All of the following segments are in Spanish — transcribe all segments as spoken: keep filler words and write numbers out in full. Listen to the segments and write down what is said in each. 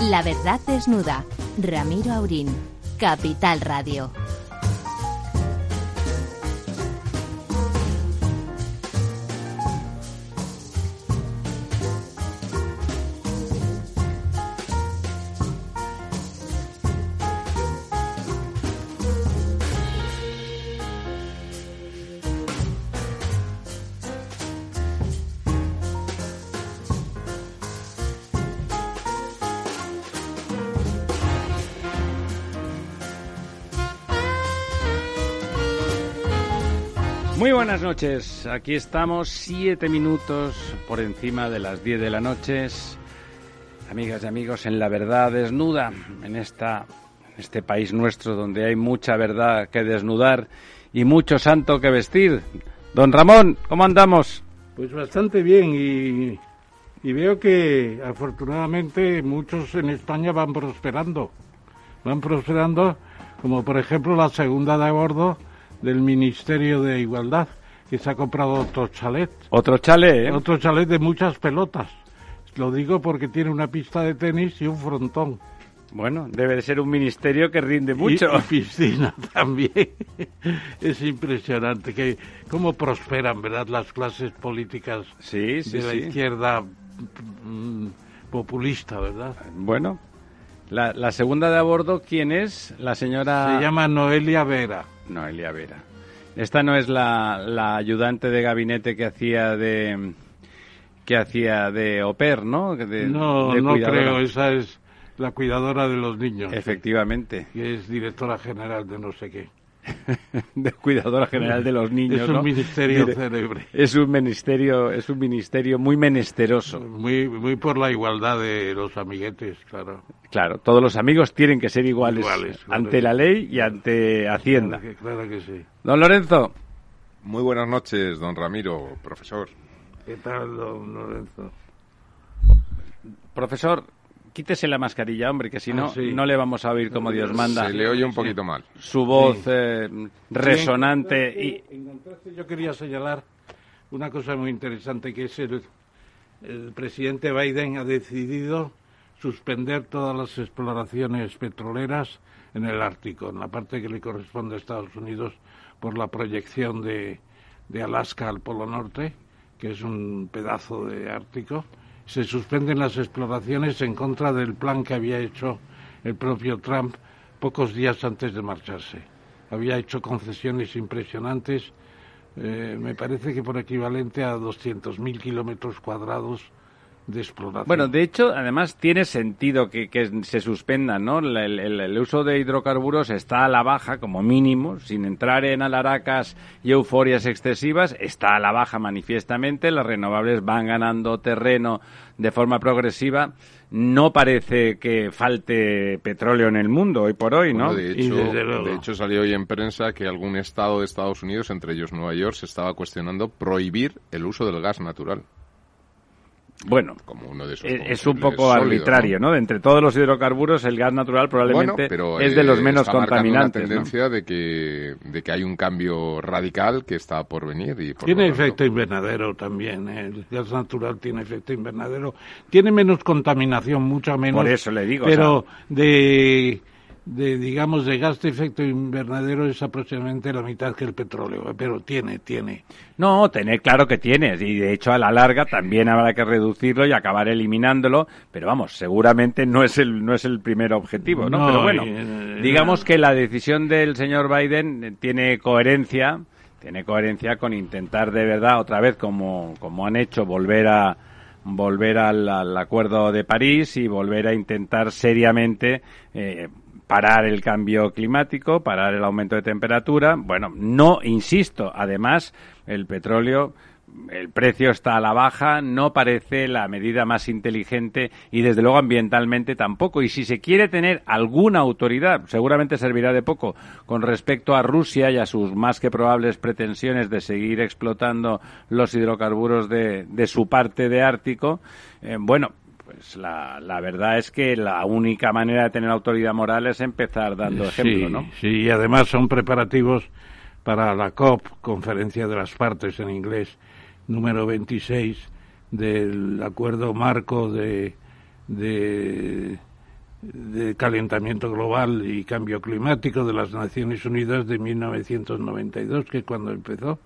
La verdad desnuda. Ramiro Aurín. Capital Radio. Muy buenas noches, aquí estamos siete minutos por encima de las diez de la noche, amigas y amigos, en La Verdad Desnuda, en esta, en este país nuestro donde hay mucha verdad que desnudar y mucho santo que vestir. Don Ramón, ¿cómo andamos? Pues bastante bien y, y veo que afortunadamente muchos en España van prosperando, van prosperando, como por ejemplo la segunda de a bordo del Ministerio de Igualdad, que se ha comprado otro chalet. Otro chalet, ¿eh? Otro chalet de muchas pelotas. Lo digo porque tiene una pista de tenis y un frontón. Bueno, debe de ser un ministerio que rinde mucho. Y, y piscina también. Es impresionante que cómo prosperan, ¿verdad?, las clases políticas sí, sí, de la sí. izquierda mm, populista, ¿verdad? Bueno, la, la segunda de a bordo, ¿quién es? La señora... Se llama Noelia Vera. Noelia Vera. Esta no es la, la ayudante de gabinete que hacía de que hacía de au pair, ¿no? De, no, de no creo. Esa es la cuidadora de los niños. Efectivamente. Que es directora general de no sé qué. De cuidadora general de los niños, es un ¿no? ministerio Dire- célebre. Es un ministerio, es un ministerio muy menesteroso. Muy, muy por la igualdad de los amiguetes, claro. Claro, todos los amigos tienen que ser iguales, Iguales, claro ante que la sí. ley y ante Hacienda. Claro que, claro que sí. Don Lorenzo. Muy buenas noches, don Ramiro, profesor. ¿Qué tal, don Lorenzo? Profesor, quítese la mascarilla, hombre, que si no, Ah, sí. no le vamos a oír como Dios manda. Se le oye un poquito mal. Su voz Sí. eh, resonante y... En contraste, yo quería señalar una cosa muy interesante, que es el, el presidente Biden ha decidido suspender todas las exploraciones petroleras en el Ártico, en la parte que le corresponde a Estados Unidos por la proyección de, de Alaska al Polo Norte, que es un pedazo de Ártico. Se suspenden las exploraciones en contra del plan que había hecho el propio Trump pocos días antes de marcharse. Había hecho concesiones impresionantes, eh, me parece que por equivalente a doscientos mil kilómetros cuadrados de exploración. Bueno, de hecho, además tiene sentido que, que se suspendan, ¿no? El, el- el uso de hidrocarburos está a la baja, como mínimo, sin entrar en alaracas y euforias excesivas, está a la baja manifiestamente, las renovables van ganando terreno de forma progresiva. No parece que falte petróleo en el mundo hoy por hoy, ¿no? Bueno, de Y hecho, desde luego. de hecho salió hoy en prensa que algún estado de Estados Unidos, entre ellos Nueva York, se estaba cuestionando prohibir el uso del gas natural Bueno, como uno de esos es, es un combustibles poco sólidos, arbitrario, ¿no? De entre todos los hidrocarburos, el gas natural probablemente Bueno, pero, es de los eh, menos está marcando contaminantes, una ¿no? tendencia de que de que hay un cambio radical que está por venir y por Tiene lo tanto- efecto invernadero también, ¿eh? El gas natural tiene efecto invernadero. Tiene menos contaminación, mucha menos. Por eso le digo, Pero o sea- de, de, digamos, de gas de efecto invernadero es aproximadamente la mitad que el petróleo. ¿eh? Pero tiene, tiene. No, tener claro que tienes, y de hecho a la larga también habrá que reducirlo y acabar eliminándolo, pero vamos, seguramente no es el no es el primer objetivo, ¿no? No, pero bueno, eh, digamos que la decisión del señor Biden eh, tiene coherencia, tiene coherencia con intentar de verdad otra vez como como han hecho volver a volver al, al Acuerdo de París y volver a intentar seriamente eh, parar el cambio climático, parar el aumento de temperatura. Bueno, no, insisto, además, el petróleo, el precio está a la baja, no parece la medida más inteligente y, desde luego, ambientalmente tampoco. Y si se quiere tener alguna autoridad, seguramente servirá de poco con respecto a Rusia y a sus más que probables pretensiones de seguir explotando los hidrocarburos de, de su parte de Ártico, eh, bueno, pues la, la verdad es que la única manera de tener autoridad moral es empezar dando ejemplo, sí, ¿no? Sí, y además son preparativos para la COP, Conferencia de las Partes en inglés, número veintiséis del Acuerdo Marco de, de, de calentamiento global y cambio climático de las Naciones Unidas de mil novecientos noventa y dos, que es cuando empezó.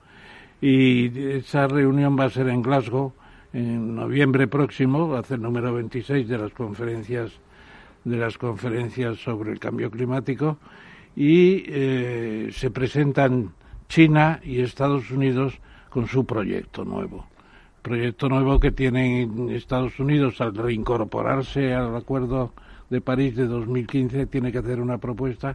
Y esa reunión va a ser en Glasgow en noviembre próximo, va a ser el número veintiséis de las conferencias de las conferencias sobre el cambio climático, y eh, se presentan China y Estados Unidos con su proyecto nuevo. Proyecto nuevo que tienen Estados Unidos al reincorporarse al Acuerdo de París de dos mil quince, tiene que hacer una propuesta.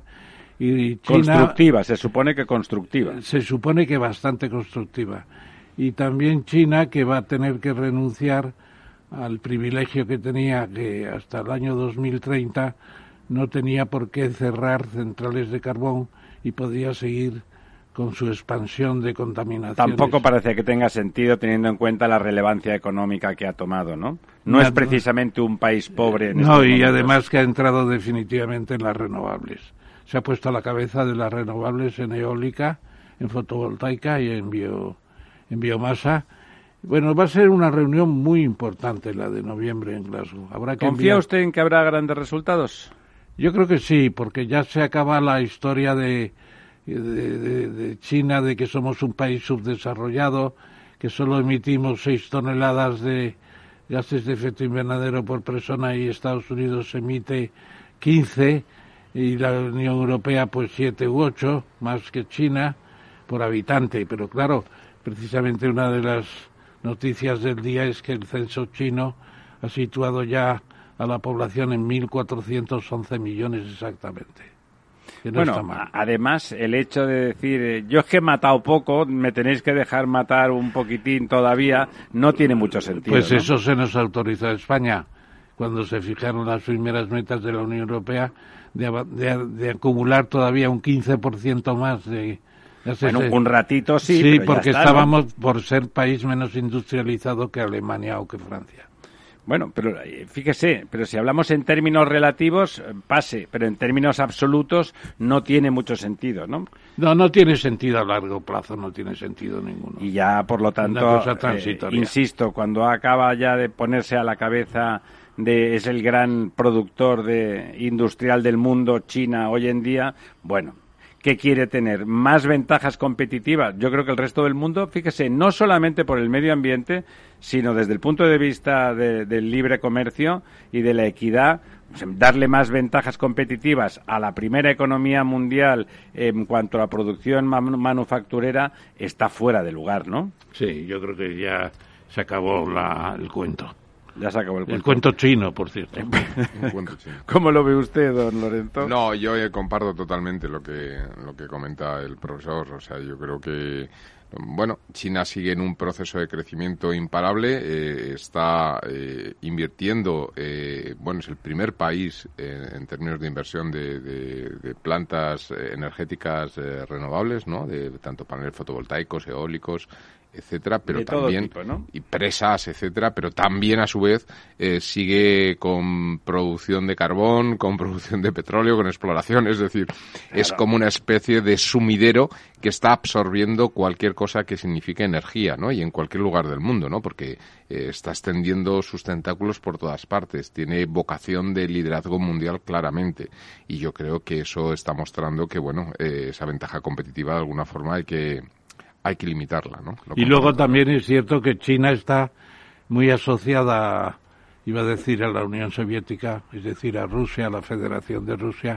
Y China, constructiva, se supone que constructiva. Se supone que bastante constructiva. Y también China, que va a tener que renunciar al privilegio que tenía, que hasta el año dos mil treinta no tenía por qué cerrar centrales de carbón y podía seguir con su expansión de contaminación. Tampoco parece que tenga sentido teniendo en cuenta la relevancia económica que ha tomado, ¿no? No, no es precisamente un país pobre. En no, y momentos. Además que ha entrado definitivamente en las renovables. Se ha puesto a la cabeza de las renovables en eólica, en fotovoltaica y en, bio, en biomasa. Bueno, va a ser una reunión muy importante la de noviembre en Glasgow. Habrá que ¿Confía enviar... usted en que habrá grandes resultados? Yo creo que sí, porque ya se acaba la historia de, de, de, de China, de que somos un país subdesarrollado, que solo emitimos seis toneladas de gases de efecto invernadero por persona y Estados Unidos emite quince, y la Unión Europea pues siete u ocho, más que China, por habitante. Pero claro, precisamente una de las noticias del día es que el censo chino ha situado ya a la población en mil cuatrocientos once millones exactamente. Que no bueno, está mal. Además, el hecho de decir, eh, yo es que he matado poco, me tenéis que dejar matar un poquitín todavía, no tiene mucho sentido. Pues ¿no? Eso se nos autorizó a España, cuando se fijaron las primeras metas de la Unión Europea, de, de, de acumular todavía un quince por ciento más de... Bueno, ese, un ratito sí, Sí, pero porque ya está, estábamos ¿no? por ser país menos industrializado que Alemania o que Francia. Bueno, pero fíjese, pero si hablamos en términos relativos, pase, pero en términos absolutos no tiene mucho sentido, ¿no? No, no tiene sentido a largo plazo, no tiene sentido ninguno. Y ya, por lo tanto, eh, insisto, cuando acaba ya de ponerse a la cabeza de es el gran productor de industrial del mundo, China, hoy en día, bueno, ¿qué quiere tener? ¿Más ventajas competitivas? Yo creo que el resto del mundo, fíjese, no solamente por el medio ambiente, sino desde el punto de vista de, del libre comercio y de la equidad, pues, darle más ventajas competitivas a la primera economía mundial en cuanto a la producción man- manufacturera está fuera de lugar, ¿no? Sí, yo creo que ya se acabó la, el cuento. Ya se acabó el cuento. El cuento chino, por cierto. Un cuento chino. ¿Cómo lo ve usted, don Lorenzo? No, yo eh, comparto totalmente lo que, lo que comenta el profesor. O sea, yo creo que, bueno, China sigue en un proceso de crecimiento imparable. Eh, está eh, invirtiendo, eh, bueno, es el primer país eh, en términos de inversión de, de, de plantas energéticas eh, renovables, ¿no? De tanto paneles fotovoltaicos, eólicos, etcétera, pero de todo también tipo, ¿no? y presas, etcétera, pero también a su vez eh, sigue con producción de carbón, con producción de petróleo, con exploración, es decir, claro. Es como una especie de sumidero que está absorbiendo cualquier cosa que signifique energía, ¿no? Y en cualquier lugar del mundo, ¿no? Porque eh, está extendiendo sus tentáculos por todas partes, tiene vocación de liderazgo mundial claramente, y yo creo que eso está mostrando que, bueno, eh, esa ventaja competitiva de alguna forma hay que hay que limitarla, ¿no? Lo y luego también es cierto que China está muy asociada, iba a decir, a la Unión Soviética, es decir, a Rusia, a la Federación de Rusia,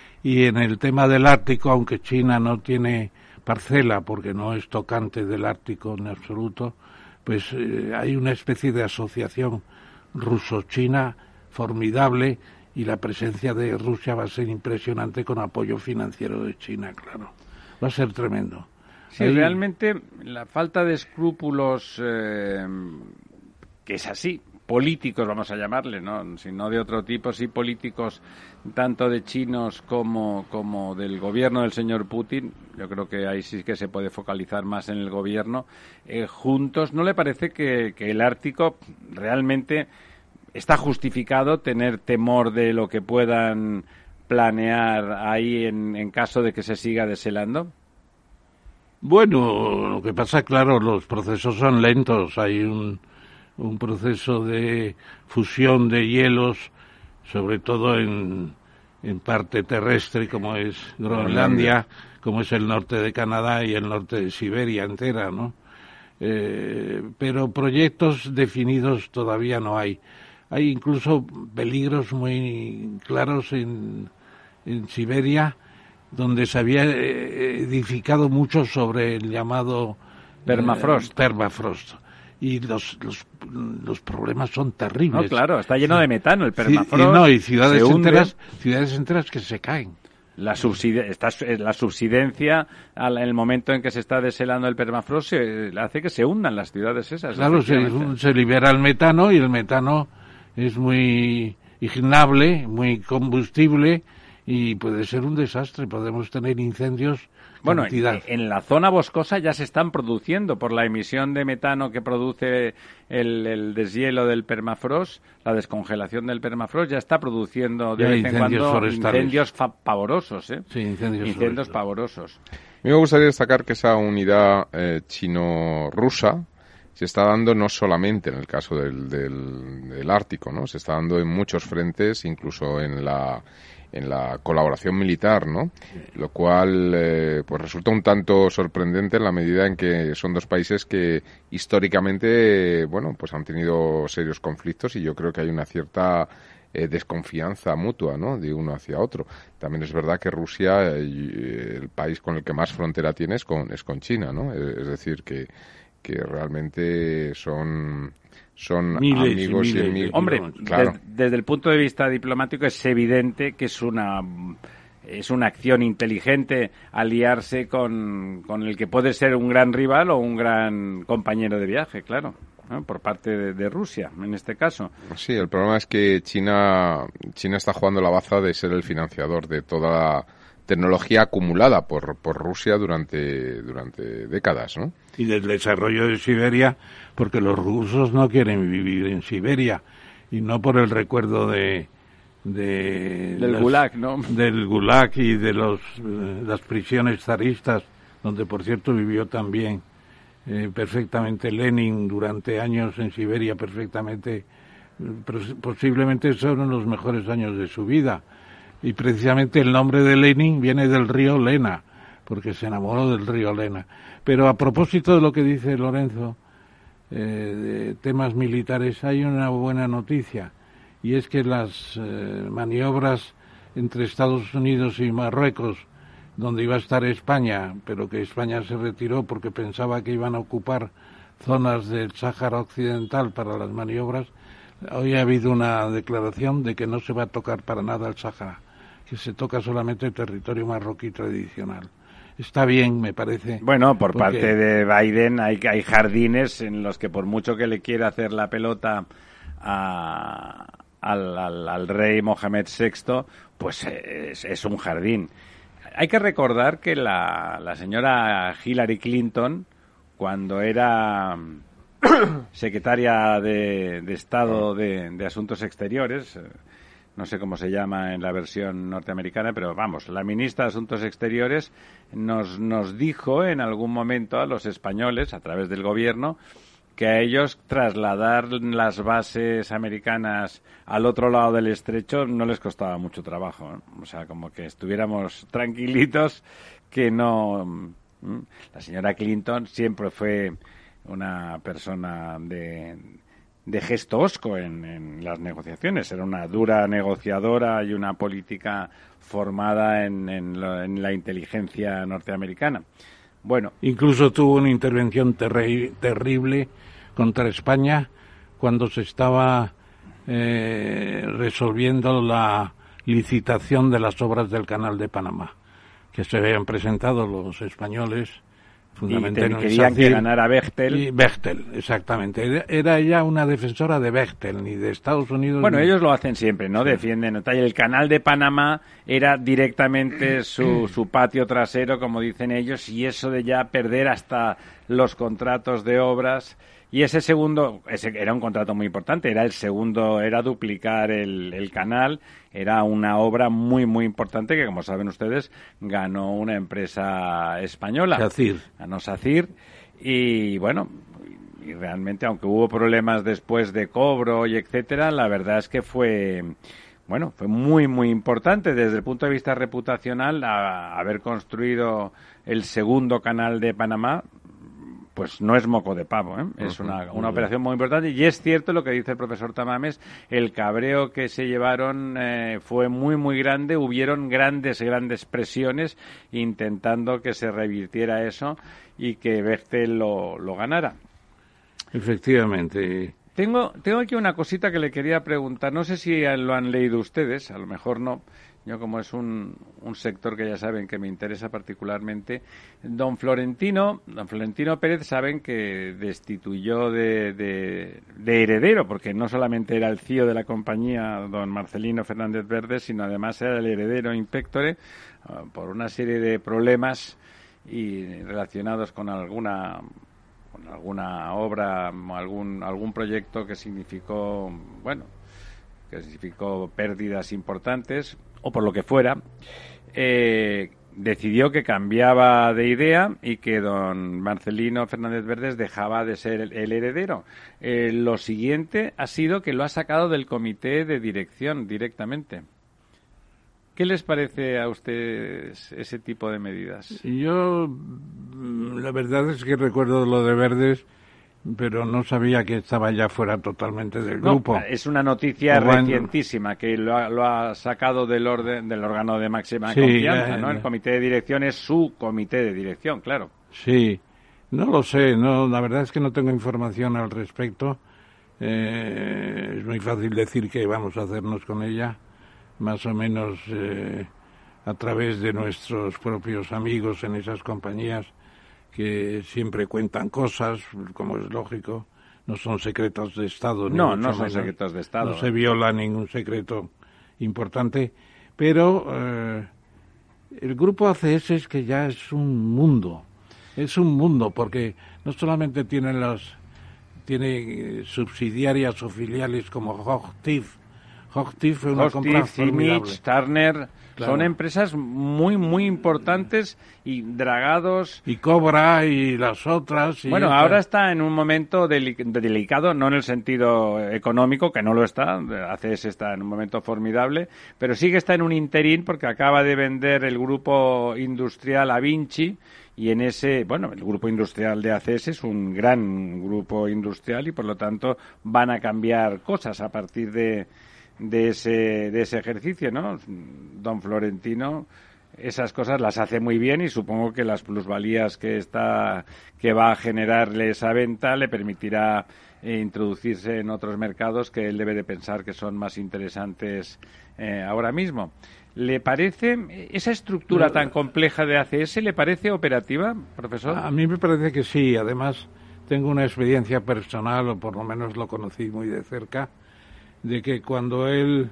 y en el tema del Ártico, aunque China no tiene parcela, porque no es tocante del Ártico en absoluto, pues eh, hay una especie de asociación ruso-china formidable, y la presencia de Rusia va a ser impresionante con apoyo financiero de China, claro. Va a ser tremendo. Sí, Ahí... realmente la falta de escrúpulos, eh, que es así, políticos vamos a llamarle, no, si no de otro tipo, sí políticos, tanto de chinos como, como del gobierno del señor Putin, yo creo que ahí sí que se puede focalizar más en el gobierno, eh, juntos, ¿no le parece que, que el Ártico realmente está justificado tener temor de lo que puedan planear ahí en, en caso de que se siga deshelando? Bueno, lo que pasa, claro, los procesos son lentos. Hay un, un proceso de fusión de hielos sobre todo en, en parte terrestre, como es Groenlandia, como es el norte de Canadá y el norte de Siberia entera, ¿no? Eh, pero proyectos definidos todavía no hay. Hay incluso peligros muy claros en, en Siberia, donde se había edificado mucho sobre el llamado permafrost. Eh, permafrost. Y los, los, los problemas son terribles. No, claro, está lleno de metano el permafrost. Y, no, y ciudades enteras, ciudades enteras que se caen. La, subside, está, la subsidencia, en el momento en que se está deshelando el permafrost, se, hace que se hundan las ciudades esas. Claro, se, se libera el metano y el metano es muy ignable, muy combustible y puede ser un desastre. Podemos tener incendios. Bueno, en, en la zona boscosa ya se están produciendo por la emisión de metano que produce el, el deshielo del permafrost, la descongelación del permafrost ya está produciendo de vez en cuando incendios fa- pavorosos, ¿eh? Sí, incendios, incendios pavorosos. A mí me gustaría destacar que esa unidad eh, chino-rusa se está dando no solamente en el caso del, del, del Ártico, ¿no? Se está dando en muchos frentes, incluso en la en la colaboración militar, ¿no? Lo cual eh, pues resulta un tanto sorprendente en la medida en que son dos países que históricamente, bueno, pues han tenido serios conflictos y yo creo que hay una cierta eh, desconfianza mutua, ¿no? De uno hacia otro. También es verdad que Rusia, eh, el país con el que más frontera tiene es con, es con China, ¿no? Es decir, que, que realmente son... son miles, amigos y, miles, y amigos. Hombre, claro. de, desde el punto de vista diplomático es evidente que es una es una acción inteligente aliarse con, con el que puede ser un gran rival o un gran compañero de viaje, claro, ¿no? Por parte de, de Rusia, en este caso. Sí, el problema es que China China está jugando la baza de ser el financiador de toda la tecnología acumulada por, por Rusia durante, durante décadas, ¿no? Y del desarrollo de Siberia, porque los rusos no quieren vivir en Siberia, y no por el recuerdo de... de del las, Gulag, ¿no? Del Gulag y de los, eh, las prisiones zaristas, donde por cierto vivió también eh, perfectamente Lenin durante años en Siberia, perfectamente, eh, posiblemente son los mejores años de su vida. Y precisamente el nombre de Lenin viene del río Lena, porque se enamoró del río Lena. Pero a propósito de lo que dice Lorenzo, eh, de temas militares, hay una buena noticia, y es que las eh, maniobras entre Estados Unidos y Marruecos, donde iba a estar España, pero que España se retiró porque pensaba que iban a ocupar zonas del Sáhara Occidental para las maniobras, hoy ha habido una declaración de que no se va a tocar para nada el Sáhara, que se toca solamente el territorio marroquí tradicional. Está bien, me parece. Bueno, por porque... parte de Biden hay, hay jardines en los que por mucho que le quiera hacer la pelota a, al, al, al rey Mohamed sexto, pues es, es un jardín. Hay que recordar que la, la señora Hillary Clinton, cuando era secretaria de, de Estado de, de Asuntos Exteriores, no sé cómo se llama en la versión norteamericana, pero vamos, la ministra de Asuntos Exteriores nos, nos dijo en algún momento a los españoles, a través del gobierno, que a ellos trasladar las bases americanas al otro lado del estrecho no les costaba mucho trabajo, ¿no? O sea, como que estuviéramos tranquilitos, que no... La señora Clinton siempre fue una persona de... de gesto hosco en, en las negociaciones. Era una dura negociadora y una política formada en, en, lo, en la inteligencia norteamericana. Bueno, incluso tuvo una intervención terri- terrible contra España cuando se estaba eh, resolviendo la licitación de las obras del Canal de Panamá, que se habían presentado los españoles. Y querían que ganara Bechtel. Y Bechtel, exactamente. Era, era ella una defensora de Bechtel, ni de Estados Unidos. Bueno, ni... ellos lo hacen siempre, ¿no? Sí. Defienden. El canal de Panamá era directamente su, su patio trasero, como dicen ellos, y eso de ya perder hasta los contratos de obras. Y ese segundo, ese era un contrato muy importante, era el segundo, era duplicar el, el canal, era una obra muy, muy importante que, como saben ustedes, ganó una empresa española. SACIR. Ganó SACIR, y bueno, y realmente, aunque hubo problemas después de cobro y etcétera, la verdad es que fue, bueno, fue muy, muy importante desde el punto de vista reputacional a, a haber construido el segundo canal de Panamá. Pues no es moco de pavo, ¿eh? Es una, una operación muy importante y es cierto lo que dice el profesor Tamames, el cabreo que se llevaron eh, fue muy, muy grande, hubieron grandes, grandes presiones intentando que se revirtiera eso y que Bechtel lo, lo ganara. Efectivamente. Tengo, tengo aquí una cosita que le quería preguntar, no sé si lo han leído ustedes, a lo mejor no. Yo, como es un, un sector que ya saben que me interesa particularmente, don Florentino, don Florentino Pérez, saben que destituyó de, de, de heredero, porque no solamente era el C E O de la compañía, don Marcelino Fernández Verdes, sino además era el heredero in pectore, uh, por una serie de problemas y relacionados con alguna con alguna obra, algún algún proyecto que significó, bueno, que significó pérdidas importantes, o por lo que fuera, eh, decidió que cambiaba de idea y que don Marcelino Fernández Verdes dejaba de ser el, el heredero. Eh, lo siguiente ha sido que lo ha sacado del comité de dirección directamente. ¿Qué les parece a ustedes ese tipo de medidas? Yo, la verdad es que recuerdo lo de Verdes, pero no sabía que estaba ya fuera totalmente del grupo. No, es una noticia bueno, recientísima que lo ha, lo ha sacado del orden del órgano de máxima sí, confianza, eh, ¿no? El comité de dirección es su comité de dirección, claro. Sí, no lo sé, no, la verdad es que no tengo información al respecto. Eh, es muy fácil decir que vamos a hacernos con ella, más o menos eh, a través de nuestros propios amigos en esas compañías, que siempre cuentan cosas, como es lógico, no son secretos de Estado. No, no son secretos de Estado. No se viola ningún secreto importante, pero eh, el grupo A C S es que ya es un mundo, es un mundo, porque no solamente tiene las tiene subsidiarias o filiales como Hochtief. Hochtief fue una Hochtief, compra formidable. Zimmich, Turner, claro. Son empresas muy, muy importantes y Dragados. Y Cobra y las otras. Y bueno, esta... ahora está en un momento deli- delicado, no en el sentido económico, que no lo está, A C S está en un momento formidable, pero sí que está en un interín porque acaba de vender el grupo industrial a Vinci. Y en ese, bueno, el grupo industrial de A C S es un gran grupo industrial y por lo tanto van a cambiar cosas a partir de, de ese de ese ejercicio, ¿no? Don Florentino esas cosas las hace muy bien y supongo que las plusvalías que está que va a generarle esa venta le permitirá eh, introducirse en otros mercados que él debe de pensar que son más interesantes eh, ahora mismo. ¿Le parece esa estructura tan compleja de A C S, le parece operativa, profesor? A mí me parece que sí. Además, tengo una experiencia personal, o por lo menos lo conocí muy de cerca, de que cuando él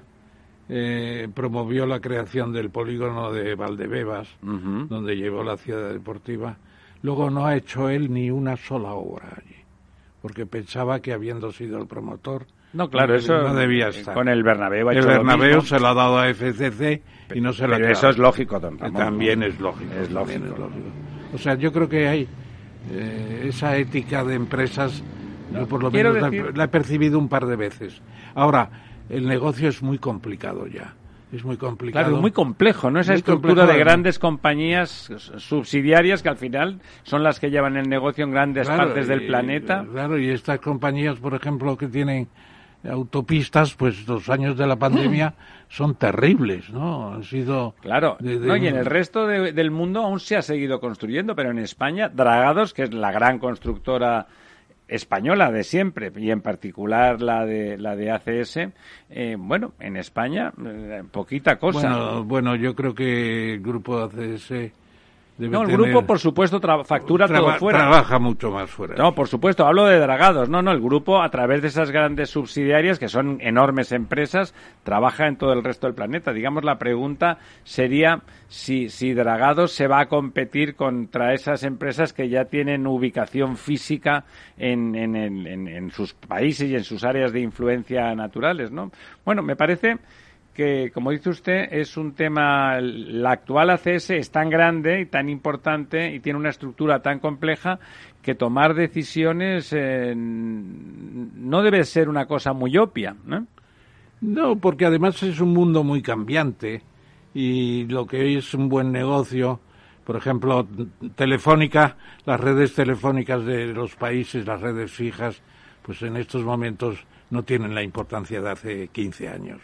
eh, promovió la creación del polígono de Valdebebas, uh-huh. donde llevó la ciudad deportiva, luego no ha hecho él ni una sola obra allí, porque pensaba que habiendo sido el promotor, no, claro, no, eso no debía estar. Con el Bernabéu ha el hecho Bernabéu lo se lo ha dado a F C C y no se lo ha Pero eso es lógico, don Ramón. También es lógico. Es lógico. Es lógico. O sea, yo creo que hay eh, esa ética de empresas, no, yo por lo menos decir... la, la he percibido un par de veces. Ahora, el negocio es muy complicado ya. Es muy complicado. Claro, muy complejo, ¿no? Esa muy estructura complejo, de grandes compañías subsidiarias que al final son las que llevan el negocio en grandes claro, partes del y, planeta. Claro, y estas compañías, por ejemplo, que tienen autopistas, pues los años de la pandemia son terribles, ¿no? Han sido... Claro, de, de no, un... y en el resto de, del mundo aún se ha seguido construyendo, pero en España, Dragados, que es la gran constructora española de siempre, y en particular la de la de A C S, eh, bueno, en España, eh, poquita cosa. Bueno, bueno, yo creo que el grupo A C S... Debe no, el tener... grupo, por supuesto, tra- factura Traba- todo fuera. Trabaja mucho más fuera. No, por supuesto, hablo de Dragados. No, no, el grupo, a través de esas grandes subsidiarias, que son enormes empresas, trabaja en todo el resto del planeta. Digamos, la pregunta sería si, si Dragados se va a competir contra esas empresas que ya tienen ubicación física en, en, en, en, en sus países y en sus áreas de influencia naturales, ¿no? Bueno, me parece... que, como dice usted, es un tema, la actual A C S es tan grande y tan importante y tiene una estructura tan compleja que tomar decisiones eh, no debe ser una cosa muy obvia, ¿no? No, porque además es un mundo muy cambiante y lo que hoy es un buen negocio, por ejemplo, Telefónica, las redes telefónicas de los países, las redes fijas, pues en estos momentos no tienen la importancia de hace quince años.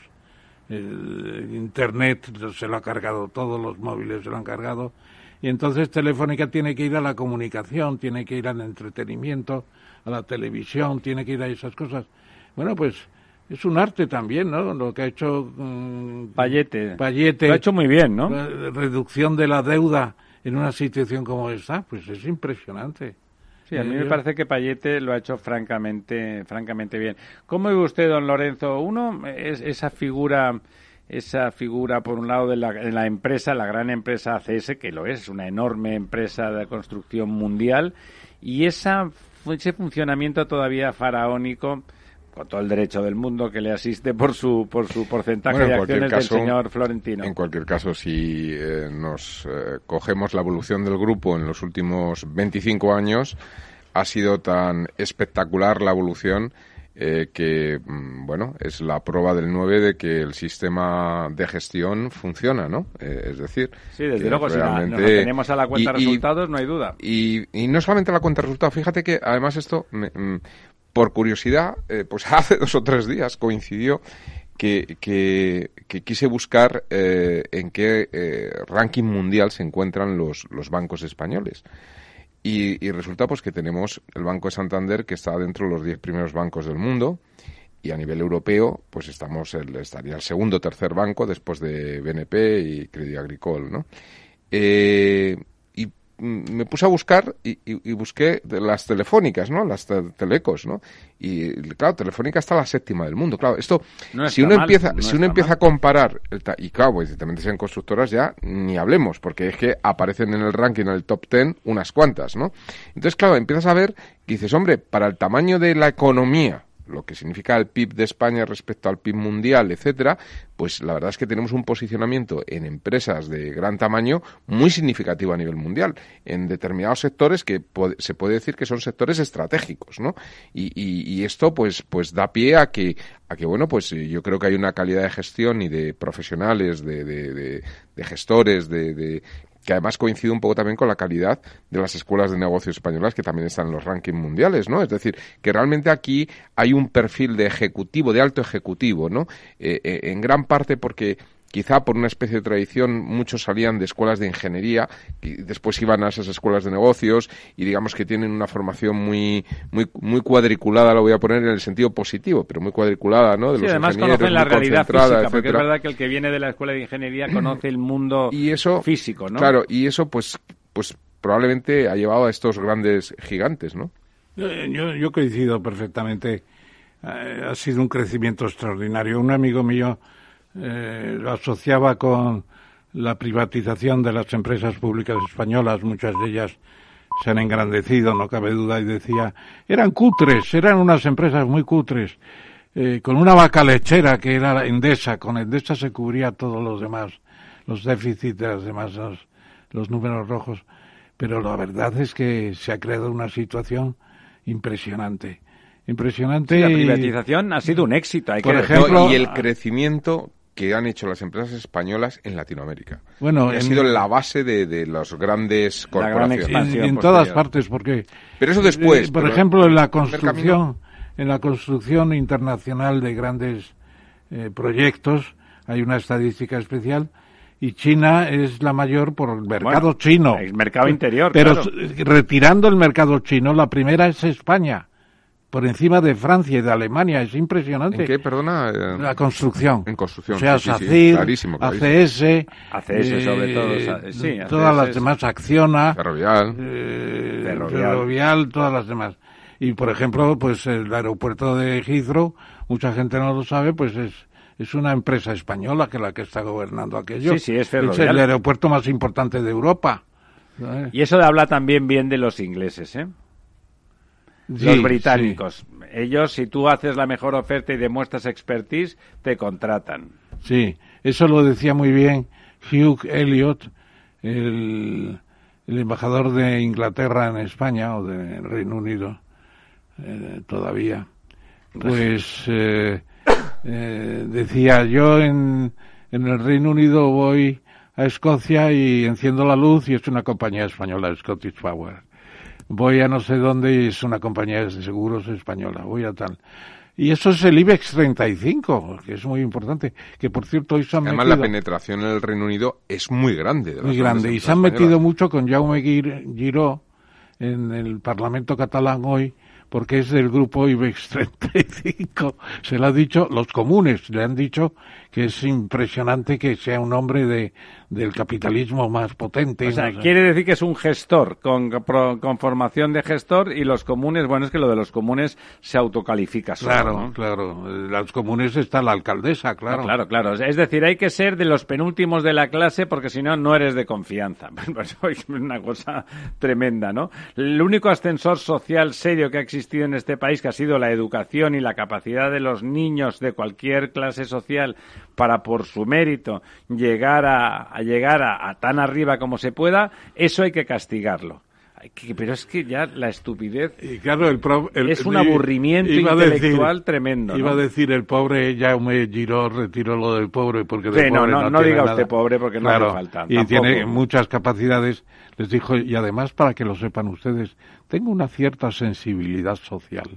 El Internet se lo ha cargado, todos los móviles se lo han cargado, y entonces Telefónica tiene que ir a la comunicación, tiene que ir al entretenimiento, a la televisión, tiene que ir a esas cosas. Bueno, pues es un arte también, ¿no? Lo que ha hecho um, Payete. Payete. Lo ha hecho muy bien, ¿no? Reducción de la deuda en una situación como esta, pues es impresionante. Sí, a mí me parece que Payete lo ha hecho francamente, francamente bien. ¿Cómo ve usted, don Lorenzo? Uno es esa figura, esa figura por un lado de la, de la empresa, la gran empresa A C S, que lo es, es una enorme empresa de construcción mundial, y esa ese funcionamiento todavía faraónico, con todo el derecho del mundo que le asiste por su por su porcentaje bueno, de acciones caso, del señor Florentino. En cualquier caso, si eh, nos eh, cogemos la evolución del grupo en los últimos veinticinco años, ha sido tan espectacular la evolución eh, que, bueno, es la prueba del nueve de que el sistema de gestión funciona, ¿no? Eh, es decir... Sí, desde luego, realmente... si nos tenemos a la cuenta de resultados, y, no hay duda. Y, y no solamente a la cuenta de resultados, fíjate que además esto... Me, me, por curiosidad, eh, pues hace dos o tres días coincidió que, que, que quise buscar eh, en qué eh, ranking mundial se encuentran los, los bancos españoles. Y, y resulta pues que tenemos el Banco de Santander, que está dentro de los diez primeros bancos del mundo, y a nivel europeo pues estamos el, estaría el segundo o tercer banco después de B N P y Crédit Agricole, ¿no? Eh, me puse a buscar y, y, y busqué las telefónicas, ¿no? Las te telecos, ¿no? Y claro, Telefónica está la séptima del mundo. Claro, esto no si uno mal, empieza, no si uno empieza mal. a comparar el y claro, pues si te metes en constructoras ya ni hablemos, porque es que aparecen en el ranking en el top ten unas cuantas, ¿no? Entonces, claro, empiezas a ver que dices, hombre, para el tamaño de la economía, lo que significa el P I B de España respecto al P I B mundial, etcétera, pues la verdad es que tenemos un posicionamiento en empresas de gran tamaño muy significativo a nivel mundial, en determinados sectores que puede, se puede decir que son sectores estratégicos, ¿no? Y, y, y esto pues pues da pie a que a que bueno, pues yo creo que hay una calidad de gestión y de profesionales, de de, de, de gestores, de, de que además coincide un poco también con la calidad de las escuelas de negocios españolas que también están en los rankings mundiales, ¿no? Es decir, que realmente aquí hay un perfil de ejecutivo, de alto ejecutivo, ¿no? Eh, eh, en gran parte porque quizá por una especie de tradición muchos salían de escuelas de ingeniería y después iban a esas escuelas de negocios y digamos que tienen una formación muy muy muy cuadriculada, lo voy a poner en el sentido positivo, pero muy cuadriculada, ¿no? De sí, los además ingenieros, conocen la muy realidad concentrada, física, porque es etcétera. verdad que el que viene de la escuela de ingeniería conoce el mundo y eso, físico, ¿no? Claro, y eso pues pues probablemente ha llevado a estos grandes gigantes, ¿no? Yo, yo coincido perfectamente. Eh, ha sido un crecimiento extraordinario. Un amigo mío eh, lo asociaba con la privatización de las empresas públicas españolas. Muchas de ellas se han engrandecido, no cabe duda, y decía, eran cutres, eran unas empresas muy cutres, eh, con una vaca lechera que era la Endesa. Con Endesa se cubría todos los demás, los déficits de las demás, los, los números rojos. Pero la verdad es que se ha creado una situación impresionante. Impresionante. Sí, la privatización ha sido un éxito. Hay por que ejemplo, no, y el crecimiento que han hecho las empresas españolas en Latinoamérica. Bueno, ha en, sido la base de, de las grandes corporaciones. Gran en, en todas partes, porque... Pero eso después. Eh, por pero ejemplo, en la camino... construcción, en la construcción internacional de grandes eh, proyectos, hay una estadística especial. Y China es la mayor por el mercado bueno, chino. El mercado interior, Pero claro. retirando el mercado chino, la primera es España, por encima de Francia y de Alemania. Es impresionante. ¿En qué, perdona? Eh, la construcción. En construcción, o sea, sí, sí, sí. SACIR, Clarísimo, clarísimo. A C S, A C S sobre eh, todo. Sí, todas A C S las demás, Acciona, Ferrovial. eh, Ferrovial. Ferrovial, todas las demás. Y, por ejemplo, pues el aeropuerto de Heathrow, mucha gente no lo sabe, pues es... Es una empresa española que la que está gobernando aquello. Sí, sí, es Ferrovial. Es el aeropuerto más importante de Europa. ¿Sabes? Y eso habla también bien de los ingleses, ¿eh? Sí, los británicos. Sí. Ellos, si tú haces la mejor oferta y demuestras expertise, te contratan. Sí, eso lo decía muy bien Hugh Elliot, el, el embajador de Inglaterra en España, o del Reino Unido, eh, todavía. Pues... Eh, eh, decía, yo en, en el Reino Unido voy a Escocia y enciendo la luz y es una compañía española, Scottish Power. Voy a no sé dónde y es una compañía de seguros española. Voy a tal. Y eso es el IBEX treinta y cinco, que es muy importante. Que, por cierto, hoy se han Además, metido... la penetración en el Reino Unido es muy grande. De las muy grande. Y se han españolas. metido mucho con Jaume Giró en el Parlamento catalán hoy, porque es del grupo IBEX treinta y cinco. Se lo ha dicho, los comunes le han dicho que es impresionante que sea un hombre de, del capitalismo más potente. O sea, no sé. quiere decir que es un gestor, con, con formación de gestor, y los comunes, bueno, es que lo de los comunes se autocalifica solo, Claro, ¿no? claro. En los comunes está la alcaldesa, claro. No, claro, claro. Es decir, hay que ser de los penúltimos de la clase porque si no, no eres de confianza. Pues es una cosa tremenda, ¿no? El único ascensor social serio que ha existido en este país, que ha sido la educación y la capacidad de los niños de cualquier clase social para, por su mérito, llegar a, a llegar a, a tan arriba como se pueda, eso hay que castigarlo. Pero es que ya la estupidez y claro, el pro, el, es un aburrimiento intelectual decir, tremendo, ¿no? Iba a decir el pobre Jaume Giró, retiro lo del pobre, porque de sí, pobre no, no, no, no tiene diga nada. usted pobre porque no claro, hace falta. Y tampoco. Tiene muchas capacidades, les dijo, y además, para que lo sepan ustedes, tengo una cierta sensibilidad social.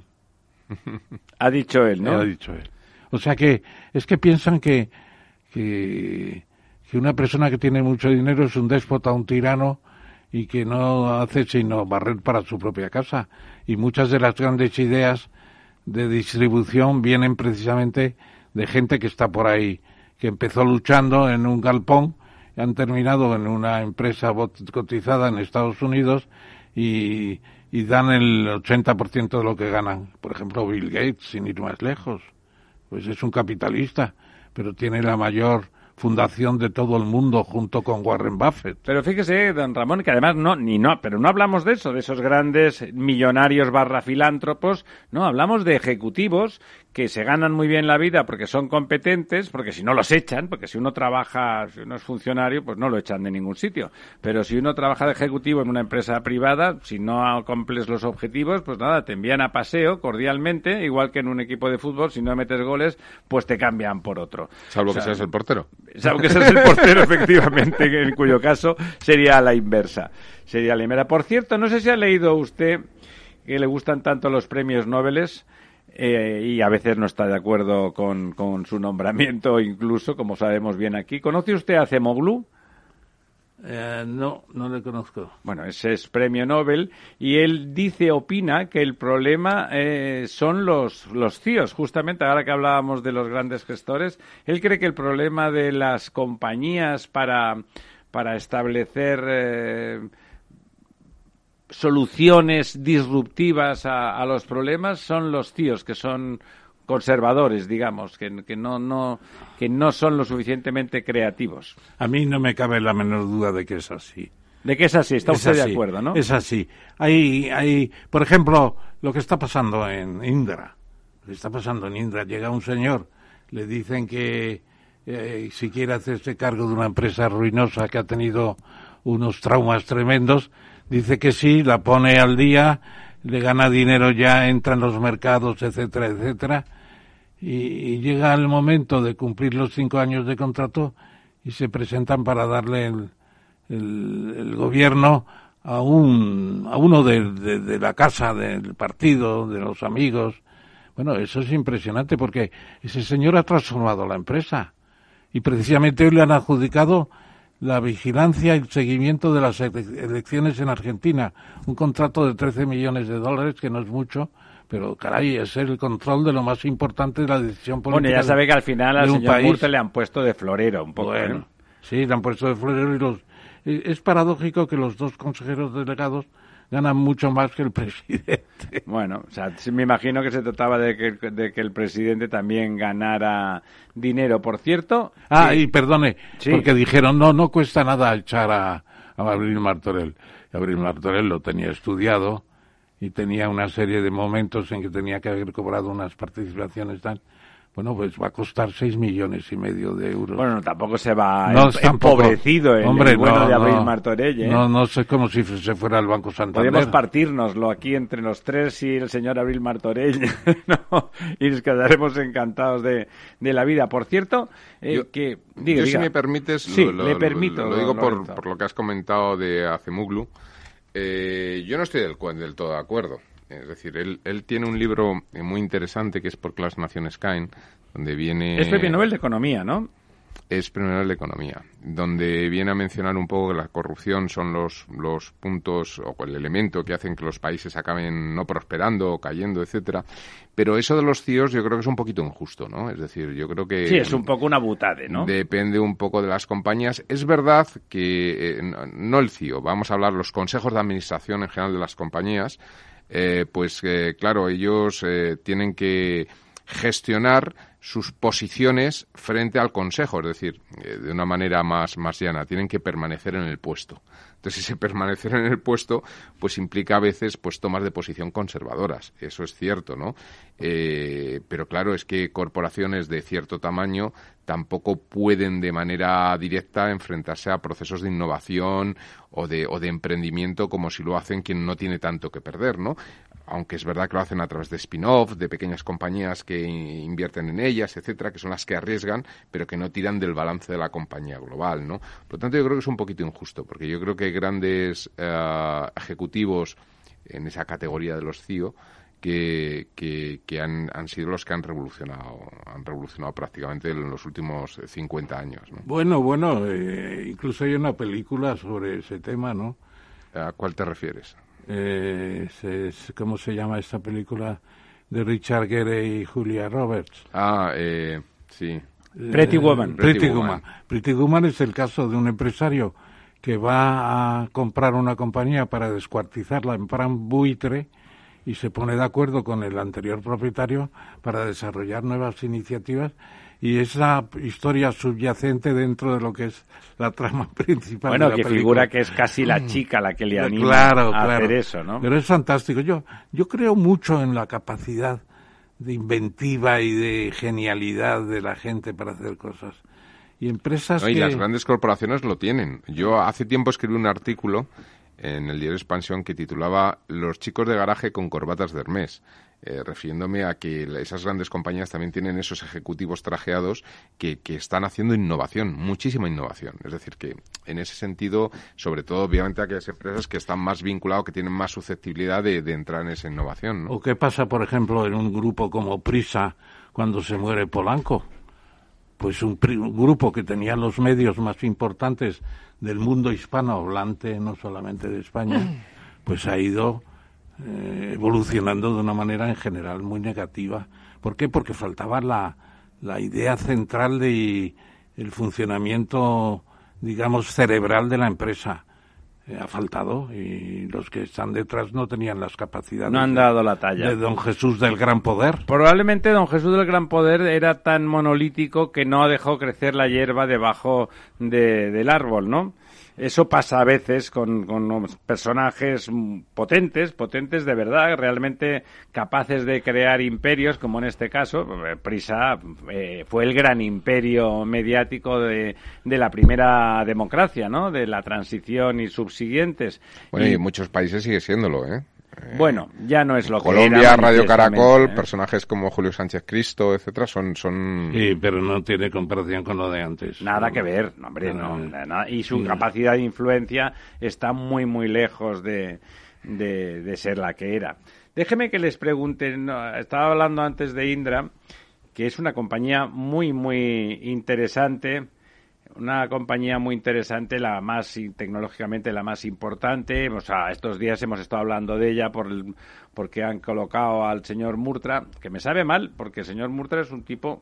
Ha dicho él, ¿no? Ha dicho él. O sea que, es que piensan que, que, que una persona que tiene mucho dinero es un déspota, un tirano, y que no hace sino barrer para su propia casa. Y muchas de las grandes ideas de distribución vienen precisamente de gente que está por ahí, que empezó luchando en un galpón, han terminado en una empresa cotizada en Estados Unidos y, y dan el ochenta por ciento de lo que ganan. Por ejemplo, Bill Gates, sin ir más lejos, pues es un capitalista, pero tiene la mayor fundación de todo el mundo junto con Warren Buffett. Pero fíjese, don Ramón, que además no, ni no, pero no hablamos de eso, de esos grandes millonarios barra filántropos, no, hablamos de ejecutivos que se ganan muy bien la vida porque son competentes, porque si no los echan, porque si uno trabaja, si uno es funcionario, pues no lo echan de ningún sitio. Pero si uno trabaja de ejecutivo en una empresa privada, si no cumples los objetivos, pues nada, te envían a paseo cordialmente, igual que en un equipo de fútbol, si no metes goles, pues te cambian por otro. Salvo o sea, que seas el portero. Salvo que seas el portero, efectivamente, en cuyo caso sería la inversa. Sería la inversa. Por cierto, no sé si ha leído usted que le gustan tanto los premios Nobel, eh, y a veces no está de acuerdo con, con su nombramiento, incluso, como sabemos bien aquí. ¿Conoce usted a Acemoglu? Eh, no, no le conozco. Bueno, ese es premio Nobel y él dice, opina que el problema eh, son los, los C I Os. Justamente ahora que hablábamos de los grandes gestores, él cree que el problema de las compañías para, para establecer eh, soluciones disruptivas a, a los problemas son los C I Os, que son conservadores, digamos, que, que no no que no son lo suficientemente creativos. A mí no me cabe la menor duda de que es así. De que es así, está usted es así, de acuerdo, ¿no? Es así. Hay, hay, por ejemplo, lo que está pasando en Indra. Lo que está pasando en Indra. Llega un señor, le dicen que eh, si quiere hacerse cargo de una empresa ruinosa que ha tenido unos traumas tremendos, dice que sí, la pone al día, le gana dinero ya, entra en los mercados, etcétera, etcétera. Y, y llega el momento de cumplir los cinco años de contrato y se presentan para darle el, el, el gobierno a un a uno de, de, de la casa del partido, de los amigos. Bueno, eso es impresionante porque ese señor ha transformado la empresa y precisamente hoy le han adjudicado la vigilancia y el seguimiento de las elecciones en Argentina. Un contrato de trece millones de dólares, que no es mucho, pero caray, es el control de lo más importante de la decisión política. Bueno, ya sabe que al final al señor país. Murte le han puesto de florero un poco. Bueno, ¿eh? sí, le han puesto de florero y los... Es paradójico que los dos consejeros delegados ganan mucho más que el presidente. Bueno, o sea, me imagino que se trataba de que, de que el presidente también ganara dinero, por cierto. Ah, y, y perdone, sí. porque dijeron, no, no cuesta nada echar a, a Abril Martorell. Abril Martorell lo tenía estudiado y tenía una serie de momentos en que tenía que haber cobrado unas participaciones tal. Bueno, pues va a costar seis millones y medio de euros. Bueno, tampoco se va no, em, empobrecido el, hombre, el bueno no, de Abril no, Martorell, ¿eh? No, no sé, como si se fuera el Banco Santander. Podemos partírnoslo aquí entre los tres y el señor Abril Martorell, ¿no? Y nos quedaremos encantados de, de la vida. Por cierto, eh, yo, que... Diga, yo diga. si me permites, sí, lo, lo, le permito, lo, lo digo por, Lorenzo. por lo que has comentado de Acemoglu. Eh, yo no estoy del, del todo de acuerdo. Es decir, él, él tiene un libro muy interesante que es Por qué las naciones caen, donde viene... Es Premio Nobel de Economía, ¿no? Es Premio Nobel de Economía, donde viene a mencionar un poco que la corrupción son los, los puntos o el elemento que hacen que los países acaben no prosperando o cayendo, etcétera. Pero eso de los C I Os yo creo que es un poquito injusto, ¿no? Es decir, yo creo que... Sí, es un poco una butade, ¿no? Depende un poco de las compañías. Es verdad que, eh, no, no el C I O, vamos a hablar los consejos de administración en general de las compañías, eh, pues eh, claro, ellos eh, tienen que gestionar sus posiciones frente al Consejo, es decir, eh, de una manera más, más llana, tienen que permanecer en el puesto. Entonces, ese permanecer en el puesto, pues implica a veces pues tomas de posición conservadoras. Eso es cierto, ¿no? Eh, pero claro, es que corporaciones de cierto tamaño tampoco pueden de manera directa enfrentarse a procesos de innovación o de, o de emprendimiento como si lo hacen quien no tiene tanto que perder, ¿no? Aunque es verdad que lo hacen a través de spin-off, de pequeñas compañías que invierten en ellas, etcétera, que son las que arriesgan, pero que no tiran del balance de la compañía global, ¿no? Por lo tanto, yo creo que es un poquito injusto, porque yo creo que hay grandes eh, ejecutivos en esa categoría de los C I O que, que, que han, han sido los que han revolucionado, han revolucionado prácticamente en los últimos cincuenta años, ¿no? Bueno, bueno, eh, incluso hay una película sobre ese tema, ¿no? ¿A cuál te refieres? Eh, es, es, ¿Cómo se llama esta película? De Richard Gere y Julia Roberts. Ah, eh, sí. Pretty Woman. Eh, Pretty, Pretty Woman. Woman. Pretty Woman es el caso de un empresario que va a comprar una compañía para descuartizarla en plan buitre y se pone de acuerdo con el anterior propietario para desarrollar nuevas iniciativas, y esa historia subyacente dentro de lo que es la trama principal. Bueno, de la que película. figura que es casi la chica la que le anima claro, a claro. hacer eso, ¿no? Pero es fantástico. Yo, yo creo mucho en la capacidad de inventiva y de genialidad de la gente para hacer cosas. Y empresas No, y que... las grandes corporaciones lo tienen. Yo hace tiempo escribí un artículo en el diario Expansión que titulaba Los chicos de garaje con corbatas de Hermès, eh, refiriéndome a que esas grandes compañías también tienen esos ejecutivos trajeados que, que están haciendo innovación, muchísima innovación. Es decir, que en ese sentido, sobre todo, obviamente, aquellas empresas que están más vinculadas, que tienen más susceptibilidad de, de entrar en esa innovación, ¿no? ¿O qué pasa, por ejemplo, en un grupo como Prisa cuando se muere Polanco? Pues un, un grupo que tenía los medios más importantes del mundo hispanohablante, no solamente de España, pues ha ido eh, evolucionando de una manera en general muy negativa. ¿Por qué? Porque faltaba la, la idea central de el funcionamiento, digamos, cerebral de la empresa. Eh, ha faltado, y los que están detrás no tenían las capacidades. No han dado la talla. De don Jesús del Gran Poder. Probablemente don Jesús del Gran Poder era tan monolítico que no dejó crecer la hierba debajo de, del árbol, ¿no? Eso pasa a veces con, con personajes potentes, potentes de verdad, realmente capaces de crear imperios, como en este caso. Prisa eh, fue el gran imperio mediático de, de la primera democracia, ¿no? De la transición y subsiguientes. Bueno, y y en muchos países sigue siéndolo, ¿eh? Bueno, ya no es lo Colombia, que era. Radio Caracol, ¿eh? Personajes como Julio Sánchez Cristo, etcétera, son... son... Sí, pero no tiene comparación con lo de antes. Nada no, que ver, no, hombre, no. no, no nada. Y su no. capacidad de influencia está muy, muy lejos de, de, de ser la que era. Déjeme que les pregunte, no, estaba hablando antes de Indra, que es una compañía muy, muy interesante, una compañía muy interesante, la más tecnológicamente la más importante. O sea, estos días hemos estado hablando de ella por el, porque han colocado al señor Murtra, que me sabe mal, porque el señor Murtra es un tipo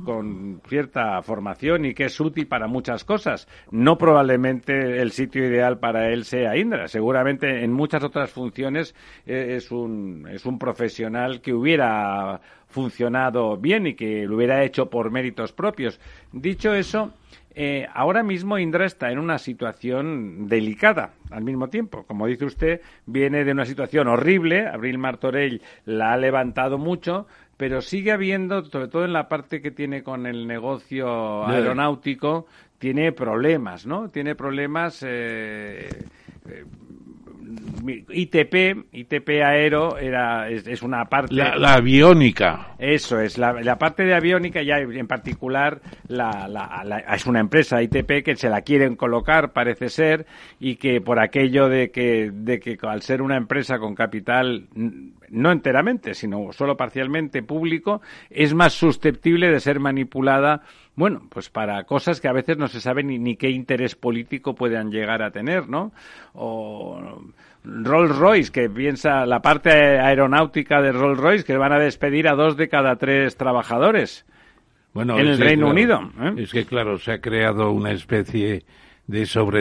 con cierta formación y que es útil para muchas cosas. No probablemente el sitio ideal para él sea Indra. Seguramente en muchas otras funciones eh, es un es un profesional que hubiera funcionado bien y que lo hubiera hecho por méritos propios. Dicho eso, eh, ahora mismo Indra está en una situación delicada al mismo tiempo. Como dice usted, viene de una situación horrible. Abril Martorell la ha levantado mucho, pero sigue habiendo, sobre todo en la parte que tiene con el negocio aeronáutico, tiene problemas, ¿no? Tiene problemas... Eh, eh, I T P, I T P Aero era es, es una parte... La, la aviónica. Eso es, la, la parte de aviónica ya en particular la, la, la, es una empresa I T P que se la quieren colocar, parece ser, y que por aquello de que, de que al ser una empresa con capital no enteramente, sino solo parcialmente público, es más susceptible de ser manipulada, bueno, pues para cosas que a veces no se sabe ni, ni qué interés político puedan llegar a tener, ¿no? O Rolls-Royce, que piensa la parte aeronáutica de Rolls-Royce, que van a despedir a dos de cada tres trabajadores bueno, en el Reino claro, Unido. ¿eh? Es que, claro, se ha creado una especie de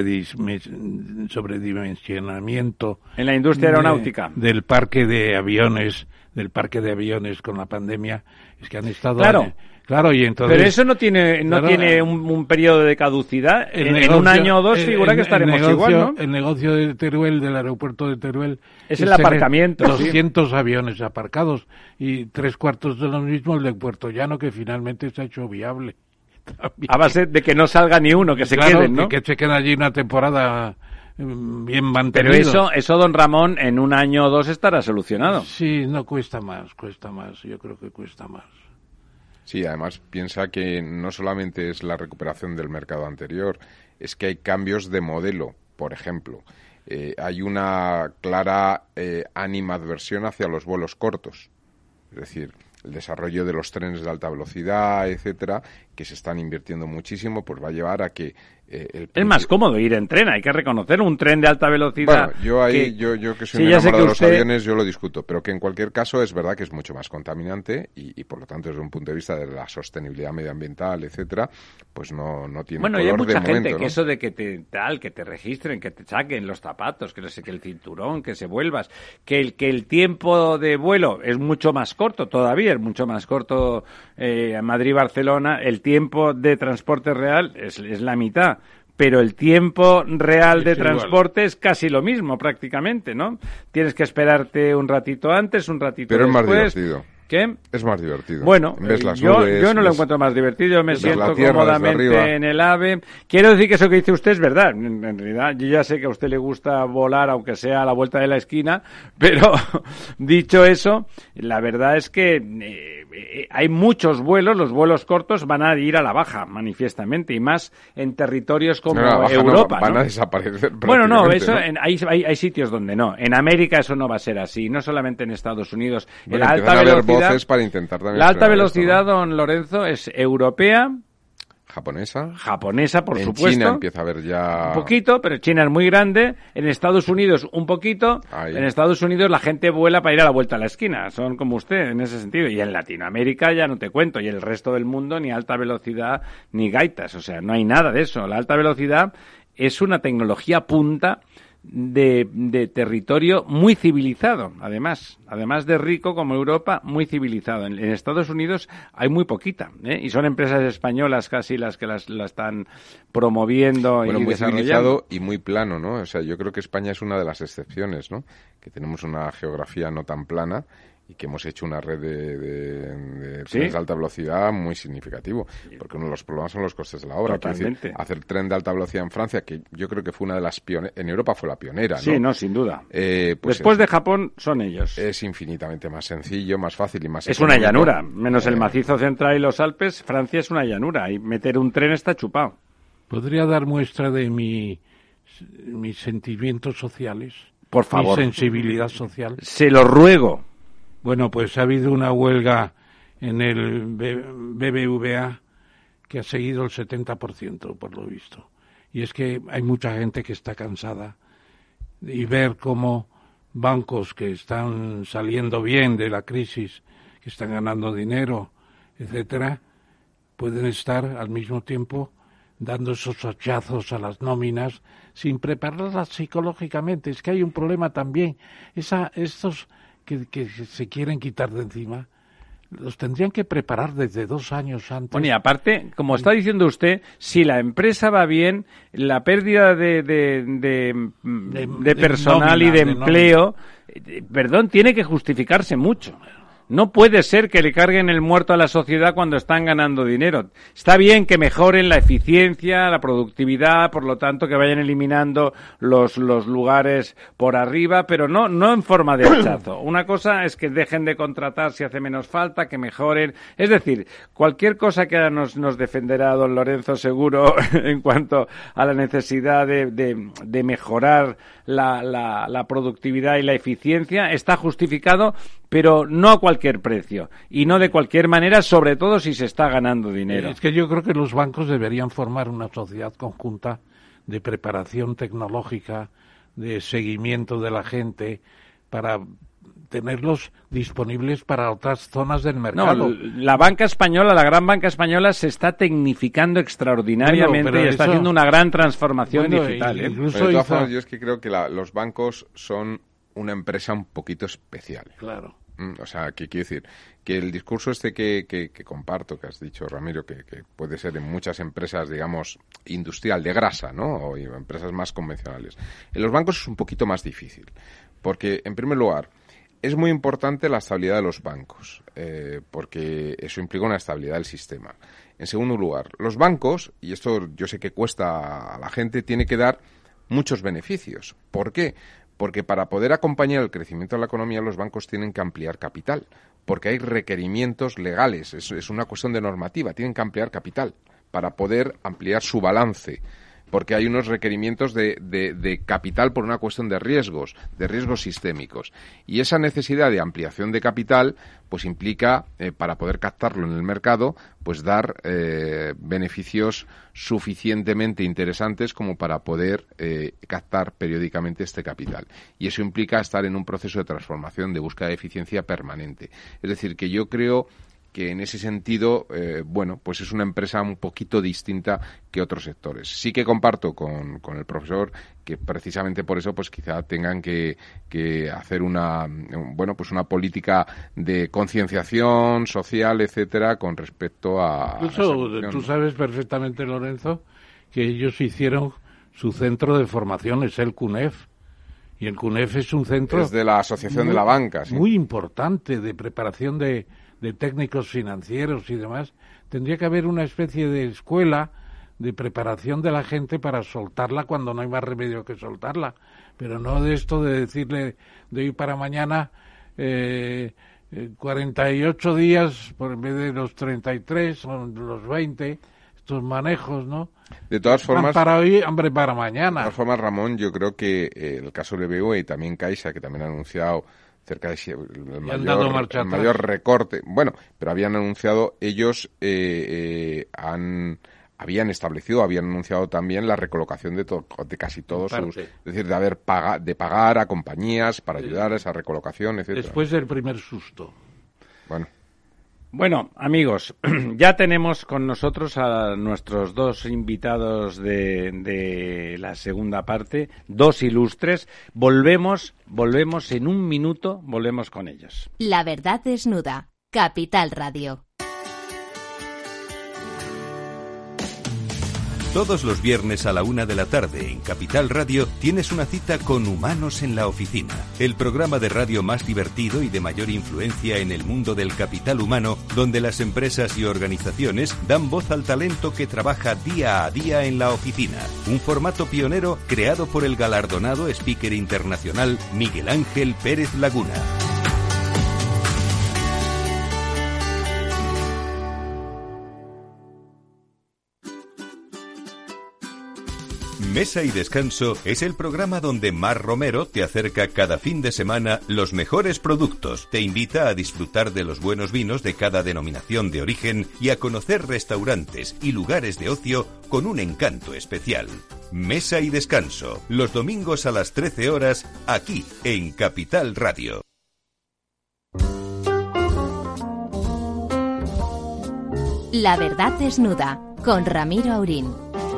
sobredimensionamiento en la industria aeronáutica de, del parque de aviones, del parque de aviones con la pandemia. Es que han estado... Claro. En, Claro, y entonces... Pero eso no tiene no claro, tiene un, un periodo de caducidad. En, negocio, en un año o dos figura el, que estaremos el negocio, igual, ¿no? El negocio de Teruel, del aeropuerto de Teruel... Es el aparcamiento, doscientos sí. aviones aparcados y tres cuartos de los mismos del Puerto Llano, que finalmente se ha hecho viable. También. A base de que no salga ni uno, que se claro, queden, ¿no? Que, que se queden allí una temporada bien mantenida. Pero eso, eso, don Ramón, en un año o dos estará solucionado. Sí, no, cuesta más, cuesta más, yo creo que cuesta más. Sí, además piensa que no solamente es la recuperación del mercado anterior, es que hay cambios de modelo, por ejemplo. Eh, hay una clara eh, animadversión hacia los vuelos cortos. Es decir, el desarrollo de los trenes de alta velocidad, etcétera, que se están invirtiendo muchísimo, pues va a llevar a que... Eh, el es más cómodo ir en tren, hay que reconocer un tren de alta velocidad. Bueno, yo ahí, que... yo, yo que soy sí, un enamorado que de los usted... aviones, yo lo discuto, pero que en cualquier caso es verdad que es mucho más contaminante y, y por lo tanto desde un punto de vista de la sostenibilidad medioambiental, etcétera, pues no, no tiene bueno, color y hay mucha de gente momento, que ¿no? eso de que te tal, que te registren, que te saquen los zapatos, que no sé, que el cinturón, que se vuelvas, que el que el tiempo de vuelo es mucho más corto todavía, es mucho más corto eh, Madrid-Barcelona, el tiempo de transporte real es, es la mitad. Pero el tiempo real de transporte es casi lo mismo prácticamente, ¿no? Tienes que esperarte un ratito antes, un ratito después. Pero después. es más divertido. ¿Qué? Es más divertido. Bueno, ves las yo, nubes, yo no lo ves, encuentro más divertido, yo me siento tierra, cómodamente en el AVE. Quiero decir que eso que dice usted es verdad. En, en realidad, yo ya sé que a usted le gusta volar, aunque sea a la vuelta de la esquina, pero dicho eso, la verdad es que eh, hay muchos vuelos, los vuelos cortos van a ir a la baja, manifiestamente, y más en territorios como no, baja, Europa. No, van ¿no? a desaparecer. Bueno, no, eso ¿no? En, hay, hay, hay sitios donde no. En América eso no va a ser así, no solamente en Estados Unidos. Bueno, en la alta a haber velocidad, voces para intentar también la alta velocidad, esto, ¿no? don Lorenzo, es europea, japonesa, japonesa, por en supuesto. China empieza a haber ya... Un poquito, pero China es muy grande. En Estados Unidos un poquito. Ahí. En Estados Unidos la gente vuela para ir a la vuelta a la esquina. Son como usted en ese sentido. Y en Latinoamérica ya no te cuento. Y el resto del mundo ni alta velocidad ni gaitas. O sea, no hay nada de eso. La alta velocidad es una tecnología punta de, de territorio muy civilizado, además, además de rico como Europa, muy civilizado. En, en Estados Unidos hay muy poquita, ¿eh? Y son empresas españolas casi las que las, la están promoviendo bueno, y muy desarrollando. civilizado y muy plano, ¿no? O sea, yo creo que España es una de las excepciones, ¿no? Que tenemos una geografía no tan plana y que hemos hecho una red de, de, de trenes ¿Sí? de alta velocidad muy significativo, porque uno de los problemas son los costes de la obra. Totalmente. Decir, hacer tren de alta velocidad en Francia, que yo creo que fue una de las pioneras, en Europa fue la pionera, ¿no? Sí, no, sin duda. Eh, pues Después es, de Japón son ellos. es infinitamente más sencillo, más fácil y más Es una económico. llanura, menos Eh, el macizo central y los Alpes, Francia es una llanura, y meter un tren está chupado. ¿Podría dar muestra de mi, mis sentimientos sociales? Por favor. Mi sensibilidad social. Se lo ruego. Bueno, pues ha habido una huelga en el B B V A que ha seguido el setenta por ciento, por lo visto. Y es que hay mucha gente que está cansada y ver cómo bancos que están saliendo bien de la crisis, que están ganando dinero, etcétera, pueden estar al mismo tiempo dando esos hachazos a las nóminas sin prepararlas psicológicamente. Es que hay un problema también. Esa, estos que, que se quieren quitar de encima los tendrían que preparar desde dos años antes. Bueno, y aparte, como está diciendo usted, si la empresa va bien, la pérdida de, de, de, de, de personal de nómina, y de, de empleo, de perdón, tiene que justificarse mucho. No puede ser que le carguen el muerto a la sociedad cuando están ganando dinero. Está bien que mejoren la eficiencia, la productividad, por lo tanto que vayan eliminando los los lugares por arriba, pero no no en forma de hachazo. Una cosa es que dejen de contratar si hace menos falta, que mejoren. Es decir, cualquier cosa que nos nos defenderá don Lorenzo seguro en cuanto a la necesidad de de, de mejorar la, la la productividad y la eficiencia está justificado, pero no a cualquier precio y no de cualquier manera, sobre todo si se está ganando dinero. Es que yo creo que los bancos deberían formar una sociedad conjunta de preparación tecnológica, de seguimiento de la gente, para tenerlos disponibles para otras zonas del mercado. No, la banca española, la gran banca española se está tecnificando extraordinariamente bueno, y está eso, haciendo una gran transformación bueno, digital. ¿eh? Incluso pero de todas formas, yo es que creo que la, los bancos son una empresa un poquito especial. Claro. O sea, ¿qué quiero decir? Que el discurso este que, que, que comparto, que has dicho, Ramiro, que, que puede ser en muchas empresas, digamos, industrial, de grasa, ¿no? O empresas más convencionales. En los bancos es un poquito más difícil. Porque, en primer lugar, es muy importante la estabilidad de los bancos, eh, porque eso implica una estabilidad del sistema. En segundo lugar, los bancos, y esto yo sé que cuesta a la gente, tiene que dar muchos beneficios. ¿Por qué? Porque para poder acompañar el crecimiento de la economía los bancos tienen que ampliar capital, porque hay requerimientos legales, es, es una cuestión de normativa, tienen que ampliar capital para poder ampliar su balance, porque hay unos requerimientos de, de, de capital por una cuestión de riesgos, de riesgos sistémicos. Y esa necesidad de ampliación de capital pues implica, eh, para poder captarlo en el mercado, pues dar eh, beneficios suficientemente interesantes como para poder eh, captar periódicamente este capital. Y eso implica estar en un proceso de transformación, de búsqueda de eficiencia permanente. Es decir, que yo creo que en ese sentido, eh, bueno, pues es una empresa un poquito distinta que otros sectores. Sí que comparto con, con el profesor que precisamente por eso pues quizá tengan que, que hacer una, bueno, pues una política de concienciación social, etcétera, con respecto a... Incluso tú sabes perfectamente, Lorenzo, que ellos hicieron su centro de formación, es el CUNEF, y el CUNEF es un centro... Es de la Asociación muy, de la Banca, sí. Muy importante de preparación de... de técnicos financieros y demás. Tendría que haber una especie de escuela de preparación de la gente para soltarla cuando no hay más remedio que soltarla, pero no de esto de decirle de hoy para mañana eh, eh, cuarenta y ocho días por en vez de los treinta y tres o los veinte, estos manejos, ¿no? De todas formas, para hoy, hambre para mañana. De todas formas, Ramón, yo creo que eh, el caso de B B V A y también Caixa, que también ha anunciado cerca de el mayor, el mayor recorte. Bueno, pero habían anunciado, ellos eh, eh, han habían establecido, habían anunciado también la recolocación de, to, de casi todos sus... Es decir, de haber paga, de pagar a compañías para ayudar a esa recolocación, etcétera. Después del primer susto. Bueno. Bueno, amigos, ya tenemos con nosotros a nuestros dos invitados de, de la segunda parte, dos ilustres. Volvemos, volvemos en un minuto, volvemos con ellos. La verdad desnuda, Capital Radio. Todos los viernes a la una de la tarde en Capital Radio tienes una cita con Humanos en la Oficina, el programa de radio más divertido y de mayor influencia en el mundo del capital humano, donde las empresas y organizaciones dan voz al talento que trabaja día a día en la oficina. Un formato pionero creado por el galardonado speaker internacional Miguel Ángel Pérez Laguna. Mesa y Descanso es el programa donde Mar Romero te acerca cada fin de semana los mejores productos, te invita a disfrutar de los buenos vinos de cada denominación de origen y a conocer restaurantes y lugares de ocio con un encanto especial. Mesa y Descanso, los domingos a las trece horas, aquí en Capital Radio. La verdad desnuda, con Ramiro Aurín.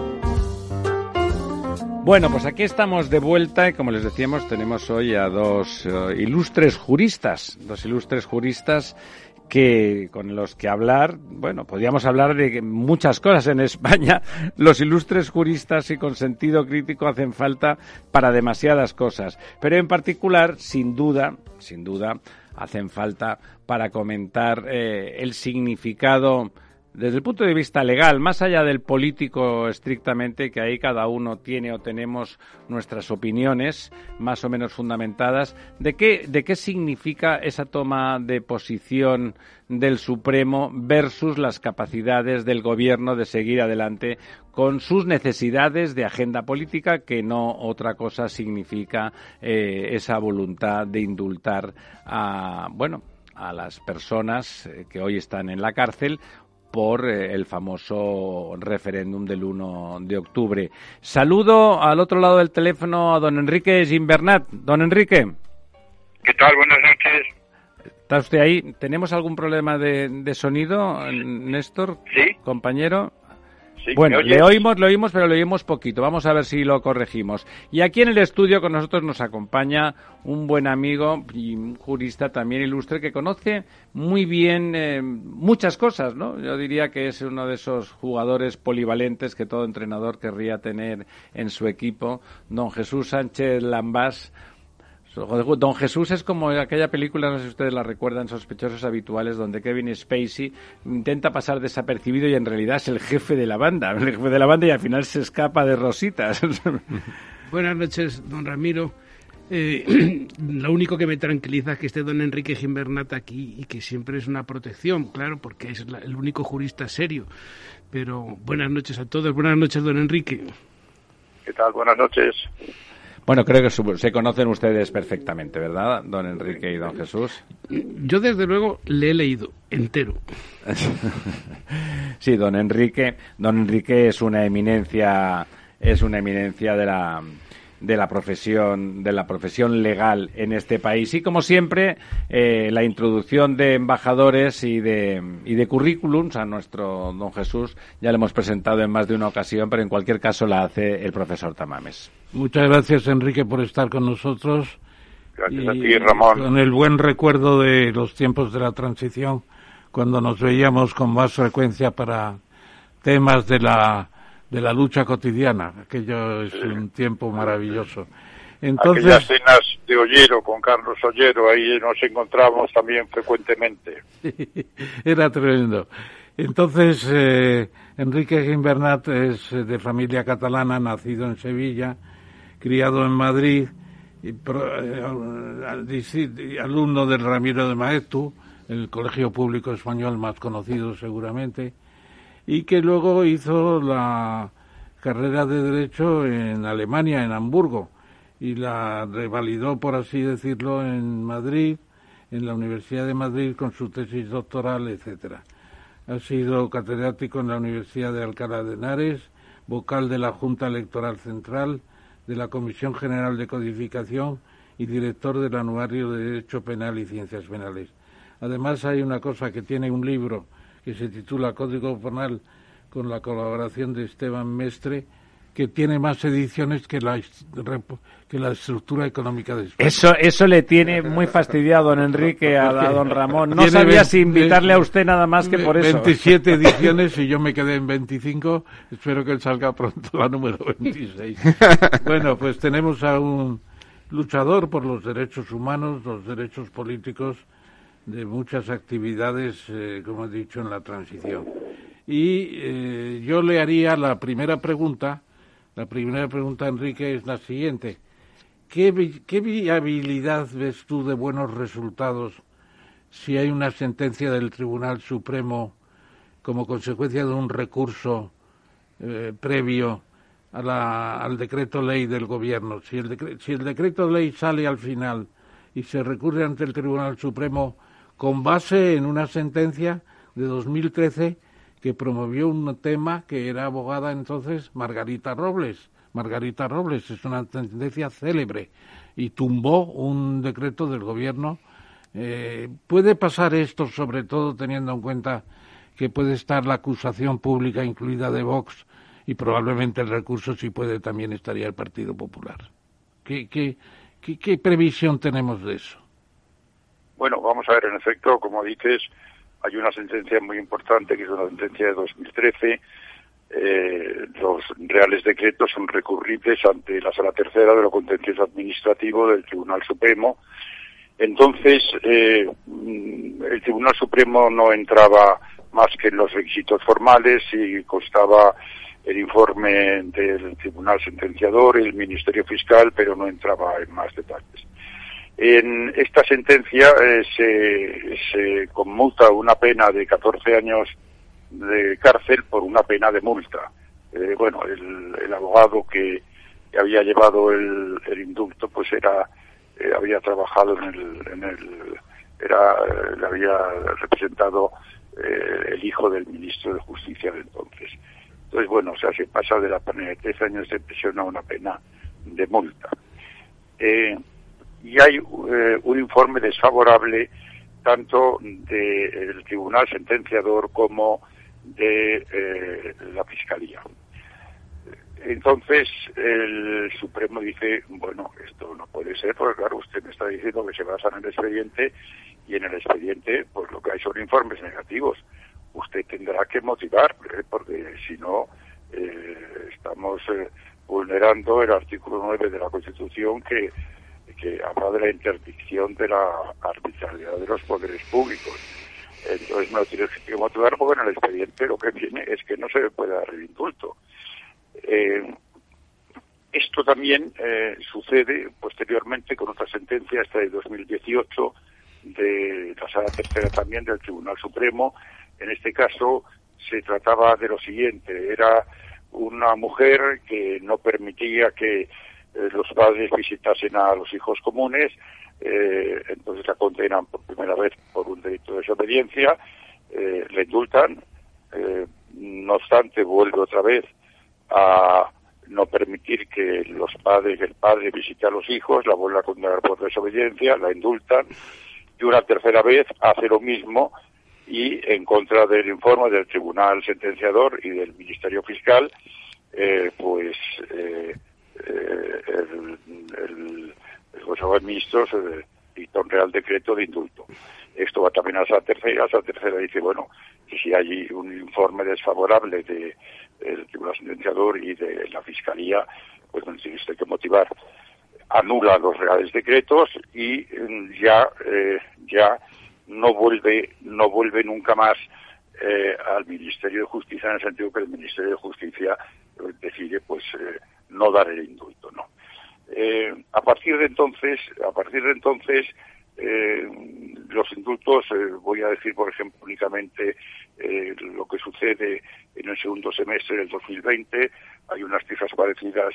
Bueno, pues aquí estamos de vuelta y como les decíamos tenemos hoy a dos uh, ilustres juristas, dos ilustres juristas que con los que hablar, bueno, podríamos hablar de muchas cosas en España. Los ilustres juristas y con sentido crítico hacen falta para demasiadas cosas, pero en particular, sin duda, sin duda, hacen falta para comentar eh, el significado desde el punto de vista legal, más allá del político estrictamente, que ahí cada uno tiene o tenemos nuestras opiniones más o menos fundamentadas, de qué, de qué significa esa toma de posición del Supremo versus las capacidades del Gobierno de seguir adelante con sus necesidades de agenda política, que no otra cosa significa eh, esa voluntad de indultar a, bueno, a las personas que hoy están en la cárcel por eh, el famoso referéndum del uno de octubre. Saludo al otro lado del teléfono a don Enrique Gimbernat. Don Enrique. ¿Qué tal? Buenas noches. ¿Está usted ahí? ¿Tenemos algún problema de, de sonido, Néstor? Sí. Compañero. Sí, bueno, le oímos, le oímos, pero le oímos poquito. Vamos a ver si lo corregimos. Y aquí en el estudio con nosotros nos acompaña un buen amigo y un jurista también ilustre que conoce muy bien eh, muchas cosas, ¿no? Yo diría que es uno de esos jugadores polivalentes que todo entrenador querría tener en su equipo, don Jesús Sánchez Lambás. Don Jesús es como aquella película, no sé si ustedes la recuerdan, Sospechosos Habituales, donde Kevin Spacey intenta pasar desapercibido y en realidad es el jefe de la banda, el jefe de la banda y al final se escapa de rositas. Buenas noches, don Ramiro. Eh, lo único que me tranquiliza es que esté don Enrique Gimbernat aquí y que siempre es una protección, claro, porque es la, el único jurista serio. Pero buenas noches a todos, buenas noches, don Enrique. ¿Qué tal? Buenas noches. Bueno, creo que se conocen ustedes perfectamente, ¿verdad, don Enrique y don Jesús? Yo, desde luego, le he leído entero. Sí, don Enrique, don Enrique es una eminencia, es una eminencia de la de la profesión de la profesión legal en este país y como siempre eh, la introducción de embajadores y de y de currículums a nuestro don Jesús ya le hemos presentado en más de una ocasión, pero en cualquier caso la hace el profesor Tamames. Muchas gracias, Enrique, por estar con nosotros. Gracias y a ti, Ramón. Con el buen recuerdo de los tiempos de la transición, cuando nos veíamos con más frecuencia para temas de la de la lucha cotidiana. Aquello es sí. un tiempo maravilloso. Entonces, aquellas cenas de Ollero con Carlos Ollero, ahí nos encontramos también frecuentemente. Era tremendo. Entonces, eh, Enrique Gimbernat es de familia catalana, nacido en Sevilla, criado en Madrid, y pro, eh, alumno del Ramiro de Maeztu, el colegio público español más conocido seguramente, y que luego hizo la carrera de Derecho en Alemania, en Hamburgo, y la revalidó, por así decirlo, en Madrid, en la Universidad de Madrid, con su tesis doctoral, etcétera. Ha sido catedrático en la Universidad de Alcalá de Henares, vocal de la Junta Electoral Central, de la Comisión General de Codificación y director del Anuario de Derecho Penal y Ciencias Penales. Además, hay una cosa que tiene un libro que se titula Código Penal, con la colaboración de Esteban Mestre, que tiene más ediciones que la que la estructura económica de España. Eso eso le tiene muy fastidiado, don Enrique, a, a don Ramón. No sabía veinte, si invitarle a usted nada más que por eso. veintisiete ediciones y yo me quedé en veinticinco. Espero que él salga pronto la número veintiséis. Bueno, pues tenemos a un luchador por los derechos humanos, los derechos políticos, de muchas actividades, eh, como he dicho, en la transición. Y eh, yo le haría la primera pregunta, la primera pregunta, Enrique, es la siguiente. ¿Qué, qué viabilidad ves tú de buenos resultados si hay una sentencia del Tribunal Supremo como consecuencia de un recurso eh, previo a la, al decreto ley del Gobierno? Si el, decre, si el decreto ley sale al final y se recurre ante el Tribunal Supremo con base en una sentencia de dos mil trece que promovió un tema que era abogada entonces Margarita Robles. Margarita Robles es una sentencia célebre y tumbó un decreto del Gobierno. Eh, ¿Puede pasar esto, sobre todo teniendo en cuenta que puede estar la acusación pública incluida de Vox y probablemente el recurso sí puede también estaría el Partido Popular? ¿Qué, qué, qué, qué previsión tenemos de eso? Bueno, vamos a ver, en efecto, como dices, hay una sentencia muy importante, que es una sentencia de dos mil trece. Eh, los reales decretos son recurribles ante la Sala Tercera de lo Contencioso Administrativo del Tribunal Supremo. Entonces, eh, el Tribunal Supremo no entraba más que en los requisitos formales y constaba el informe del Tribunal Sentenciador y el Ministerio Fiscal, pero no entraba en más detalles. En esta sentencia eh, se, se conmuta una pena de catorce años de cárcel por una pena de multa. Eh, bueno, el, el abogado que, que había llevado el, el indulto, pues era eh, había trabajado en el, en el era eh, le había representado eh, el hijo del ministro de Justicia de entonces. Entonces, bueno, o sea, se pasa de la pena de tres años de prisión a una pena de multa. Eh, y hay eh, un informe desfavorable tanto del Tribunal Sentenciador como de eh, la Fiscalía. Entonces, el Supremo dice, bueno, esto no puede ser, porque claro, usted me está diciendo que se basa en el expediente, y en el expediente, pues lo que hay son informes negativos. Usted tendrá que motivar, ¿eh? Porque si no, eh, estamos eh, vulnerando el artículo nueve de la Constitución, que, que habla de la interdicción de la arbitrariedad de los poderes públicos. Entonces no tiene que motivar, porque en el expediente lo que viene es que no se le puede dar el indulto. Eh, esto también eh, sucede posteriormente con otra sentencia, esta de dos mil dieciocho, de la Sala Tercera también del Tribunal Supremo. En este caso se trataba de lo siguiente: era una mujer que no permitía que eh, los padres visitasen a los hijos comunes, eh, entonces la condenan por primera vez por un delito de desobediencia, eh, le indultan, eh, no obstante vuelve otra vez a no permitir que los padres, el padre visite a los hijos, la vuelve a condenar por desobediencia, la indultan, y una tercera vez hace lo mismo, y en contra del informe del Tribunal Sentenciador y del Ministerio Fiscal, eh, pues eh, eh, el, el, el Consejo de Ministros eh, dicta un Real Decreto de indulto. Esto va también a esa tercera, esa tercera dice, bueno, que si hay un informe desfavorable de, del Tribunal Sentenciador y de la Fiscalía, pues no tiene usted que motivar. Anula los reales decretos y ya eh, ya no vuelve no vuelve nunca más eh, al Ministerio de Justicia, en el sentido que el Ministerio de Justicia decide pues eh, no dar el indulto, no. Eh, a partir de entonces, a partir de entonces eh, los indultos, eh, voy a decir por ejemplo únicamente eh, lo que sucede en el segundo semestre del dos mil veinte. Hay unas cifras parecidas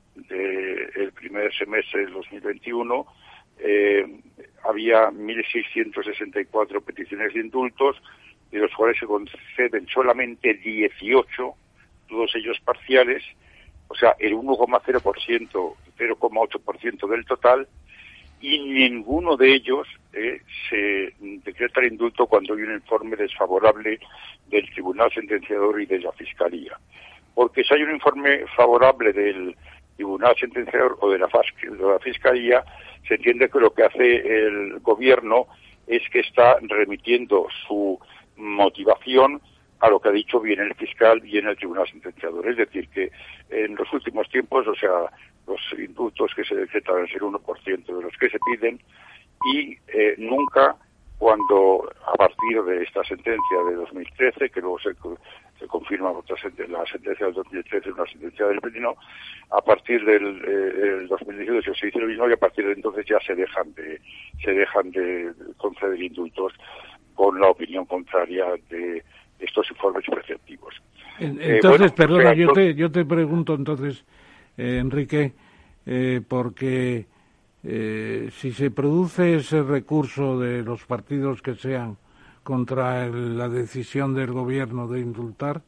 del primer semestre del dos mil veintiuno. Eh, había mil seiscientas sesenta y cuatro peticiones de indultos, de los cuales se conceden solamente dieciocho, todos ellos parciales, o sea, el uno coma cero por ciento, cero coma ocho por ciento del total, y ninguno de ellos eh, se decreta el indulto cuando hay un informe desfavorable del Tribunal Sentenciador y de la Fiscalía. Porque si hay un informe favorable del Tribunal Sentenciador o de la, de la Fiscalía, se entiende que lo que hace el Gobierno es que está remitiendo su motivación a lo que ha dicho bien el fiscal y en el Tribunal Sentenciador. Es decir, que en los últimos tiempos, o sea, los indultos que se decretan es el uno por ciento de los que se piden, y eh, nunca, cuando a partir de esta sentencia de dos mil trece, que luego se, se confirma otra sentencia, la sentencia del dos mil trece, una sentencia del pleno, a partir del eh, el dos mil dieciocho se dice lo mismo, y a partir de entonces ya se dejan de se dejan de conceder indultos con la opinión contraria de estos informes preceptivos. Entonces, eh, bueno, perdona, o sea, yo te yo te pregunto entonces, eh, Enrique, eh, porque eh, si se produce ese recurso de los partidos que sean contra el, la decisión del Gobierno de indultar,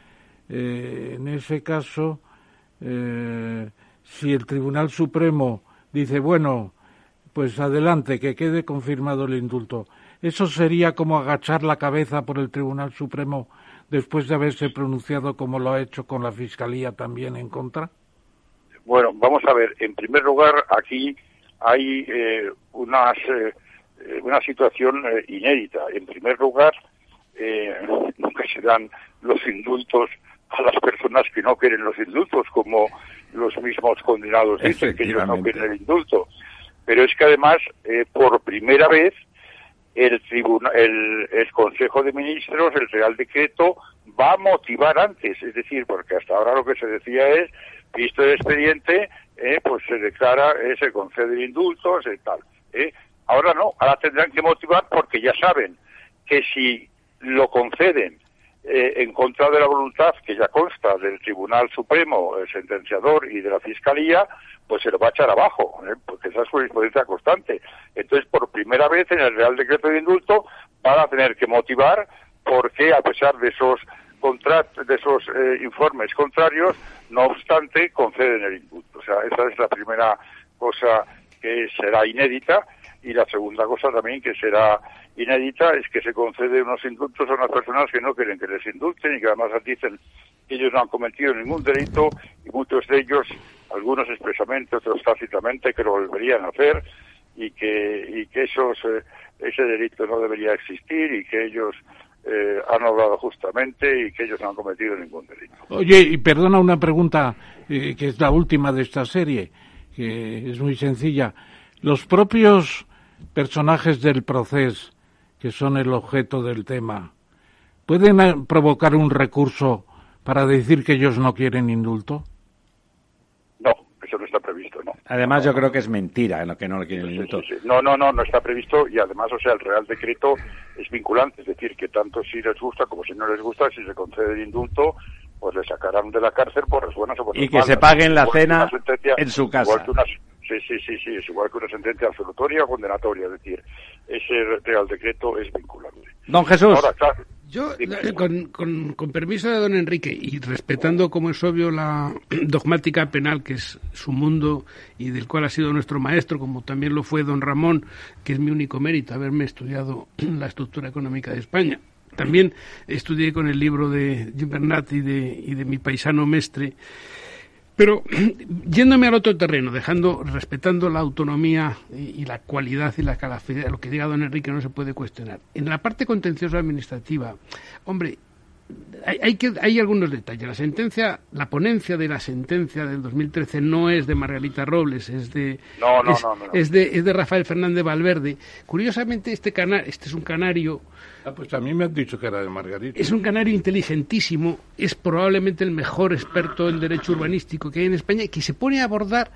eh, en ese caso, eh, si el Tribunal Supremo dice, bueno, pues adelante, que quede confirmado el indulto, ¿eso sería como agachar la cabeza por el Tribunal Supremo después de haberse pronunciado como lo ha hecho con la Fiscalía también en contra? Bueno, vamos a ver. En primer lugar, aquí hay eh, unas, eh, una situación eh, inédita. En primer lugar, eh, nunca se dan los indultos a las personas que no quieren los indultos, como los mismos condenados dicen que ellos no quieren el indulto. Pero es que además, eh, por primera vez, el, tribuna, el, el Consejo de Ministros, el Real Decreto, va a motivar antes. Es decir, porque hasta ahora lo que se decía es, visto el expediente, eh, pues se declara, eh, se conceden indultos y tal. Eh. Ahora no, ahora tendrán que motivar porque ya saben que si lo conceden eh, en contra de la voluntad que ya consta del Tribunal Supremo, el sentenciador y de la Fiscalía, pues se lo va a echar abajo, ¿eh? Porque esa es jurisprudencia constante. Entonces, por primera vez en el Real Decreto de Indulto van a tener que motivar por qué, a pesar de esos contrat de esos eh, informes contrarios, no obstante, conceden el indulto. O sea, esa es la primera cosa que será inédita, y la segunda cosa también que será inédita es que se concede unos indultos a unas personas que no quieren que les indulten y que además dicen que ellos no han cometido ningún delito, y muchos de ellos, algunos expresamente, otros tácitamente, que lo volverían a hacer, y que y que esos eh, ese delito no debería existir, y que ellos eh, han obrado justamente y que ellos no han cometido ningún delito. Oye, y perdona una pregunta, eh, que es la última de esta serie, que es muy sencilla. Los propios personajes del proceso, que son el objeto del tema, ¿pueden provocar un recurso para decir que ellos no quieren indulto? No, eso no está previsto, no. Además, no, yo no. creo que es mentira en lo que no le quieren Sí, indulto. sí, sí. No, no, no, no está previsto, y además, o sea, el Real Decreto es vinculante, es decir, que tanto si les gusta como si no les gusta, si se concede el indulto, pues le sacarán de la cárcel por las buenas o por las Y que malas. se paguen la Igual cena sentencia, en su casa. Igual que una, sí, sí, sí, sí, es igual que una sentencia absolutoria o condenatoria, es decir, ese Real Decreto es vinculante. Don Jesús. Ahora, claro, Yo, dime. eh, con, con, con permiso de don Enrique, y respetando, como es obvio, la dogmática penal, que es su mundo y del cual ha sido nuestro maestro, como también lo fue don Ramón, que es mi único mérito, haberme estudiado la estructura económica de España. También estudié con el libro de Gimbernat y de, y de mi paisano Mestre. Pero yéndome al otro terreno, dejando, respetando la autonomía y, y la cualidad y la calidad, lo que diga don Enrique no se puede cuestionar. En la parte contenciosa administrativa, hombre, hay, hay, que, hay algunos detalles. La sentencia, la ponencia de la sentencia del dos mil trece no es de Margarita Robles, es de, No, no, es, no, no, no. es de, es de Rafael Fernández Valverde. Curiosamente, este, cana, este es un canario. Ah, pues a mí me han dicho que era de Margarita. Es un canario inteligentísimo, es probablemente el mejor experto en derecho urbanístico que hay en España, y que se pone a abordar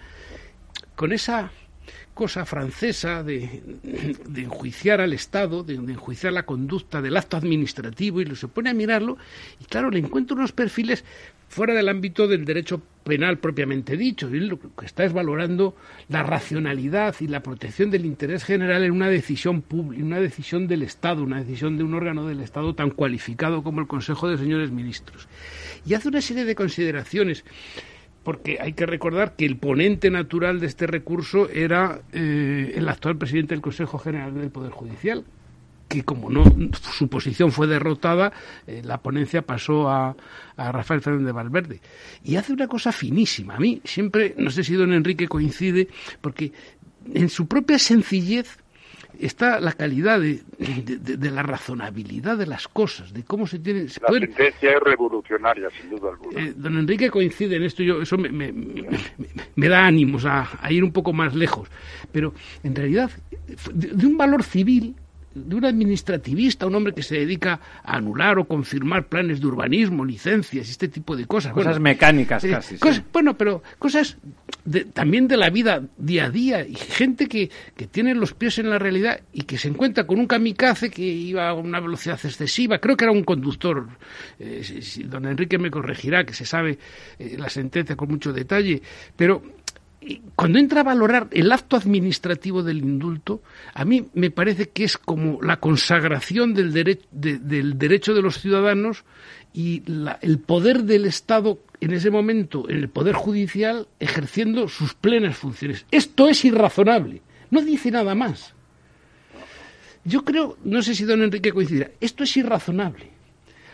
con esa cosa francesa de, de enjuiciar al Estado, de, de enjuiciar la conducta del acto administrativo, y lo, se pone a mirarlo, y claro, le encuentra unos perfiles fuera del ámbito del derecho penal propiamente dicho. Y lo que está es valorando la racionalidad y la protección del interés general en una decisión pública, una decisión del Estado, una decisión de un órgano del Estado tan cualificado como el Consejo de Señores Ministros. Y hace una serie de consideraciones, porque hay que recordar que el ponente natural de este recurso era eh, el actual presidente del Consejo General del Poder Judicial, que como no su posición fue derrotada, eh, la ponencia pasó a, a Rafael Fernández Valverde. Y hace una cosa finísima. A mí siempre, no sé si don Enrique coincide, porque en su propia sencillez está la calidad de, de, de, de la razonabilidad de las cosas, de cómo se tienen... Se la pueden, sentencia es revolucionaria, sin duda alguna. Eh, don Enrique coincide en esto, yo eso me, me, me, me da ánimos a, a ir un poco más lejos, pero en realidad de, de un valor civil, de un administrativista, un hombre que se dedica a anular o confirmar planes de urbanismo, licencias, este tipo de cosas. Cosas bueno, mecánicas eh, casi. Cosas, sí. Bueno, pero cosas de, también de la vida día a día, y gente que, que tiene los pies en la realidad y que se encuentra con un kamikaze que iba a una velocidad excesiva. Creo que era un conductor, eh, si, si don Enrique me corregirá, que se sabe eh, la sentencia con mucho detalle, pero... cuando entra a valorar el acto administrativo del indulto, a mí me parece que es como la consagración del, dere- de, del derecho de los ciudadanos y la, el poder del Estado en ese momento, en el Poder Judicial, ejerciendo sus plenas funciones. Esto es irrazonable, no dice nada más. Yo creo, no sé si don Enrique coincidirá, esto es irrazonable.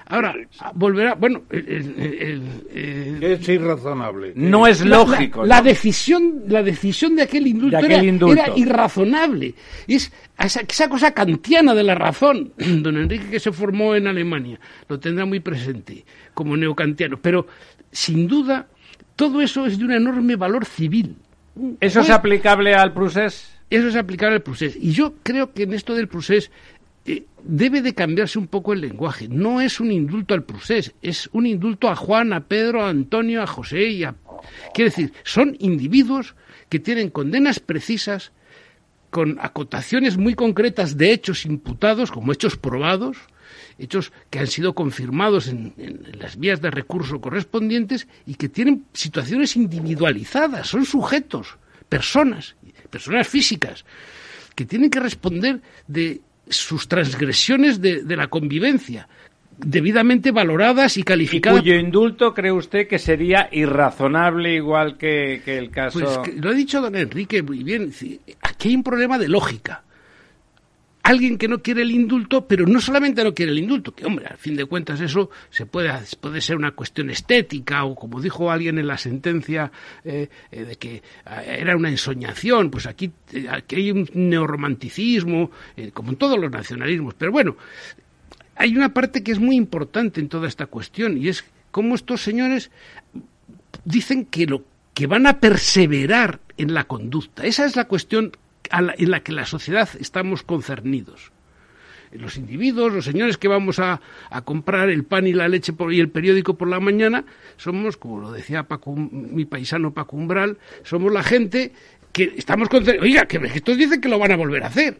Ahora, sí, sí. volverá... Bueno, el, el, el, el, es irrazonable. No es lógico. La, la, ¿no? la, decisión, la decisión de aquel indulto, de aquel era, indulto. era irrazonable. Es esa, esa cosa kantiana de la razón. Don Enrique, que se formó en Alemania, lo tendrá muy presente como neocantiano. Pero, sin duda, todo eso es de un enorme valor civil. ¿Eso es aplicable al procés? Eso es aplicable al procés. Y yo creo que en esto del procés eh, debe de cambiarse un poco el lenguaje. No es un indulto al procés, es un indulto a Juan, a Pedro, a Antonio, a José y a... Quiero decir, son individuos que tienen condenas precisas, con acotaciones muy concretas de hechos imputados, como hechos probados, hechos que han sido confirmados en, en, en las vías de recurso correspondientes y que tienen situaciones individualizadas, son sujetos, personas, personas físicas, que tienen que responder de sus transgresiones de, de la convivencia, debidamente valoradas y calificadas. ¿Y cuyo indulto cree usted que sería irrazonable igual que, que el caso...? Pues que, lo ha dicho don Enrique muy bien, aquí hay un problema de lógica. Alguien que no quiere el indulto, pero no solamente no quiere el indulto, que hombre, al fin de cuentas eso se puede, puede ser una cuestión estética, o como dijo alguien en la sentencia eh, eh, de que eh, era una ensoñación, pues aquí, eh, aquí hay un neorromanticismo, eh, como en todos los nacionalismos, pero bueno, hay una parte que es muy importante en toda esta cuestión, y es cómo estos señores dicen que, lo, que van a perseverar en la conducta. Esa es la cuestión a la, en la que la sociedad estamos concernidos. Los individuos, los señores que vamos a, a comprar el pan y la leche por, y el periódico por la mañana, somos, como lo decía Paco, mi paisano Paco Umbral, somos la gente que estamos concernidos. Oiga, que estos dicen que lo van a volver a hacer.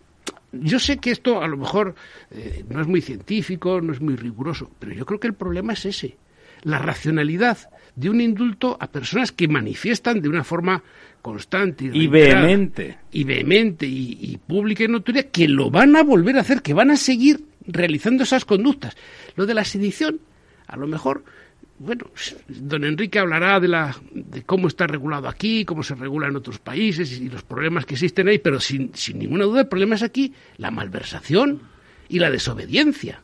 Yo sé que esto a lo mejor eh, no es muy científico, no es muy riguroso, pero yo creo que el problema es ese, la racionalidad de un indulto a personas que manifiestan de una forma constante y, y vehemente y vehemente y, y pública y notoria que lo van a volver a hacer, que van a seguir realizando esas conductas. Lo de la sedición, a lo mejor, bueno, don Enrique hablará de la de cómo está regulado aquí, cómo se regula en otros países y los problemas que existen ahí, pero sin, sin ninguna duda el problema es aquí la malversación y la desobediencia.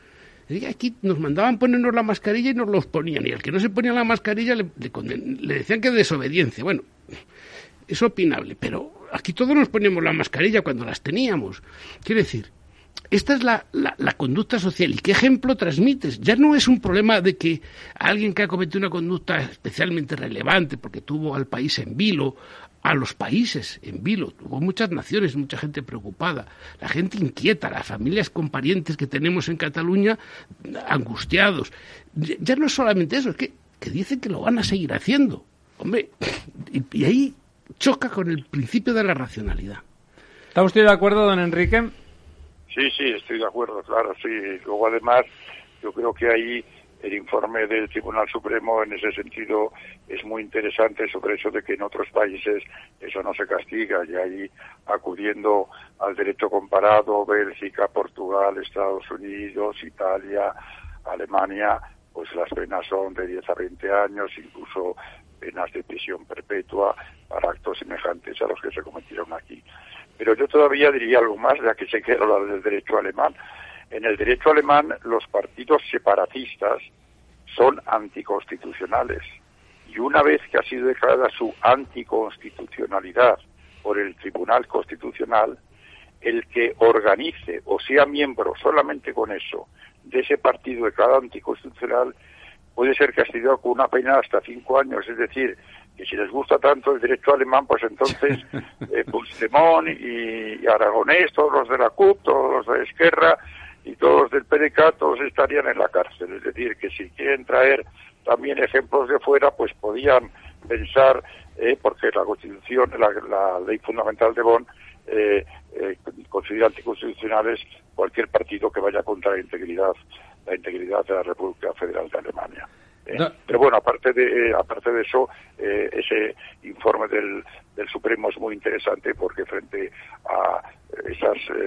Aquí nos mandaban ponernos la mascarilla y nos los ponían, y al que no se ponía la mascarilla le, le, conden- le decían que desobediencia. Bueno, es opinable, pero aquí todos nos poníamos la mascarilla cuando las teníamos. Quiero decir, esta es la, la, la conducta social. ¿Y qué ejemplo transmites? Ya no es un problema de que alguien que ha cometido una conducta especialmente relevante porque tuvo al país en vilo, a los países en vilo, tuvo muchas naciones, mucha gente preocupada, la gente inquieta, las familias con parientes que tenemos en Cataluña angustiados. Ya no es solamente eso, es que, que dicen que lo van a seguir haciendo. Hombre, y, y ahí choca con el principio de la racionalidad. ¿Está usted de acuerdo, don Enrique? Sí, sí, estoy de acuerdo, claro, sí. Luego, además, yo creo que ahí el informe del Tribunal Supremo en ese sentido es muy interesante sobre eso de que en otros países eso no se castiga, y ahí acudiendo al derecho comparado, Bélgica, Portugal, Estados Unidos, Italia, Alemania, pues las penas son de diez a veinte años, incluso penas de prisión perpetua para actos semejantes a los que se cometieron aquí. Pero yo todavía diría algo más, ya que sé que era hablar del derecho alemán. En el derecho alemán, los partidos separatistas son anticonstitucionales. Y una vez que ha sido declarada su anticonstitucionalidad por el Tribunal Constitucional, el que organice o sea miembro solamente con eso de ese partido declarado anticonstitucional puede ser castigado con una pena hasta cinco años. Es decir, que si les gusta tanto el derecho alemán, pues entonces eh, Puigdemont y, y Aragonés, todos los de la C U P, todos los de Esquerra y todos los del P D K, todos estarían en la cárcel. Es decir, que si quieren traer también ejemplos de fuera, pues podían pensar, eh, porque la Constitución, la, la Ley Fundamental de Bonn, eh, eh, considera anticonstitucionales cualquier partido que vaya contra la integridad, la integridad de la República Federal de Alemania. Eh, no. Pero bueno, aparte de eh, aparte de eso, eh, ese informe del, del Supremo es muy interesante porque frente a esas eh,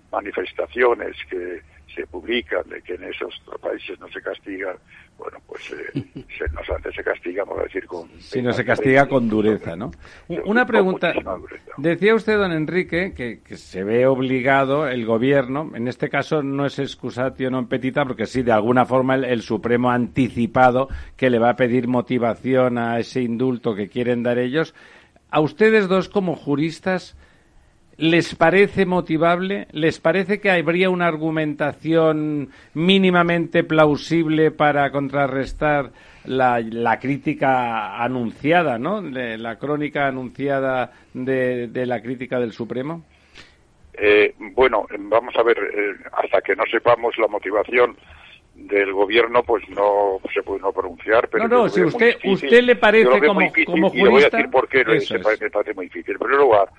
manifestaciones que se publican de que en esos países no se castiga, bueno, pues eh, se, no antes se castiga, vamos a decir, con... Si no se castiga con dureza, ¿no? Una pregunta. Decía usted, don Enrique, que, que se ve obligado el gobierno, en este caso no es excusatio non petita, porque sí, de alguna forma el, el Supremo ha anticipado que le va a pedir motivación a ese indulto que quieren dar ellos. A ustedes dos, como juristas, ¿les parece motivable? ¿Les parece que habría una argumentación mínimamente plausible para contrarrestar la, la crítica anunciada, ¿no? De la crónica anunciada de, de la crítica del Supremo. Eh, bueno, vamos a ver, eh, hasta que no sepamos la motivación del gobierno, pues no se puede no pronunciar. Pero no, no, si usted, usted le parece como, como jurista... Y le voy a decir por qué me parece muy difícil. En primer lugar,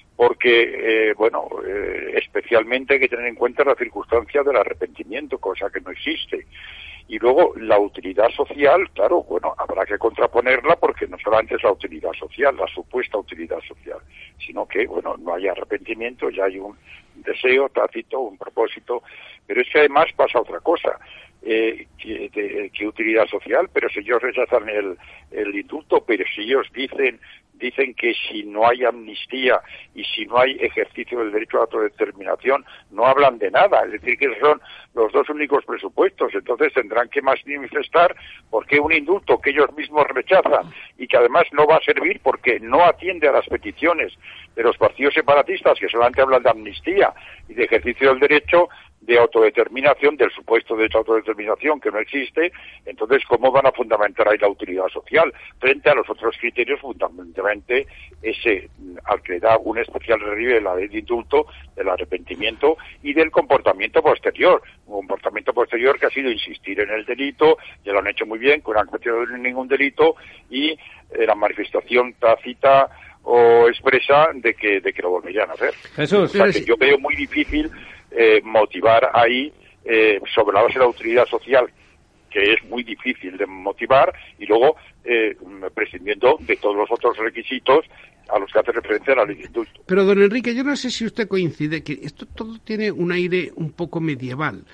porque, eh, bueno, eh, especialmente hay que tener en cuenta la circunstancia del arrepentimiento, cosa que no existe. Y luego, la utilidad social, claro, bueno, habrá que contraponerla porque no solamente es la utilidad social, la supuesta utilidad social, sino que, bueno, no hay arrepentimiento, ya hay un deseo tácito, un propósito, pero es que además pasa otra cosa. Eh, ¿qué, de, ¿Qué utilidad social? Pero si ellos rechazan el, el indulto, pero si ellos dicen dicen que si no hay amnistía y si no hay ejercicio del derecho a autodeterminación, no hablan de nada. Es decir, que son los dos únicos presupuestos. Entonces tendrán que manifestar por qué un indulto que ellos mismos rechazan y que además no va a servir porque no atiende a las peticiones de los partidos separatistas que solamente hablan de amnistía y de ejercicio del derecho de autodeterminación, del supuesto derecho a autodeterminación que no existe. Entonces, ¿cómo van a fundamentar ahí la utilidad social frente a los otros criterios, fundamentalmente ese al que da un especial relieve la ley de indulto, del arrepentimiento y del comportamiento posterior? Un comportamiento posterior que ha sido insistir en el delito, ya lo han hecho muy bien, que no han cometido ningún delito, y eh, la manifestación tácita o expresa de que de que lo volverían a hacer. Jesús, o sea, que yo veo muy difícil eh, motivar ahí eh, sobre la base de la utilidad social, que es muy difícil de motivar, y luego eh, prescindiendo de todos los otros requisitos a los que hace referencia la ley de indulto. Pero, don Enrique, yo no sé si usted coincide que esto todo tiene un aire un poco medieval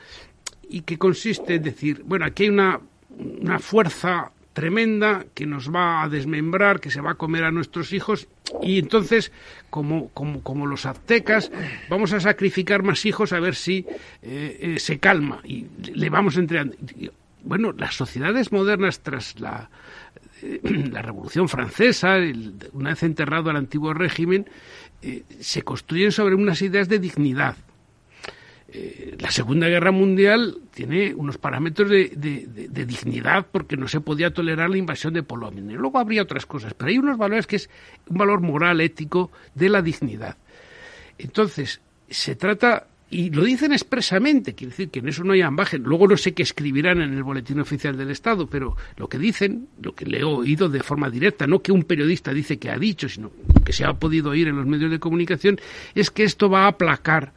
y que consiste en decir, bueno, aquí hay una, una fuerza tremenda que nos va a desmembrar, que se va a comer a nuestros hijos, y entonces, como, como, como los aztecas, vamos a sacrificar más hijos a ver si eh, eh, se calma, y le vamos entregando. Bueno, las sociedades modernas, tras la, eh, la Revolución Francesa, el, una vez enterrado el antiguo régimen, eh, se construyen sobre unas ideas de dignidad. Eh, la Segunda Guerra Mundial tiene unos parámetros de, de, de, de dignidad porque no se podía tolerar la invasión de Polonia. Luego habría otras cosas, pero hay unos valores que es un valor moral, ético, de la dignidad. Entonces, se trata, y lo dicen expresamente, quiere decir que en eso no hay ambaje. Luego no sé qué escribirán en el Boletín Oficial del Estado, pero lo que dicen, lo que le he oído de forma directa, no que un periodista dice que ha dicho, sino que se ha podido oír en los medios de comunicación, es que esto va a aplacar,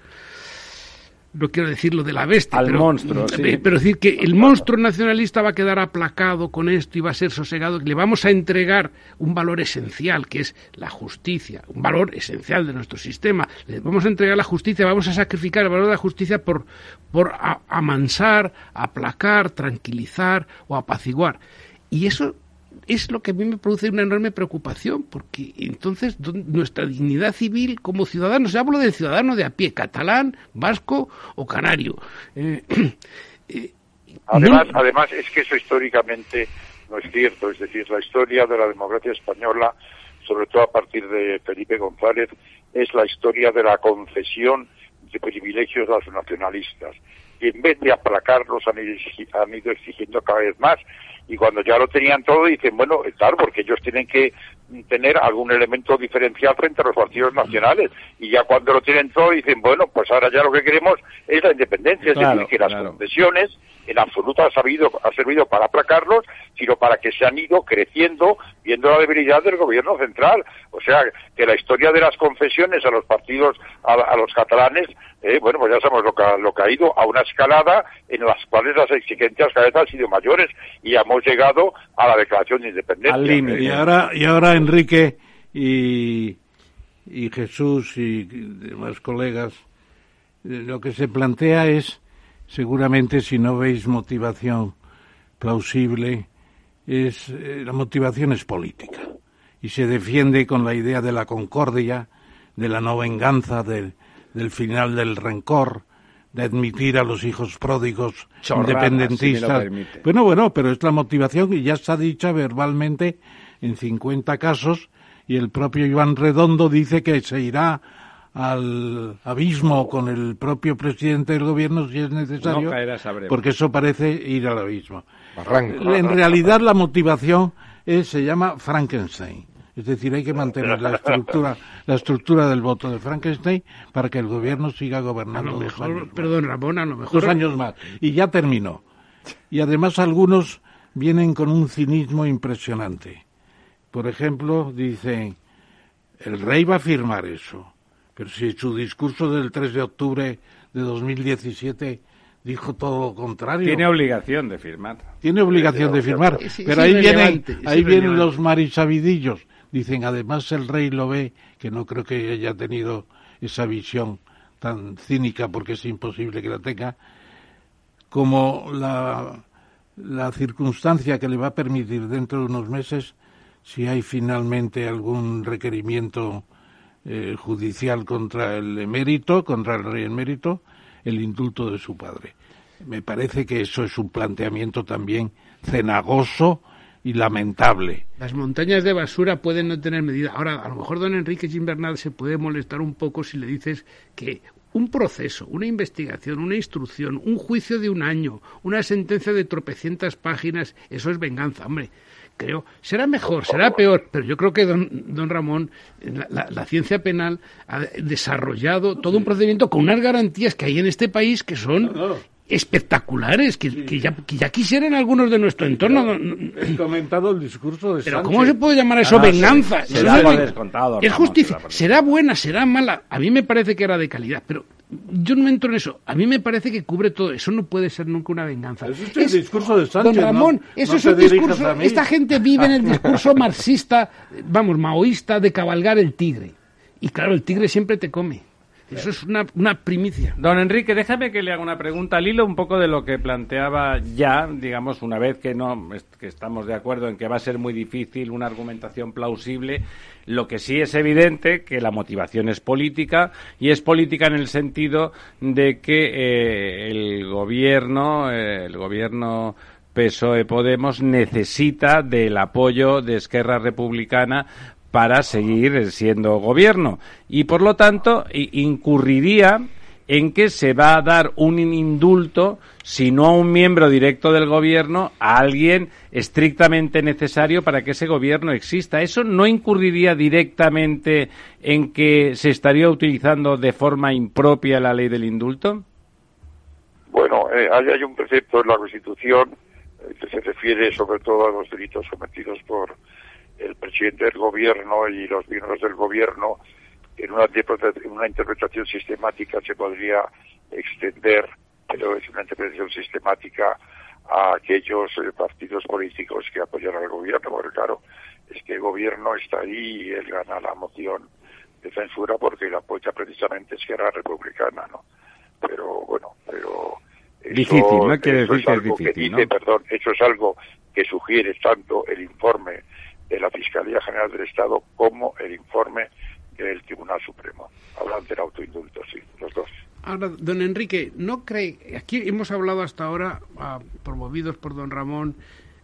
no quiero decir lo de la bestia, al pero, monstruo, sí. pero decir que el monstruo nacionalista va a quedar aplacado con esto y va a ser sosegado, le vamos a entregar un valor esencial, que es la justicia, un valor esencial de nuestro sistema. Le vamos a entregar la justicia, vamos a sacrificar el valor de la justicia por, por a, amansar, aplacar, tranquilizar o apaciguar. Y eso es lo que a mí me produce una enorme preocupación, porque entonces nuestra dignidad civil como ciudadanos, hablo del ciudadano de a pie, catalán, vasco o canario. Eh, eh, además, no... además es que eso históricamente no es cierto, es decir, la historia de la democracia española, sobre todo a partir de Felipe González, es la historia de la concesión de privilegios a los nacionalistas. Y en vez de aplacarlos han ido, han ido exigiendo cada vez más. Y cuando ya lo tenían todo, dicen, bueno, claro, porque ellos tienen que tener algún elemento diferencial frente a los partidos nacionales. Y ya cuando lo tienen todo, dicen, bueno, pues ahora ya lo que queremos es la independencia. Claro, es decir, que las claro. concesiones en absoluto ha, sabido, ha servido para aplacarlos, sino para que se han ido creciendo viendo la debilidad del gobierno central. O sea, que la historia de las concesiones a los partidos, a, a los catalanes, eh, bueno, pues ya sabemos lo que, lo que ha ido a una escalada en las cuales las exigencias cada vez han sido mayores y hemos llegado a la declaración de independencia. Al límite. Y ahora, y ahora Enrique y, y Jesús y demás colegas, lo que se plantea es, seguramente si no veis motivación plausible, es eh, la motivación es política y se defiende con la idea de la concordia, de la no venganza, de, del final del rencor, de admitir a los hijos pródigos Chorrada, independentistas. Si bueno, bueno, pero es la motivación y ya está dicha verbalmente en cincuenta casos y el propio Iván Redondo dice que se irá al abismo con el propio presidente del gobierno si es necesario, no caerá, sabremos. Porque eso parece ir al abismo. Barranco. En realidad la motivación es, se llama Frankenstein. Es decir, hay que mantener la estructura la estructura del voto de Frankenstein para que el gobierno siga gobernando a lo dos mejor, años perdón, más. Ramón, a lo mejor... Dos años más. Y ya terminó. Y además algunos vienen con un cinismo impresionante. Por ejemplo, dicen, el rey va a firmar eso. Pero si su discurso del tres de octubre de dos mil diecisiete dijo todo lo contrario. Tiene obligación de firmar. Tiene obligación de firmar. Es- es pero ahí vienen, irrelevante, es ahí vienen irrelevante. los marisabidillos. Dicen, además el rey lo ve, que no creo que haya tenido esa visión tan cínica, porque es imposible que la tenga, como la, la circunstancia que le va a permitir dentro de unos meses, si hay finalmente algún requerimiento eh, judicial contra el emérito, contra el rey emérito, el indulto de su padre. Me parece que eso es un planteamiento también cenagoso y lamentable. Las montañas de basura pueden no tener medida. Ahora, a lo mejor don Enrique Gimbernat se puede molestar un poco si le dices que un proceso, una investigación, una instrucción, un juicio de un año, una sentencia de tropecientas páginas, eso es venganza, hombre. Creo, será mejor, será peor, pero yo creo que don, don Ramón, la, la, la ciencia penal ha desarrollado todo un procedimiento con unas garantías que hay en este país que son espectaculares, que, que, ya, que ya quisieran algunos de nuestro entorno. No, no, He comentado el discurso de pero Sánchez. ¿cómo se puede llamar eso Ah, venganza? se- se Eso da es por ven- descontado, es Ramón, justicia. se da por Será buena, será mala. A mí me parece que era de calidad, pero yo no me entro en eso. A mí me parece que cubre todo. Eso no puede ser nunca una venganza. Eso es el discurso de Sánchez, Don Ramón, no- eso no es te un dirijas discurso. a mí. Esta gente vive en el discurso marxista, vamos, maoísta, de cabalgar el tigre. Y claro, el tigre siempre te come. Eso es una, una primicia. Don Enrique, déjame que le haga una pregunta al hilo un poco de lo que planteaba ya, digamos, una vez que no est- que estamos de acuerdo en que va a ser muy difícil una argumentación plausible. Lo que sí es evidente que la motivación es política, y es política en el sentido de que eh, el gobierno, eh, el gobierno P S O E Podemos necesita del apoyo de Esquerra Republicana para seguir siendo gobierno, y por lo tanto i- incurriría en que se va a dar un indulto, si no a un miembro directo del gobierno, a alguien estrictamente necesario para que ese gobierno exista. ¿Eso no incurriría directamente en que se estaría utilizando de forma impropia la ley del indulto? Bueno, eh, ahí hay un precepto en la Constitución eh, que se refiere sobre todo a los delitos cometidos por el presidente del gobierno y los miembros del gobierno. En una, interpreta- en una interpretación sistemática se podría extender, pero es una interpretación sistemática a aquellos eh, partidos políticos que apoyan al gobierno, porque claro, es que el gobierno está ahí y él gana la moción de censura porque la apoya precisamente Esquerra Republicana, ¿no? Pero bueno, pero eso, Difícil, ¿no? Quiere eso decir es que es algo difícil, dice, ¿no? perdón, eso es algo que sugiere tanto el informe de la Fiscalía General del Estado como el informe del Tribunal Supremo. Hablan del autoindulto, sí, los dos. Ahora, don Enrique, ¿no cree? Aquí hemos hablado hasta ahora, ah, promovidos por don Ramón,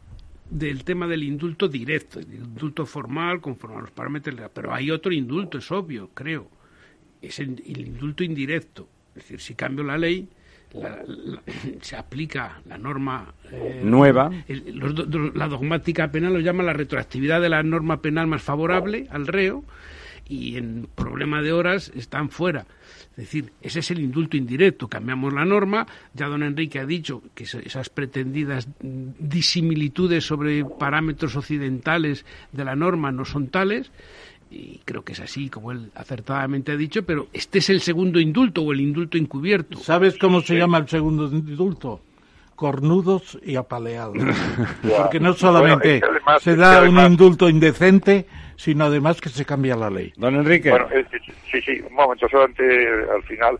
del tema del indulto directo, el indulto formal conforme a los parámetros, pero hay otro indulto, es obvio, creo, es el, el indulto indirecto. Es decir, si cambio la ley, la, la, se aplica la norma eh, Nueva. el- los do- do- la dogmática penal lo llama la retroactividad de la norma penal más favorable al reo, y en problema de horas están fuera. Es decir, ese es el indulto indirecto. Cambiamos la norma. Ya don Enrique ha dicho que eso- esas pretendidas mm, disimilitudes sobre parámetros occidentales de la norma no son tales, y creo que es así como él acertadamente ha dicho, pero este es el segundo indulto o el indulto encubierto. ¿Sabes cómo se llama el segundo indulto? Cornudos y apaleados. Porque no solamente Bueno, es que además- se es que da un además- indulto indecente, sino además que se cambia la ley. Don Enrique. Bueno, eh, sí, sí, un momento, solamente eh, al final,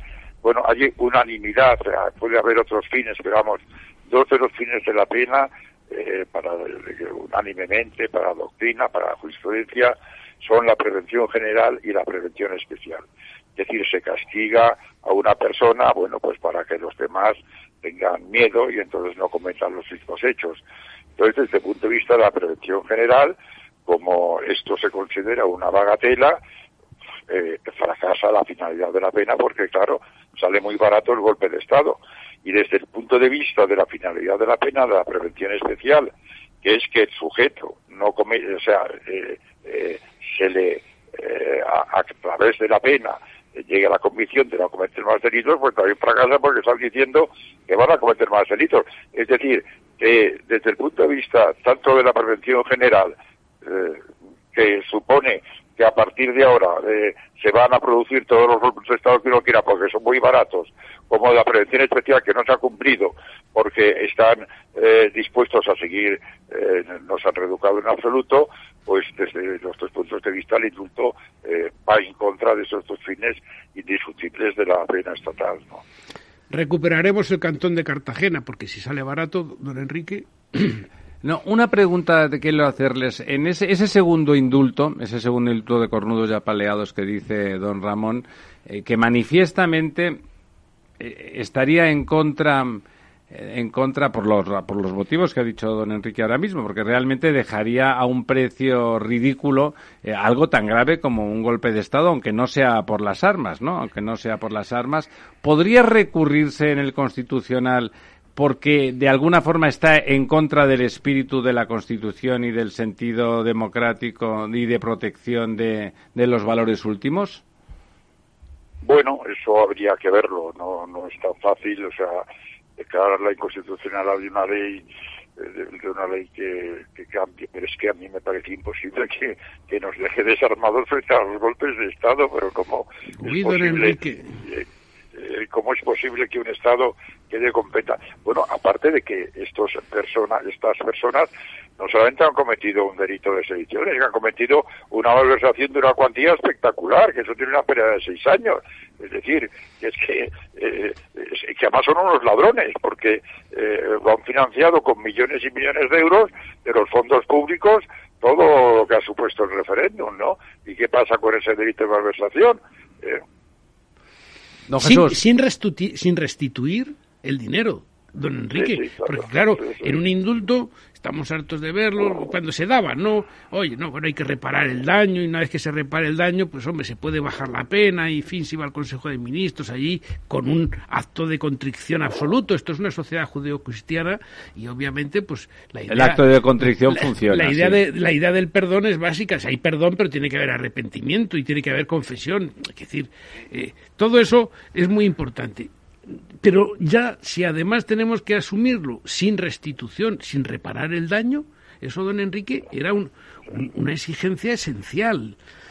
bueno, hay unanimidad, puede haber otros fines, pero vamos, dos de los fines de la pena, eh, para unánimemente, para la doctrina, para la jurisprudencia, son la prevención general y la prevención especial. Es decir, se castiga a una persona, bueno, pues para que los demás tengan miedo y entonces no cometan los mismos hechos. Entonces, desde el punto de vista de la prevención general, como esto se considera una bagatela, eh, fracasa la finalidad de la pena porque, claro, sale muy barato el golpe de Estado. Y desde el punto de vista de la finalidad de la pena, de la prevención especial, que es que el sujeto no comete, o sea, eh, eh, se le, eh, a, a través de la pena, eh, llegue a la convicción de no cometer más delitos, pues también fracasa porque están diciendo que van a cometer más delitos. Es decir, que desde el punto de vista tanto de la prevención general, eh, que supone que a partir de ahora eh, se van a producir todos los golpes de Estado que uno quiera porque son muy baratos, como la prevención especial que no se ha cumplido porque están eh, dispuestos a seguir, eh, no se han reeducado en absoluto, pues desde los dos puntos de vista el indulto eh, va en contra de esos dos fines indiscutibles de la pena estatal, ¿no? Recuperaremos el cantón de Cartagena, porque si sale barato, don Enrique... No, una pregunta que quiero hacerles. En ese, ese segundo indulto, ese segundo indulto de cornudos y apaleados que dice don Ramón, eh, que manifiestamente eh, estaría en contra, eh, en contra por los, por los motivos que ha dicho don Enrique ahora mismo, porque realmente dejaría a un precio ridículo eh, algo tan grave como un golpe de Estado, aunque no sea por las armas, ¿no? Aunque no sea por las armas. ¿Podría recurrirse en el Constitucional porque de alguna forma está en contra del espíritu de la Constitución y del sentido democrático y de protección de, de los valores últimos? Bueno, eso habría que verlo, no no es tan fácil, o sea, declarar la inconstitucionalidad de una ley, de, de una ley que, que cambie, pero es que a mí me parece imposible que, que nos deje desarmados frente a los golpes de Estado, pero como Uy, es don posible... Enrique. Eh, ¿Cómo es posible que un Estado quede completa? Bueno, aparte de que estos personas, estas personas no solamente han cometido un delito de sedición, sino que han cometido una malversación de una cuantía espectacular, que eso tiene una pena de seis años. Es decir, que es que, eh, es que además son unos ladrones, porque eh, lo han financiado con millones y millones de euros de los fondos públicos todo lo que ha supuesto el referéndum, ¿no? ¿Y qué pasa con ese delito de malversación? Eh, Don sin, Jesús. sin, restituir, sin restituir el dinero, don Enrique, sí, sí, claro. porque claro, Sí, sí. en un indulto estamos hartos de verlo cuando se daba, ¿no? Oye, no, bueno, hay que reparar el daño y una vez que se repare el daño, pues hombre, se puede bajar la pena y fin, se iba al Consejo de Ministros allí con un acto de contrición absoluto. Esto es una sociedad judeocristiana y obviamente, pues la idea... El acto de contrición la, funciona. La idea, sí. de, la idea del perdón es básica. O sea, hay perdón, pero tiene que haber arrepentimiento y tiene que haber confesión. Es decir, eh, todo eso es muy importante. Pero ya, si además tenemos que asumirlo sin restitución, sin reparar el daño, eso, don Enrique, era un, un, una exigencia esencial.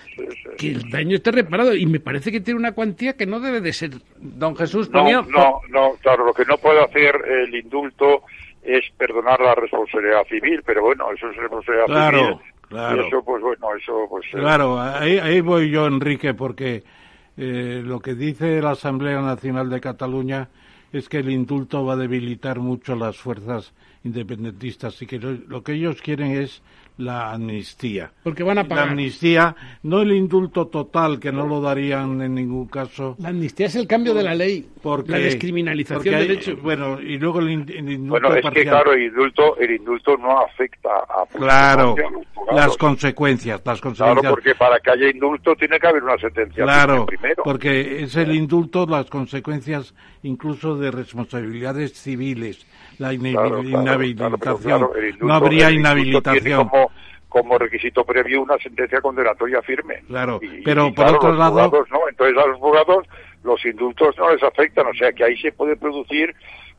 Que el daño esté reparado. Y me parece que tiene una cuantía que no debe de ser. Don Jesús, No, ponía... no, no, claro, lo que no puede hacer el indulto es perdonar la responsabilidad civil, pero bueno, eso es responsabilidad Claro, civil. claro. Y eso, pues bueno, eso, pues... eh, Claro, ahí, ahí voy yo, Enrique, porque eh, lo que dice la Asamblea Nacional de Cataluña es que el indulto va a debilitar mucho las fuerzas independentistas y que lo, lo que ellos quieren es la amnistía. Porque van a pagar. La amnistía, no el indulto total, que no lo darían en ningún caso. La amnistía es el cambio de la ley, Porque, la descriminalización porque hay- del hecho. Bueno, y luego el, in- el indulto Bueno, es parcial. que claro, el indulto, el indulto no afecta a... Claro, a los juzgados. las consecuencias, las consecuencias. Claro, porque para que haya indulto tiene que haber una sentencia Claro, primero. porque es el indulto, las consecuencias incluso de responsabilidades civiles, la ina- Claro, claro, inhabilitación. claro, pero claro, el indulto- no habría el indulto tiene inhabilitación. Como, como requisito previo una sentencia condenatoria firme. Claro, Y- pero y, por claro, otro los lado- juzgados no, entonces a los juzgados los indultos no les afectan, o sea que ahí se puede producir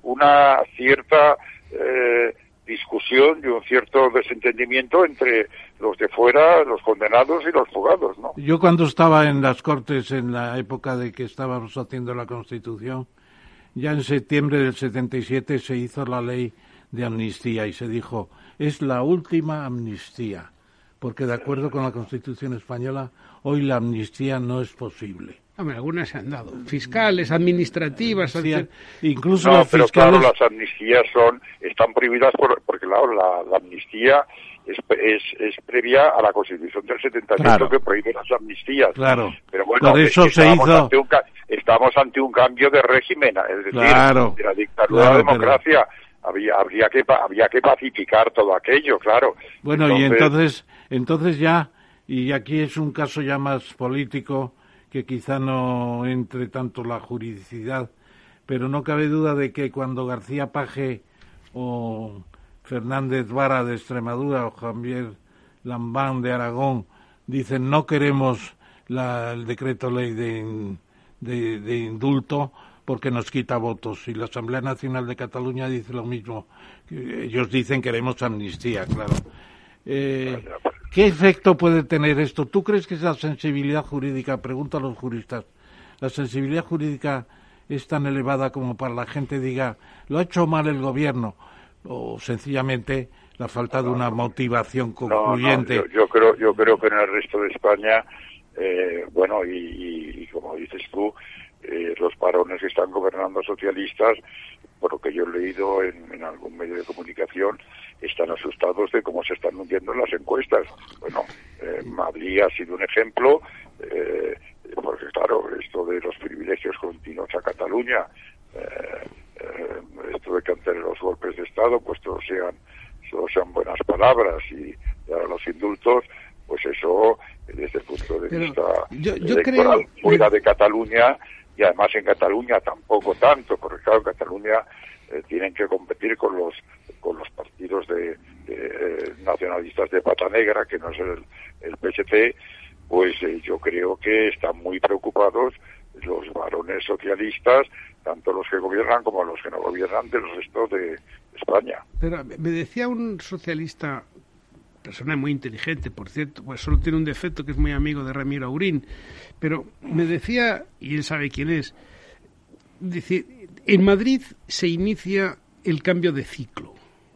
una cierta eh, discusión y un cierto desentendimiento entre los de fuera, los condenados y los juzgados, ¿no? Yo cuando estaba en las Cortes, en la época de que estábamos haciendo la Constitución, ya en septiembre del setenta y siete se hizo la ley de amnistía y se dijo, es la última amnistía, porque de acuerdo con la Constitución española, hoy la amnistía no es posible. Hombre, algunas se han dado. Fiscales, administrativas... Sí, hacer... incluso no, las pero fiscales... claro, las amnistías son están prohibidas por, porque claro, la, la amnistía es, es, es previa a la Constitución del setenta y ocho, claro, que prohíbe las amnistías. Claro, pero bueno, por eso se hizo... Ante un, estamos ante un cambio de régimen, es decir, claro, de la dictadura claro, a la democracia. Pero... Había, habría que había que pacificar todo aquello, claro. Bueno, entonces... y entonces, entonces ya, y aquí es un caso ya más político, que quizá no entre tanto la juridicidad, pero no cabe duda de que cuando García Paje o Fernández Vara de Extremadura o Javier Lambán de Aragón dicen no queremos la, el decreto ley de, de, de indulto porque nos quita votos, y la Asamblea Nacional de Cataluña dice lo mismo, ellos dicen queremos amnistía, claro. Eh, ¿Qué efecto puede tener esto? ¿Tú crees que esa sensibilidad jurídica, pregunta a los juristas, la sensibilidad jurídica es tan elevada como para la gente diga, lo ha hecho mal el gobierno, o sencillamente la falta de una motivación concluyente? No, no, yo, yo creo yo creo que en el resto de España, eh, bueno, y, y, y como dices tú, eh, los varones que están gobernando socialistas, por lo que yo he leído en, en algún medio de comunicación, están asustados de cómo se están hundiendo las encuestas. Bueno, eh, Madrid ha sido un ejemplo, eh, porque claro, esto de los privilegios continuos a Cataluña, eh, eh, esto de que ante los golpes de Estado, pues todos sean, todos sean buenas palabras, y, y ahora los indultos, pues eso, desde el punto de Pero vista yo, yo electoral, creo... fuera de Cataluña, y además en Cataluña tampoco tanto, porque claro, en Cataluña eh, tienen que competir con los con los partidos de, de eh, nacionalistas de pata negra, que no es el, el P S C, pues eh, yo creo que están muy preocupados los varones socialistas, tanto los que gobiernan como los que no gobiernan, del resto de España. Pero me decía un socialista, persona muy inteligente, por cierto, pues solo tiene un defecto, que es muy amigo de Ramiro Aurín, pero me decía, y él sabe quién es, decir, en Madrid se inicia el cambio de ciclo,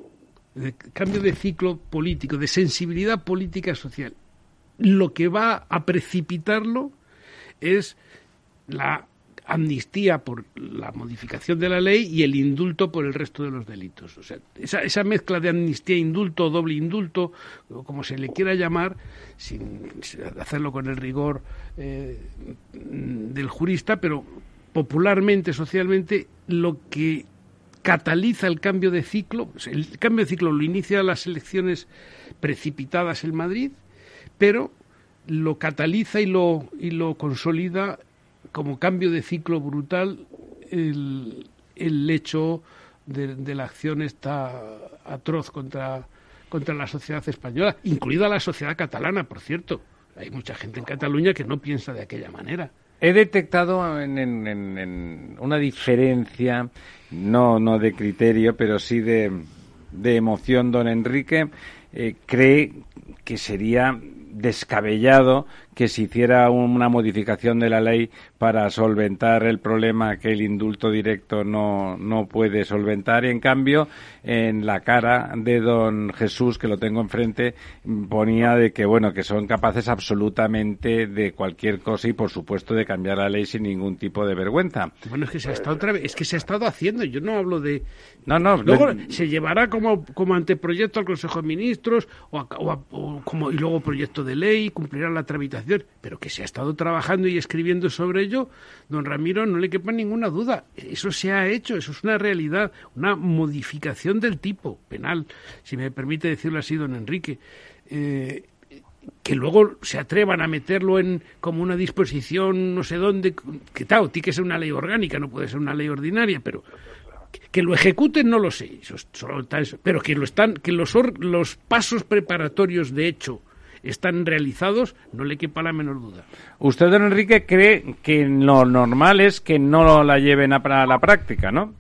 el cambio de ciclo político, de sensibilidad política social. Lo que va a precipitarlo es la amnistía por la modificación de la ley y el indulto por el resto de los delitos. O sea, esa, esa mezcla de amnistía, indulto, doble indulto, o como se le quiera llamar, sin hacerlo con el rigor eh, del jurista, pero popularmente, socialmente, lo que cataliza el cambio de ciclo, el cambio de ciclo lo inicia las elecciones precipitadas en Madrid, pero lo cataliza y lo, y lo consolida como cambio de ciclo brutal el, el hecho de, de la acción esta atroz contra, contra la sociedad española, incluida la sociedad catalana, por cierto. Hay mucha gente en Cataluña que no piensa de aquella manera. He detectado en, en, en, en una diferencia, no, no de criterio, pero sí de, de emoción. Don Enrique eh, cree que sería descabellado que se hiciera una modificación de la ley para solventar el problema que el indulto directo no, no puede solventar. Y en cambio, en la cara de don Jesús, que lo tengo enfrente, ponía de que, bueno, que son capaces absolutamente de cualquier cosa y, por supuesto, de cambiar la ley sin ningún tipo de vergüenza. Bueno, es que se ha estado otra vez, es que se ha estado haciendo, yo no hablo de... No, no. Luego le... se llevará como, como anteproyecto al Consejo de Ministros o, a, o, a, o como y luego proyecto de ley, cumplirá la tramitación, pero que se ha estado trabajando y escribiendo sobre ello, don Ramiro, no le quepa ninguna duda. Eso se ha hecho, eso es una realidad, una modificación del tipo penal, si me permite decirlo así, don Enrique. Eh, que luego se atrevan a meterlo en como una disposición no sé dónde, que tal, tiene que ser una ley orgánica, no puede ser una ley ordinaria, pero que, que lo ejecuten no lo sé, eso, solo está eso, pero que lo están, que los, or, los pasos preparatorios de hecho están realizados, no le quepa la menor duda. Usted, don Enrique, cree que lo normal es que no la lleven a la práctica, ¿no?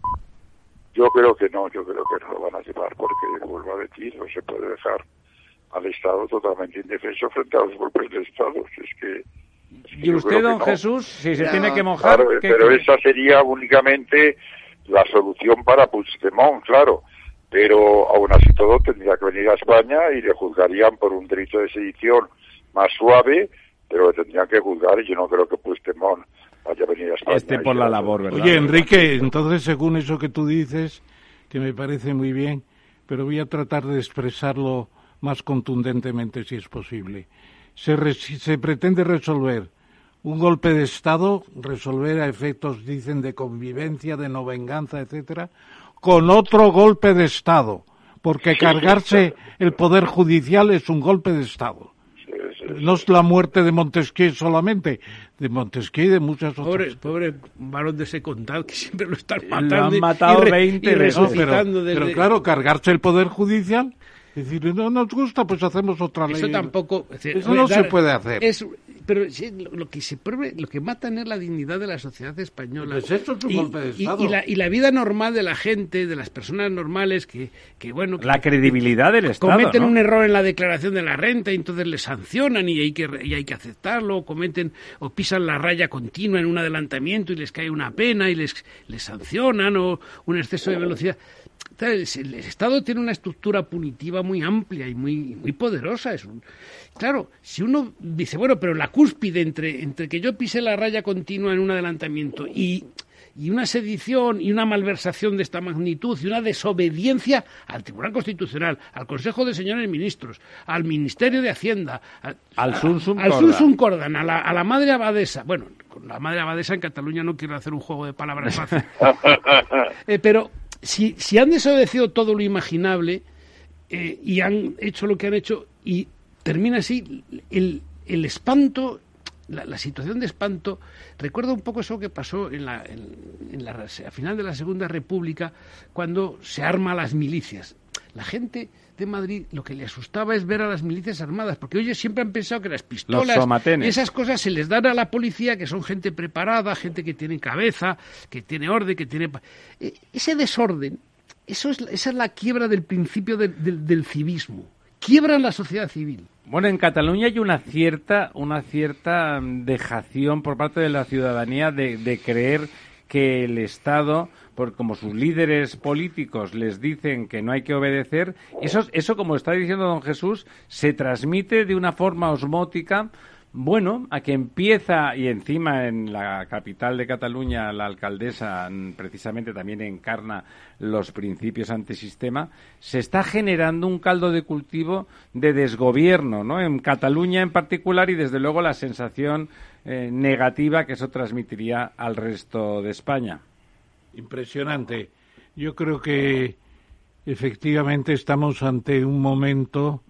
Yo creo que no, yo creo que no lo van a llevar porque, vuelvo a decir, no se puede dejar al Estado totalmente indefenso frente a los golpes de Estado. Es que, es que ¿Y usted, don no. Jesús, si se no, tiene que mojar? Claro, pero cree? Esa sería únicamente la solución para Puigdemont, claro. Pero aún así todo tendría que venir a España y le juzgarían por un delito de sedición más suave, pero le tendrían que juzgar y yo no creo que Puigdemont vaya a venir a España. Esté por la labor, ¿verdad? Oye, Enrique, entonces según eso que tú dices, que me parece muy bien, pero voy a tratar de expresarlo más contundentemente si es posible. Se, re- se pretende resolver un golpe de Estado, resolver a efectos, dicen, de convivencia, de no venganza, etcétera, con otro golpe de Estado, porque cargarse el Poder Judicial es un golpe de Estado. No es la muerte de Montesquieu solamente, de Montesquieu y de muchas otras. Pobre, pobre varón de ese condado que siempre lo están Lo matando. han matado y re- veinte y veces. No, pero, resucitando desde- pero claro, cargarse el Poder Judicial, es decir, no nos gusta, pues hacemos otra ley. Eso tampoco. es decir, Eso no dar- se puede hacer. es- pero sí, lo, lo que se pruebe, lo que matan es la dignidad de la sociedad española. Pues eso es un y, golpe de y- Estado. y la, y la vida normal de la gente, de las personas normales que, que bueno, que, La credibilidad del Estado, cometen ¿no? un error en la declaración de la renta y entonces les sancionan y hay que y hay que aceptarlo, o cometen o pisan la raya continua en un adelantamiento y les cae una pena y les les sancionan, o un exceso de velocidad. Entonces, el Estado tiene una estructura punitiva muy amplia y muy muy poderosa. Es un... Claro, si uno dice, bueno, pero la cúspide entre, entre que yo pise la raya continua en un adelantamiento y, y una sedición y una malversación de esta magnitud y una desobediencia al Tribunal Constitucional, al Consejo de Señores Ministros, al Ministerio de Hacienda, al, Al Sunsum al Corda. Sunsum Cordan, a la, a la Madre Abadesa. Bueno, con la Madre Abadesa en Cataluña no quiero hacer un juego de palabras fácil. Eh, pero si, si han desobedecido todo lo imaginable eh, y han hecho lo que han hecho y termina así, el, el espanto, la, la situación de espanto, recuerda un poco eso que pasó en la, en, en la, a final de la Segunda República, cuando se arma las milicias. La gente de Madrid lo que le asustaba es ver a las milicias armadas, porque ellos siempre han pensado que las pistolas, Los somatenes. esas cosas se les dan a la policía, que son gente preparada, gente que tiene cabeza, que tiene orden, que tiene... pa- Eh, Ese desorden, eso es, esa es la quiebra del principio del, del, del civismo. Quiebran la sociedad civil. Bueno, en Cataluña hay una cierta, una cierta mm, dejación por parte de la ciudadanía de, de creer que el Estado, por como sus líderes políticos les dicen que no hay que obedecer, eso, eso como está diciendo don Jesús, se transmite de una forma osmótica. Bueno, a que empieza, y encima en la capital de Cataluña la alcaldesa mm, precisamente también encarna los principios antisistema, se está generando un caldo de cultivo de desgobierno, ¿no? En Cataluña en particular, y desde luego la sensación eh, negativa que eso transmitiría al resto de España. Impresionante. Yo creo que efectivamente estamos ante un momento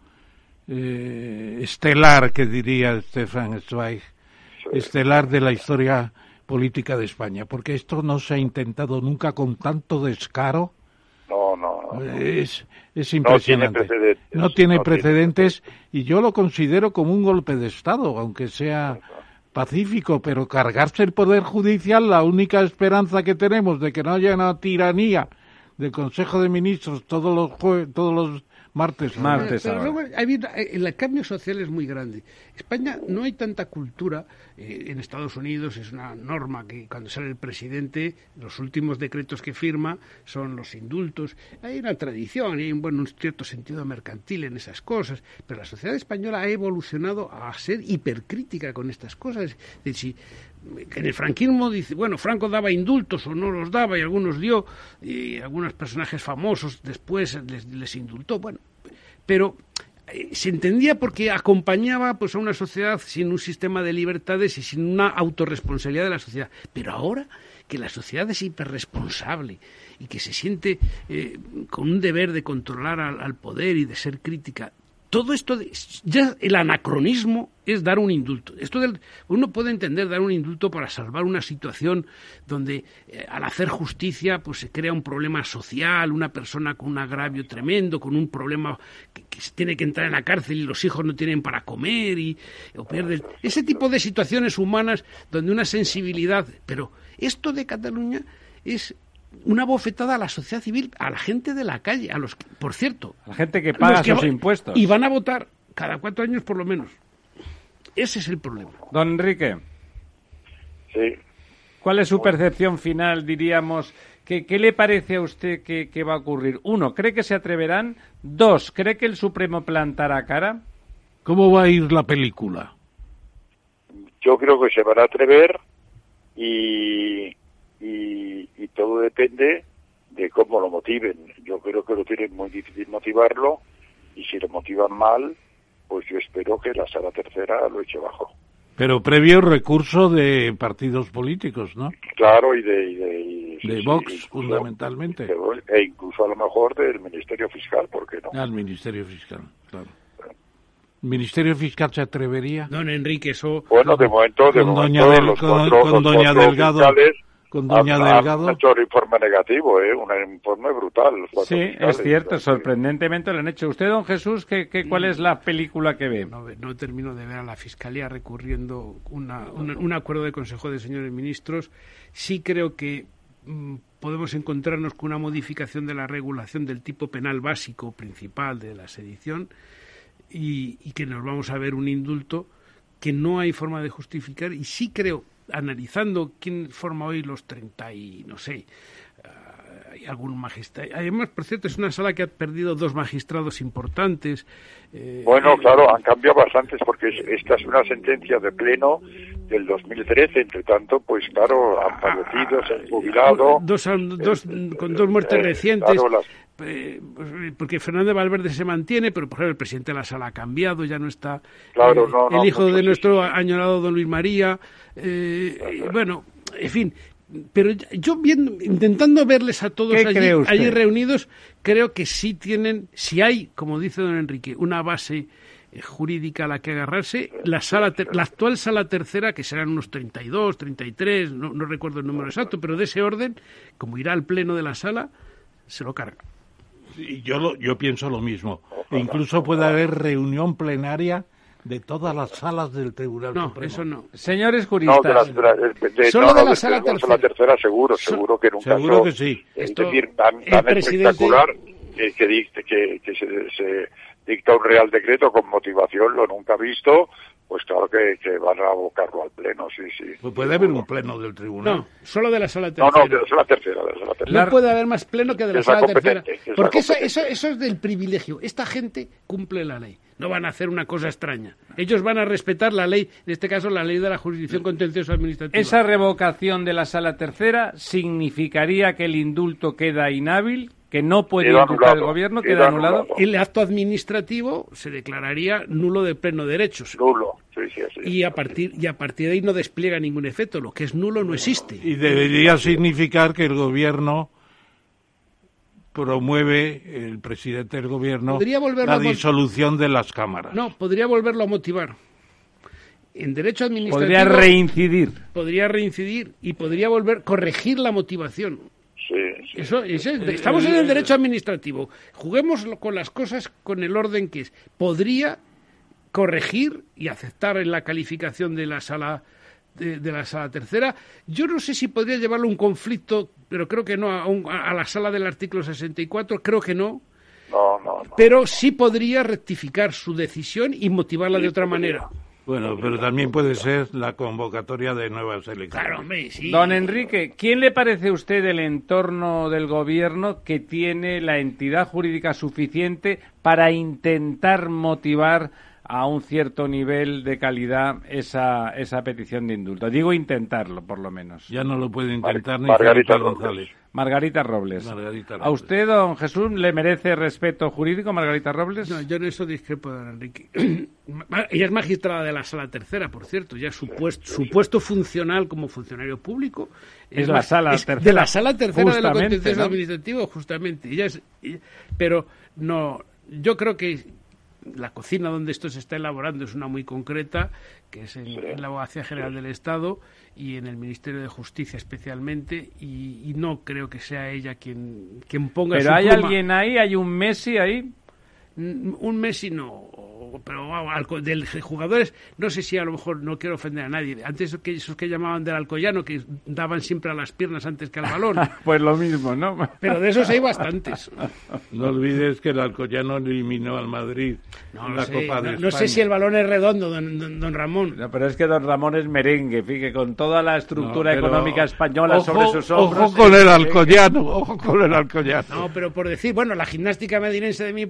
eh, estelar, que diría Stefan Zweig, estelar de la historia política de España, porque esto no se ha intentado nunca con tanto descaro. No, no, no. Es, es impresionante. No tiene precedentes. No tiene No precedentes tiene y yo lo considero como un golpe de Estado, aunque sea pacífico, pero cargarse el Poder Judicial, la única esperanza que tenemos de que no haya una tiranía del Consejo de Ministros todos los jue- todos los martes. Martes. Pero ahora. luego ha habido- eh, el cambio social es muy grande. España no hay tanta cultura. Eh, en Estados Unidos es una norma que cuando sale el presidente, los últimos decretos que firma son los indultos. Hay una tradición y hay un, bueno, un cierto sentido mercantil en esas cosas. Pero la sociedad española ha evolucionado a ser hipercrítica con estas cosas. Es decir, si en el franquismo dice, bueno, Franco daba indultos o no los daba y algunos dio, y algunos personajes famosos después les, les indultó, bueno, pero eh, se entendía porque acompañaba pues a una sociedad sin un sistema de libertades y sin una autorresponsabilidad de la sociedad. Pero ahora que la sociedad es hiperresponsable y que se siente eh, con un deber de controlar al, al poder y de ser crítica, todo esto, de, ya el anacronismo es dar un indulto. Esto del, uno puede entender dar un indulto para salvar una situación donde eh, al hacer justicia pues se crea un problema social, una persona con un agravio tremendo, con un problema que, que se tiene que entrar en la cárcel y los hijos no tienen para comer y o pierden ese tipo de situaciones humanas donde una sensibilidad, pero esto de Cataluña es una bofetada a la sociedad civil, a la gente de la calle, a los que, por cierto, La gente que paga los que sus va- impuestos. y van a votar cada cuatro años por lo menos. Ese es el problema. Don Enrique, Sí. ¿cuál es su percepción final, diríamos? ¿Qué, qué le parece a usted que, que va a ocurrir? Uno, ¿cree que se atreverán? Dos, ¿cree que el Supremo plantará cara? ¿Cómo va a ir la película? Yo creo que se van a atrever y, y, y todo depende de cómo lo motiven. Yo creo que lo tienen muy difícil motivarlo, y si lo motivan mal, pues yo espero que la Sala Tercera lo eche abajo. Pero previo recurso de partidos políticos, ¿no? Claro, y de... Y de, y, de sí, Vox, sí, incluso, fundamentalmente. E incluso a lo mejor del Ministerio Fiscal, ¿por qué no? Al Ministerio Fiscal, claro. ¿El Ministerio Fiscal se atrevería? Don Enrique, eso... Bueno, de momento, de con momento doña Del, los con, cuatro, con los doña cuatro Delgado, fiscales con doña han, Delgado. han hecho un informe negativo, ¿eh? Un informe brutal. Los cuatro Sí, fiscales, es cierto, ¿no? sorprendentemente lo han hecho. ¿Usted, don Jesús, qué, qué, cuál es la película que ve? No, no termino de ver a la Fiscalía recurriendo una, una, un acuerdo de Consejo de Señores Ministros. Sí creo que mmm, podemos encontrarnos con una modificación de la regulación del tipo penal básico principal de la sedición y, y que nos vamos a ver un indulto que no hay forma de justificar. Y sí creo, analizando quién forma hoy los treinta y no sé... hay algún magistrado. Además, por cierto, es una sala que ha perdido dos magistrados importantes. Eh, bueno, eh, claro, han cambiado bastantes porque es, esta es una sentencia de pleno del dos mil trece. Entre tanto, pues claro, han fallecido, se han jubilado. Dos, dos, eh, con dos muertes eh, recientes. Claro, las... eh, porque Fernández Valverde se mantiene, pero por ejemplo el presidente de la sala ha cambiado, ya no está. Claro, eh, no, no, el hijo mucho, de nuestro sí, sí. añorado don Luis María. Eh, claro. Bueno, en fin. Pero yo viendo, intentando verles a todos allí, allí reunidos, creo que sí tienen, si hay, como dice don Enrique, una base eh, jurídica a la que agarrarse, la sala ter, la actual sala tercera, que serán unos treinta y dos, treinta y tres, no, no recuerdo el número exacto, pero de ese orden, como irá al pleno de la sala, se lo carga. Y yo, lo, yo pienso lo mismo. E incluso puede haber reunión plenaria de todas las salas del Tribunal no, Supremo. Eso no. Señores juristas. No, de la, de, de, Solo no, de no, la de, sala de, tercera. La tercera seguro, seguro que nunca. Seguro so, que sí. Es Esto, decir, tan, tan presidente... espectacular que, que, dicte, que, que se, se dicta un real decreto con motivación, lo nunca visto, pues claro que, que van a abocarlo al pleno, sí, sí. Pues puede haber un pleno del tribunal. No, solo de la sala tercera. No, no, de la sala tercera. De la sala tercera. No puede haber más pleno que de la es sala la tercera. Porque eso, eso, eso es del privilegio. Esta gente cumple la ley. No van a hacer una cosa extraña. Ellos van a respetar la ley, en este caso la ley de la jurisdicción contencioso administrativa. ¿Esa revocación de la sala tercera significaría que el indulto queda inhábil? ¿Que no puede queda indultar anulado, el gobierno? ¿Queda, ¿Queda anulado? anulado? El acto administrativo se declararía nulo de pleno derecho. Nulo, sí, sí, sí. Y a partir, y a partir de ahí no despliega ningún efecto. Lo que es nulo no existe. Y debería significar que el gobierno promueve, el presidente del gobierno, la disolución de las cámaras. No, podría volverlo a motivar. En derecho administrativo... Podría reincidir. Podría reincidir y podría volver, corregir la motivación. Sí, sí. Eso, eso, estamos en el derecho administrativo. Juguemos con las cosas con el orden que es. Podría corregir y aceptar en la calificación de la sala de, de la sala tercera. Yo no sé si podría llevarlo a un conflicto, pero creo que no, a, un, a la sala del artículo sesenta y cuatro, creo que no. No, no, no. Pero sí podría rectificar su decisión y motivarla sí, de otra podría. manera. Bueno, pero también puede ser la convocatoria de nuevas elecciones. Claro, hombre, sí. Don Enrique, ¿quién le parece a usted el entorno del gobierno que tiene la entidad jurídica suficiente para intentar motivar a un cierto nivel de calidad esa esa petición de indulto? Digo intentarlo, por lo menos. Ya no lo puede intentar Mar- ni Margarita Felipe González. Margarita Robles. Margarita Robles. ¿A usted, don Jesús, le merece respeto jurídico, Margarita Robles? No, yo en eso discrepo, don Enrique. Ella es magistrada de la sala tercera, por cierto. Ya su puesto, su puesto funcional como funcionario público es, es la sala es tercera. De la sala tercera de lo contencioso ¿no? administrativo, justamente. Ella es, pero no, yo creo que la cocina donde esto se está elaborando es una muy concreta, que es en, sí, en la Abogacía General sí. del Estado y en el Ministerio de Justicia especialmente, y, y no creo que sea ella quien, quien ponga ¿Pero su hay pluma. alguien ahí? ¿Hay un Messi ahí? Un Messi no, pero wow, del jugadores, no sé si a lo mejor, no quiero ofender a nadie, antes que esos que llamaban del Alcoyano, que daban siempre a las piernas antes que al balón. Pues lo mismo, ¿no? Pero de esos hay bastantes. No olvides que el Alcoyano eliminó al Madrid no, en la sé, Copa de no, España. No sé si el balón es redondo, don, don, don Ramón. No, pero es que don Ramón es merengue, fíjate, con toda la estructura no, económica española ojo, sobre sus hombros. Ojo con el Alcoyano, ojo con el Alcoyano. No, pero por decir, bueno, la gimnástica madinense de mi pueblo, que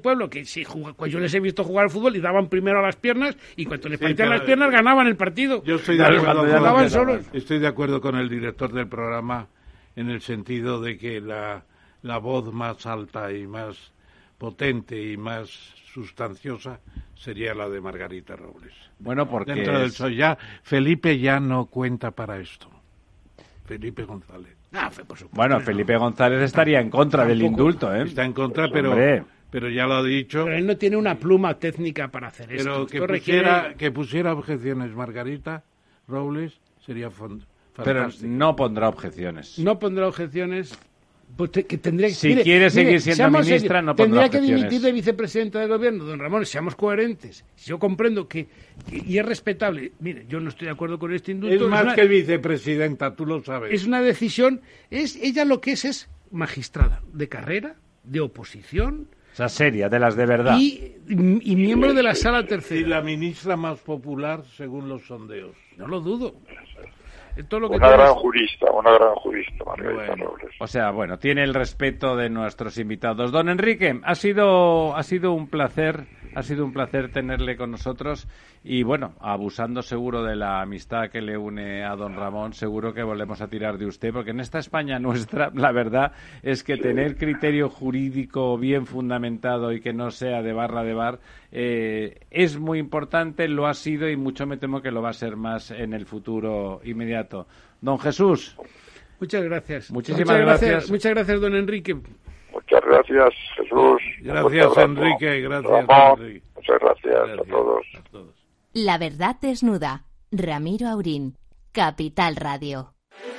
sí, juga, pues yo les he visto jugar al fútbol y daban primero a las piernas y cuando les Sí, partían pero- las piernas ganaban el partido. Yo estoy de, Cuando acuerdo con, jugaban solos. estoy de acuerdo con el director del programa en el sentido de que la, la voz más alta y más potente y más sustanciosa sería la de Margarita Robles. Bueno, porque Dentro del es- show ya, Felipe ya no cuenta para esto. Felipe González. Ah, fue por supuesto. bueno, Felipe González estaría en contra del Tampoco indulto, ¿eh? Está en contra, pero, Hombre. pero ya lo ha dicho. Pero él no tiene una pluma técnica para hacer Pero esto. que Esto requiere- pusiera, que pusiera objeciones Margarita Robles sería fon- Pero fantástico. no pondrá objeciones. no pondrá objeciones. Pues te- que tendría, Si mire, quiere mire, seguir siendo seamos ministra, serios, no pondrá tendría que objeciones. dimitir de vicepresidenta del gobierno, don Ramón, seamos coherentes. Yo comprendo que, que- y es respetable. Mire, yo no estoy de acuerdo con este indulto. Es más una, que vicepresidenta, tú lo sabes. es una decisión, es ella lo que es es magistrada de carrera, de oposición O sea, seria, de las de verdad. y, y miembro de la sala Y tercera. la ministra más popular según los sondeos. No lo dudo. Todo lo que Una tienes- gran jurista, una gran jurista, Margarita Bueno. Robles. O sea, bueno, tiene el respeto de nuestros invitados. Don Enrique, ha sido, ha sido un placer, ha sido un placer tenerle con nosotros y bueno, abusando seguro de la amistad que le une a don Ramón, seguro que volvemos a tirar de usted, porque en esta España nuestra, la verdad es que tener criterio jurídico bien fundamentado y que no sea de barra de bar eh, es muy importante, lo ha sido y mucho me temo que lo va a ser más en el futuro inmediato. Don Jesús. Muchas gracias. Muchísimas Muchas gracias. Muchas gracias, don Enrique. Muchas gracias, Jesús. Un Gracias, fuerte abrazo. Enrique, gracias, Ramón, Enrique. muchas gracias, Gracias a todos. a todos. La verdad desnuda. Ramiro Aurín, Capital Radio.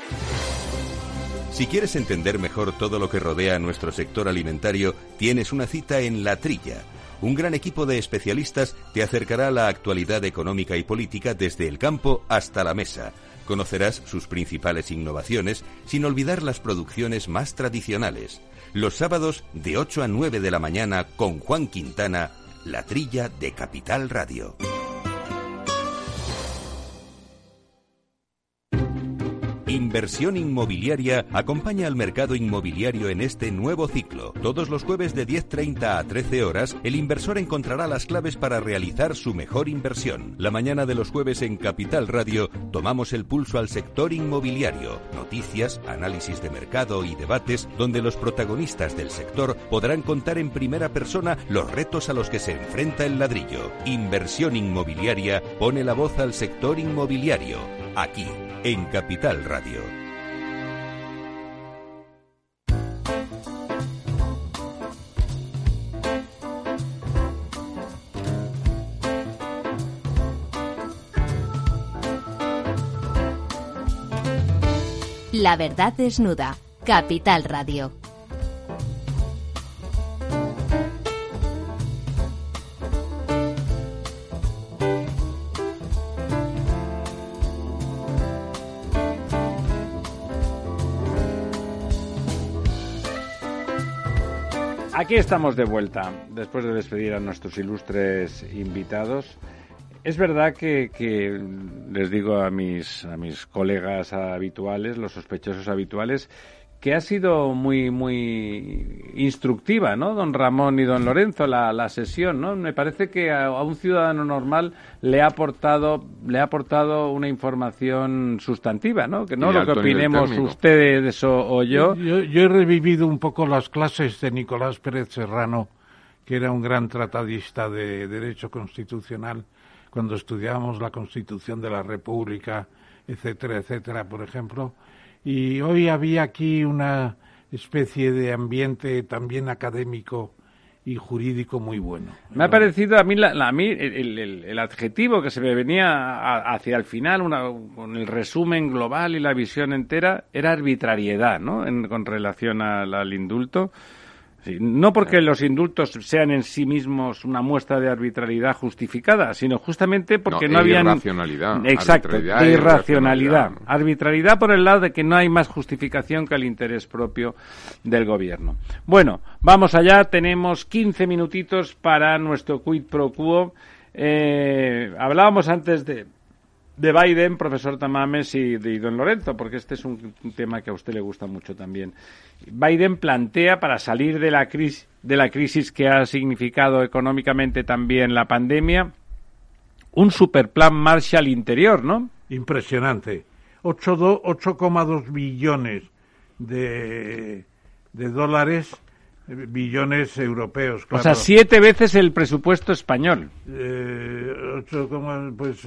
Si quieres entender mejor todo lo que rodea a nuestro sector alimentario, tienes una cita en La Trilla. Un gran equipo de especialistas te acercará a la actualidad económica y política desde el campo hasta la mesa. Conocerás sus principales innovaciones sin olvidar las producciones más tradicionales. Los sábados de ocho a nueve de la mañana con Juan Quintana, La Trilla de Capital Radio. Inversión Inmobiliaria acompaña al mercado inmobiliario en este nuevo ciclo. Todos los jueves de diez treinta a trece horas, el inversor encontrará las claves para realizar su mejor inversión. La mañana de los jueves en Capital Radio tomamos el pulso al sector inmobiliario. Noticias, análisis de mercado y debates donde los protagonistas del sector podrán contar en primera persona los retos a los que se enfrenta el ladrillo. Inversión Inmobiliaria pone la voz al sector inmobiliario. Aquí, en Capital Radio. La verdad desnuda. Capital Radio. Aquí estamos de vuelta, después de despedir a nuestros ilustres invitados. Es verdad que, que les digo a mis, a mis colegas habituales, los sospechosos habituales, que ha sido muy muy instructiva, ¿no? Don Ramón y don Lorenzo, la, la sesión, ¿no? Me parece que a, a un ciudadano normal le ha aportado le ha aportado una información sustantiva, ¿no? Que no Y lo que alto nivel opinemos técnico. ustedes o, o yo. yo. Yo he revivido un poco las clases de Nicolás Pérez Serrano, que era un gran tratadista de Derecho Constitucional, cuando estudiábamos la Constitución de la República, etcétera, etcétera, por ejemplo. Y hoy había aquí una especie de ambiente también académico y jurídico muy bueno. Me ha parecido a mí, la, la- a mí el, el- el adjetivo que se me venía a- hacia el final, una, con el resumen global y la visión entera, era arbitrariedad, ¿no? En- con relación al, al indulto. Sí, no porque los indultos sean en sí mismos una muestra de arbitrariedad justificada, sino justamente porque No, no, e habían... irracionalidad. Exacto, Arbitrariedad de e irracionalidad. irracionalidad. Arbitrariedad por el lado de que no hay más justificación que el interés propio del gobierno. Bueno, vamos allá, tenemos quince minutitos para nuestro quid pro quo. Eh, hablábamos antes de... de Biden, profesor Tamames y de don Lorenzo, porque este es un, un tema que a usted le gusta mucho también. Biden plantea, para salir de la crisis, de la crisis que ha significado económicamente también la pandemia, un superplan Marshall interior, ¿no? Impresionante. ocho coma dos billones de, de dólares, billones europeos. Claro. O sea, siete veces el presupuesto español. Eh, ocho, pues...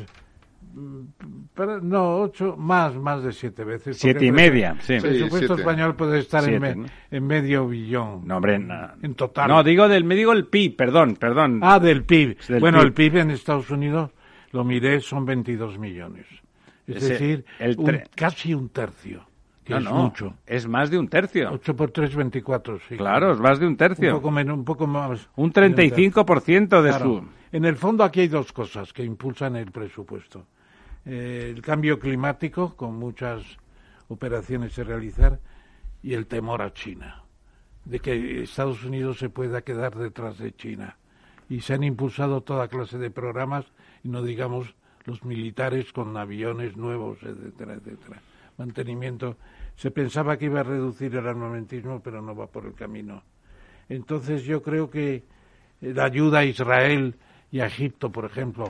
Pero, no, ocho, más, más de siete veces. Siete y media, sí. El presupuesto sí, español puede estar siete, en, me, ¿no? en medio billón. No, hombre, no. En total. No, digo del, me digo el P I B, perdón, perdón. Ah, del P I B. Del bueno, P I B. el P I B en Estados Unidos, lo miré, son veintidós millones. Es Ese, decir, el un, tre... casi un tercio. Que no, es no, mucho. Es más de un tercio. ocho por tres, veinticuatro, sí. Claro, es más de un tercio. Un poco menos, un poco más. Un treinta y cinco por ciento de claro. su... En el fondo aquí hay dos cosas que impulsan el presupuesto. Eh, el cambio climático, con muchas operaciones a realizar, y el temor a China, de que Estados Unidos se pueda quedar detrás de China. Y se han impulsado toda clase de programas, y no digamos los militares con aviones nuevos, etcétera, etcétera. Mantenimiento. Se pensaba que iba a reducir el armamentismo, pero no va por el camino. Entonces yo creo que la ayuda a Israel y a Egipto, por ejemplo,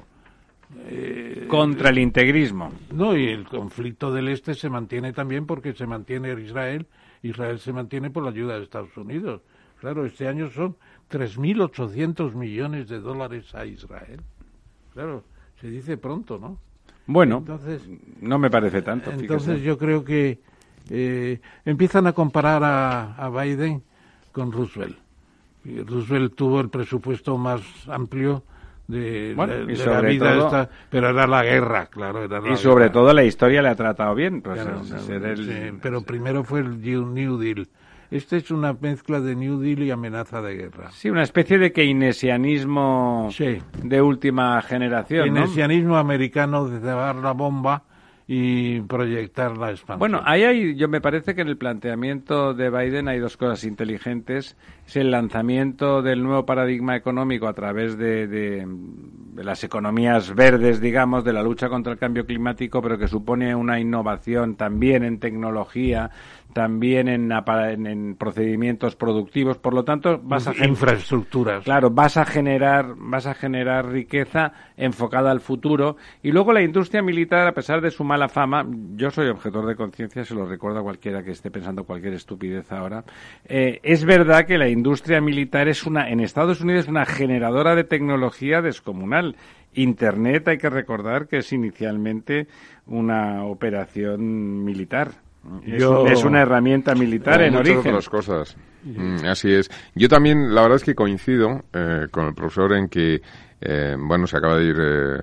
Eh, contra el integrismo. No, y el conflicto del este se mantiene también porque se mantiene Israel. Israel se mantiene por la ayuda de Estados Unidos. Claro, este año son tres mil ochocientos millones de dólares a Israel. Claro, se dice pronto, ¿no? Bueno, entonces, no me parece tanto. Entonces fíjese. yo creo que eh, empiezan a comparar a, a Biden con Roosevelt. Y Roosevelt tuvo el presupuesto más amplio de, bueno, de, y de sobre la vida todo, esta, pero era la guerra, claro. Era la y sobre guerra. todo la historia le ha tratado bien. Pues, Claro, es, no, ser el, sí, pero primero fue el New Deal. Este es una mezcla de New Deal y amenaza de guerra. Sí, una especie de keynesianismo sí. de última generación, Keynesianismo ¿no? americano de dar la bomba y proyectar la expansión. Bueno, ahí hay, yo me parece que en el planteamiento de Biden hay dos cosas inteligentes. Es el lanzamiento del nuevo paradigma económico a través de, de, de las economías verdes, digamos, de la lucha contra el cambio climático, pero que supone una innovación también en tecnología, también en, en, en procedimientos productivos. Por lo tanto, vas a infraestructuras. Claro, vas a generar, vas a generar riqueza enfocada al futuro. Y luego la industria militar, a pesar de su mala fama, yo soy objetor de conciencia, se lo recuerdo a cualquiera que esté pensando cualquier estupidez ahora. Eh, es verdad que la industria militar es una, en Estados Unidos, es una generadora de tecnología descomunal. Internet, hay que recordar que es inicialmente una operación militar. Es, Yo... es una herramienta militar en origen. Muchas otras cosas. Mm, así es. Yo también, la verdad es que coincido eh, con el profesor en que, eh, bueno, se acaba de ir eh,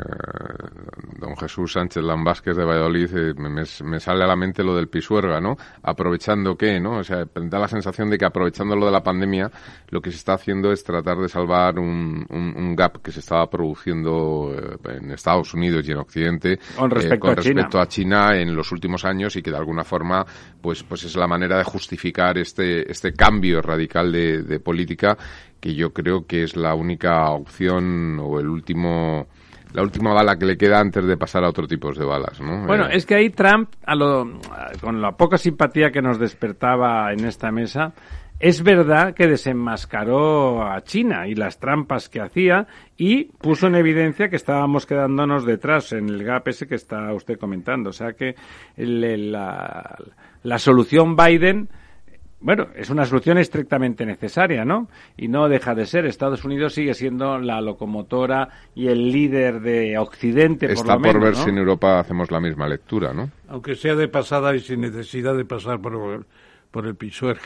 don Jesús Sánchez Lambásquez de Valladolid, eh, me, me sale a la mente lo del Pisuerga, ¿no? Aprovechando qué, ¿no? O sea, da la sensación de que aprovechando lo de la pandemia, lo que se está haciendo es tratar de salvar un, un, un gap que se estaba produciendo eh, en Estados Unidos y en Occidente con respecto, eh, con a, respecto China. a China en los últimos años y que de alguna forma pues pues es la manera de justificar este este cambio radical de, de política que yo creo que es la única opción o el último la última bala que le queda antes de pasar a otro tipo de balas, ¿no? Bueno, eh... es que ahí Trump, a lo, con la poca simpatía que nos despertaba en esta mesa, es verdad que desenmascaró a China y las trampas que hacía y puso en evidencia que estábamos quedándonos detrás en el gap ese que está usted comentando. O sea que el, la, la solución Biden... Bueno, es una solución estrictamente necesaria, ¿no? Y no deja de ser. Estados Unidos sigue siendo la locomotora y el líder de Occidente, por Está lo menos, por ver ¿no? si en Europa hacemos la misma lectura, ¿no? Aunque sea de pasada y sin necesidad de pasar por, por el Pisuerga.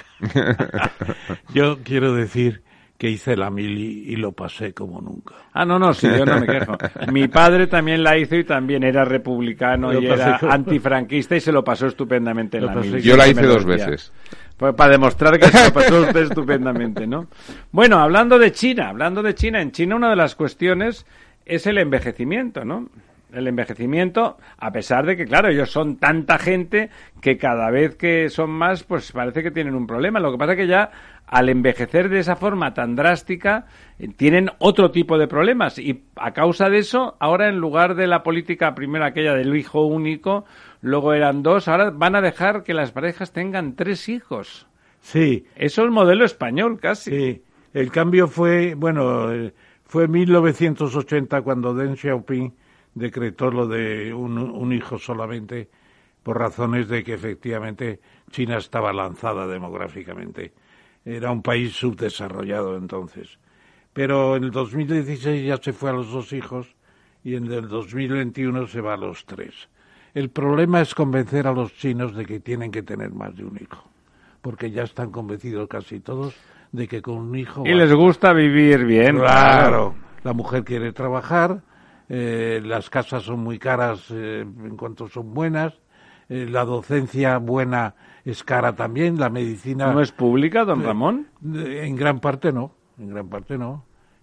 Yo quiero decir que hice la mili y lo pasé como nunca. Ah, no, no, sí, yo no me quejo. Mi padre también la hizo y también era republicano lo y era como... antifranquista y se lo pasó estupendamente en lo la mili. Yo la hice dos veces. Pues para demostrar que se lo pasó usted estupendamente, ¿no? Bueno, hablando de China, hablando de China, en China una de las cuestiones es el envejecimiento, ¿no? el envejecimiento, a pesar de que, claro, ellos son tanta gente que cada vez que son más, pues parece que tienen un problema. Lo que pasa es que ya, al envejecer de esa forma tan drástica, eh, tienen otro tipo de problemas. Y a causa de eso, ahora en lugar de la política primero aquella del hijo único, luego eran dos, ahora van a dejar que las parejas tengan tres hijos. Sí. Eso es el modelo español, casi. Sí. El cambio fue, bueno, fue en mil novecientos ochenta cuando Deng Xiaoping decretó lo de un, un hijo solamente, por razones de que efectivamente China estaba lanzada demográficamente. Era un país subdesarrollado entonces. Pero en el dos mil dieciséis ya se fue a los dos hijos y en el dos mil veintiuno se va a los tres. El problema es convencer a los chinos de que tienen que tener más de un hijo, porque ya están convencidos casi todos de que con un hijo... Y les gusta vivir bien. Claro, la mujer quiere trabajar, eh, las casas son muy caras eh, en cuanto son buenas, eh, la docencia buena es cara también, la medicina... ¿No es pública, don Ramón? En gran parte no, en gran parte no.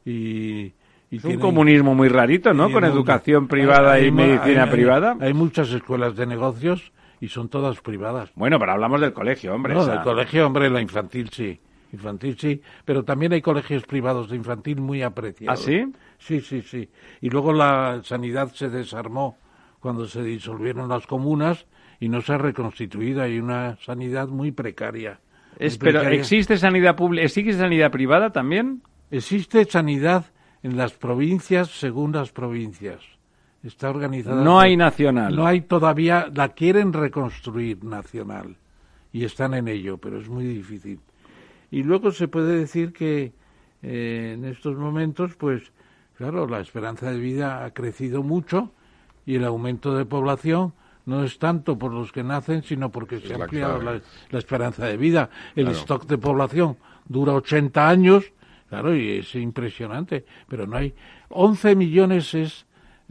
Y, y es tiene, un comunismo muy rarito, ¿no? Con educación privada hay, y medicina hay, privada. Hay, hay muchas escuelas de negocios y son todas privadas. Bueno, pero hablamos del colegio, hombre. No, esa... del colegio, hombre, la infantil sí. Infantil sí, pero también hay colegios privados de infantil muy apreciados. ¿Ah, sí? Sí, sí, sí. Y luego la sanidad se desarmó cuando se disolvieron las comunas y no se ha reconstituido. Hay una sanidad muy precaria. Muy es, pero precaria. ¿existe sanidad pública? ¿Existe sanidad privada también? Existe sanidad en las provincias según las provincias. Está organizada. No hay nacional. No hay todavía, la quieren reconstruir nacional y están en ello, pero es muy difícil. Y luego se puede decir que eh, en estos momentos, pues, claro, la esperanza de vida ha crecido mucho y el aumento de población no es tanto por los que nacen, sino porque se ha ampliado la, la esperanza de vida. El Claro. stock de población dura ochenta años, claro, y es impresionante, pero no hay... once millones es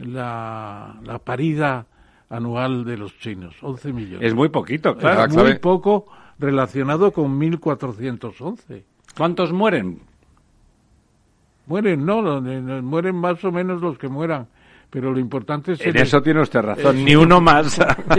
la, la parida anual de los chinos, once millones. Es muy poquito, claro. Es muy poco relacionado con mil cuatrocientos once. ¿Cuántos mueren? Mueren, no, mueren más o menos los que mueran, pero lo importante es... En el, eso tiene usted razón, es, ni uno más.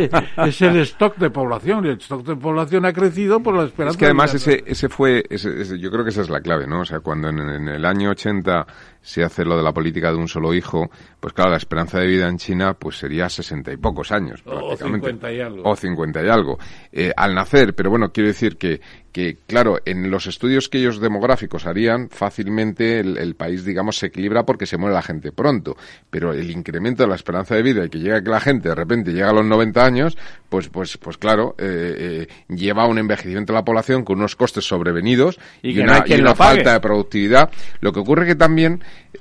Es el stock de población, y el stock de población ha crecido por la esperanza... Es que además de ese, ese fue, ese, ese, yo creo que esa es la clave, ¿no? O sea, cuando en, en el año ochenta se hace lo de la política de un solo hijo, pues claro, la esperanza de vida en China pues sería sesenta y pocos años, prácticamente. O cincuenta y algo. O cincuenta y algo. Eh, al nacer, pero bueno, quiero decir que, que, claro, en los estudios que ellos demográficos harían, fácilmente el, el país, digamos, se equilibra porque se muere la gente pronto. Pero el incremento de la esperanza de vida y que llega que la gente de repente llega a los noventa años, pues, pues, pues claro, eh, eh, lleva a un envejecimiento de la población con unos costes sobrevenidos y, y que una, no hay quien y una lo pague. falta de productividad. Lo que ocurre que también,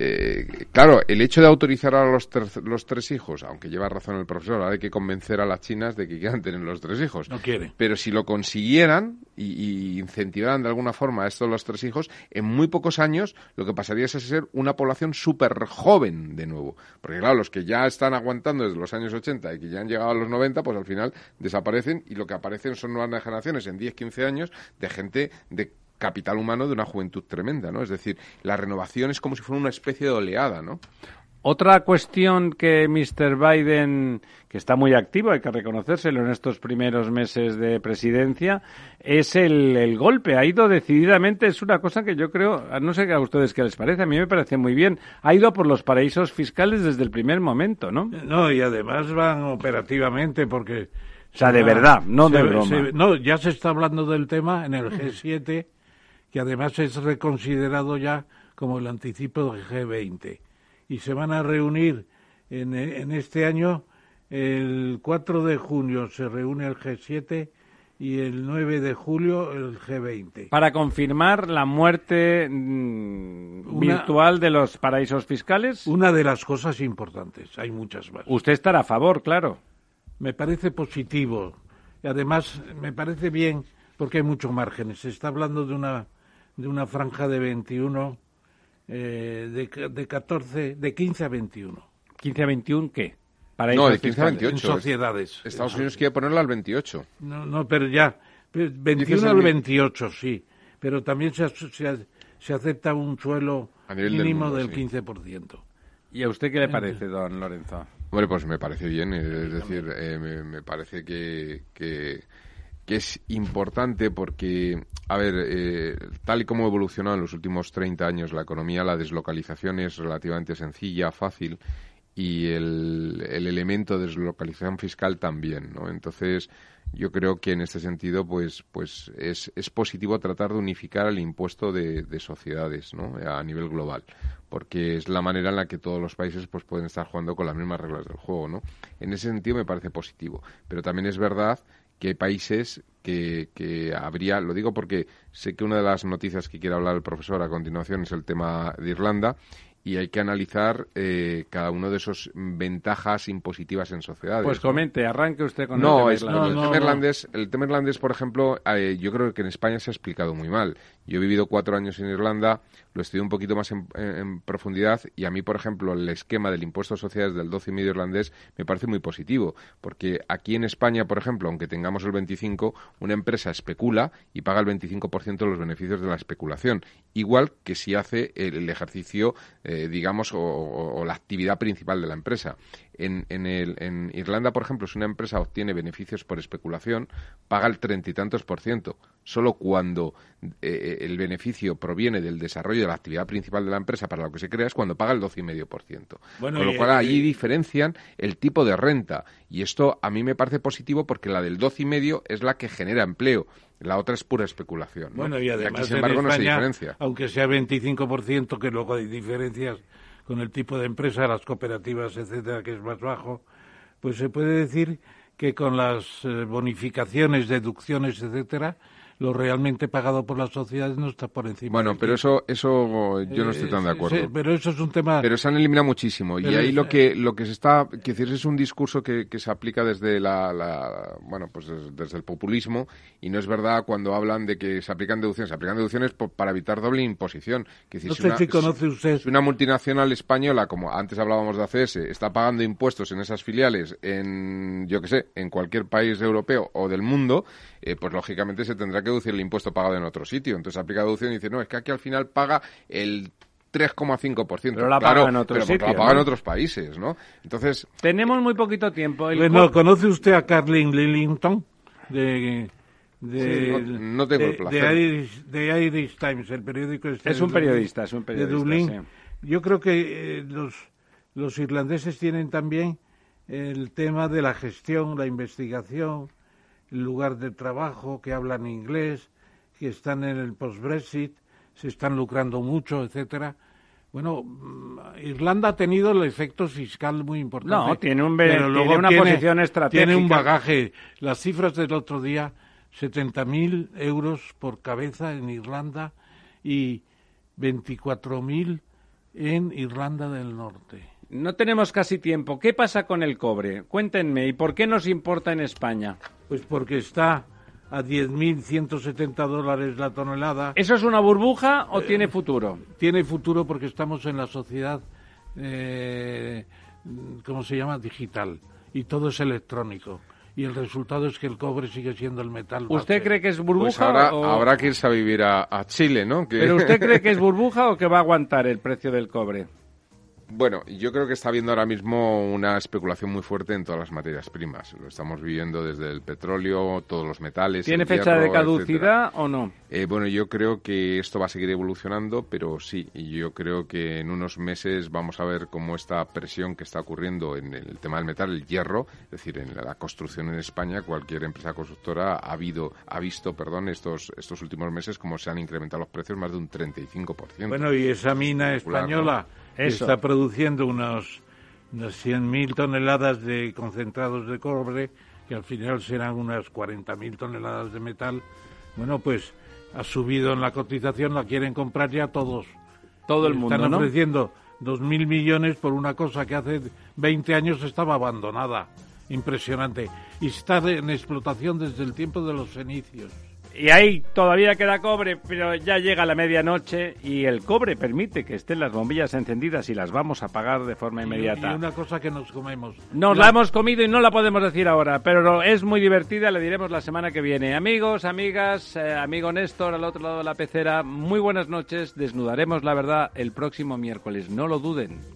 eh, claro, el hecho de autorizar a los, ter- los tres hijos, aunque lleva razón el profesor, ahora hay que convencer a las chinas de que quieran tener los tres hijos. No quieren. Pero si lo consiguieran y, y incentivaran de alguna forma a estos los tres hijos, en muy pocos años lo que pasaría es a ser una población súper joven de nuevo. Porque claro, los que ya están aguantando desde los años ochenta y que ya han llegado a los noventa, pues al final desaparecen y lo que aparecen son nuevas generaciones en diez, quince años de gente de capital humano de una juventud tremenda, ¿no? Es decir, la renovación es como si fuera una especie de oleada, ¿no? Otra cuestión que mister Biden, que está muy activo, hay que reconocérselo en estos primeros meses de presidencia, es el, el golpe. Ha ido decididamente, es una cosa que yo creo, no sé a ustedes qué les parece, a mí me parece muy bien, ha ido por los paraísos fiscales desde el primer momento, ¿no? No, y además van operativamente porque... O sea, de va, verdad, no se, de broma. Se, no, ya se está hablando del tema en el G siete, que además es reconsiderado ya como el anticipo del G veinte. Y se van a reunir en, en este año, el cuatro de junio se reúne el G siete y el nueve de julio el G veinte. Para confirmar la muerte mmm, una, virtual de los paraísos fiscales. Una de las cosas importantes, hay muchas más. Usted estará a favor, claro. Me parece positivo. Y además, me parece bien porque hay muchos márgenes. Se está hablando de una, de una franja de veintiuno... Eh, de, de catorce, de quince a veintiuno. ¿quince a veintiuno qué? Para no, de quince a veintiocho. En sociedades. Estados en Unidos quiere ponerla al veintiocho. No, no, pero ya. veintiuno al veintiocho, sí. Pero también se, se, se acepta un suelo mínimo del, mundo, del sí. quince por ciento. ¿Y a usted qué le parece, don Lorenzo? Hombre, pues me parece bien, es decir, eh, me, me parece que, que, que es importante porque, a ver, eh, tal y como ha evolucionado en los últimos treinta años la economía, la deslocalización es relativamente sencilla, fácil, y el, el elemento de deslocalización fiscal también, ¿no? Entonces, yo creo que en este sentido, pues, pues es, es positivo tratar de unificar el impuesto de, de sociedades, ¿no? A nivel global, porque es la manera en la que todos los países pues pueden estar jugando con las mismas reglas del juego, ¿no? En ese sentido me parece positivo, pero también es verdad que hay países que, que habría, lo digo porque sé que una de las noticias que quiere hablar el profesor a continuación es el tema de Irlanda, y hay que analizar eh, cada uno de esos ventajas impositivas en sociedades. Pues comente, arranque usted con no, el es, tema no, irlandés. el, tema irlandés, el tema irlandés, por ejemplo, eh, yo creo que en España se ha explicado muy mal. Yo he vivido cuatro años en Irlanda, lo estudié un poquito más en, en, en profundidad, y a mí, por ejemplo, el esquema del impuesto a sociedades del doce coma cinco irlandés me parece muy positivo, porque aquí en España, por ejemplo, aunque tengamos el veinticinco por ciento, una empresa especula y paga el veinticinco por ciento de los beneficios de la especulación, igual que si hace el, el ejercicio, eh, digamos, o, o, o la actividad principal de la empresa. En, en, el, en Irlanda, por ejemplo, si una empresa obtiene beneficios por especulación, paga el treinta y tantos por ciento. Solo cuando eh, el beneficio proviene del desarrollo de la actividad principal de la empresa para lo que se crea es cuando paga el doce coma cinco por ciento. Bueno, con lo cual, allí diferencian el tipo de renta. Y esto a mí me parece positivo porque la del doce coma cinco es la que genera empleo. La otra es pura especulación, ¿no? Bueno, y además y aquí, sin embargo, en España, no se diferencia. Aunque sea veinticinco por ciento, que luego hay diferencias con el tipo de empresa, las cooperativas, etcétera, que es más bajo, pues se puede decir que con las eh, bonificaciones, deducciones, etcétera, lo realmente pagado por las sociedades no está por encima. Bueno, pero eso eso yo no estoy tan de acuerdo. Eh, pero eso es un tema... Pero se han eliminado muchísimo. Pero y ahí es... lo que lo que se está... Que decir, es un discurso que, que se aplica desde la, la bueno pues desde, desde el populismo, y no es verdad cuando hablan de que se aplican deducciones. Se aplican deducciones por, para evitar doble imposición. Que decir, no si sé una, si conoce usted... Si una multinacional española, como antes hablábamos de A C S, está pagando impuestos en esas filiales en, yo qué sé, en cualquier país europeo o del mundo, eh, pues lógicamente se tendrá que deducir el impuesto pagado en otro sitio. Entonces aplica deducción y dice, no, es que aquí al final paga el tres coma cinco por ciento. Pero la claro, paga en otros pero sitios, la paga en ¿no? otros países, ¿no? Entonces... Tenemos muy poquito tiempo. El bueno, co- ¿conoce usted a Carlin Lillington? De... De, sí, no, no tengo de, el placer. De Irish, de Irish Times, el periódico este es un de periodista, Dublín, es un periodista, de Dublín. Sí. Yo creo que eh, los, los irlandeses tienen también el tema de la gestión, la investigación, el lugar de trabajo, que hablan inglés, que están en el post-Brexit, se están lucrando mucho, etcétera. Bueno, Irlanda ha tenido el efecto fiscal muy importante. No, tiene, un be- pero luego tiene una tiene, posición estratégica. Tiene un bagaje. Las cifras del otro día, setenta mil euros por cabeza en Irlanda y veinticuatro mil en Irlanda del Norte. No tenemos casi tiempo. ¿Qué pasa con el cobre? Cuéntenme, ¿y por qué nos importa en España? Pues porque está a diez mil ciento setenta dólares la tonelada. ¿Eso es una burbuja o Eh, tiene futuro? Tiene futuro porque estamos en la sociedad, eh, ¿cómo se llama? Digital. Y todo es electrónico. Y el resultado es que el cobre sigue siendo el metal base. ¿Usted cree que es burbuja? Pues ahora o... habrá que irse a vivir a, a Chile, ¿no? Que... ¿Pero usted cree que es burbuja o que va a aguantar el precio del cobre? Bueno, yo creo que está habiendo ahora mismo una especulación muy fuerte en todas las materias primas. Lo estamos viviendo desde el petróleo, todos los metales. ¿Tiene el fecha hierro, de caducidad etcétera. o no? Eh, bueno, yo creo que esto va a seguir evolucionando, pero sí, y yo creo que en unos meses vamos a ver cómo esta presión que está ocurriendo en el tema del metal, el hierro, es decir, en la construcción en España, cualquier empresa constructora ha habido, ha visto, perdón, estos estos últimos meses cómo se han incrementado los precios más de un treinta y cinco por ciento. Bueno, y esa mina española que está produciendo unos, unas cien mil toneladas de concentrados de cobre, que al final serán unas cuarenta mil toneladas de metal, bueno, pues ha subido en la cotización, la quieren comprar ya todos. Todo el mundo, Están ¿no? ofreciendo dos mil millones por una cosa que hace veinte años estaba abandonada. Impresionante. Y está en explotación desde el tiempo de los fenicios. Y ahí todavía queda cobre, pero ya llega la medianoche y el cobre permite que estén las bombillas encendidas y las vamos a apagar de forma inmediata. Y una cosa que nos comemos. Nos la... la hemos comido y no la podemos decir ahora, pero es muy divertida, le diremos la semana que viene. Amigos, amigas, eh, amigo Néstor al otro lado de la pecera, muy buenas noches. Desnudaremos la verdad el próximo miércoles, no lo duden.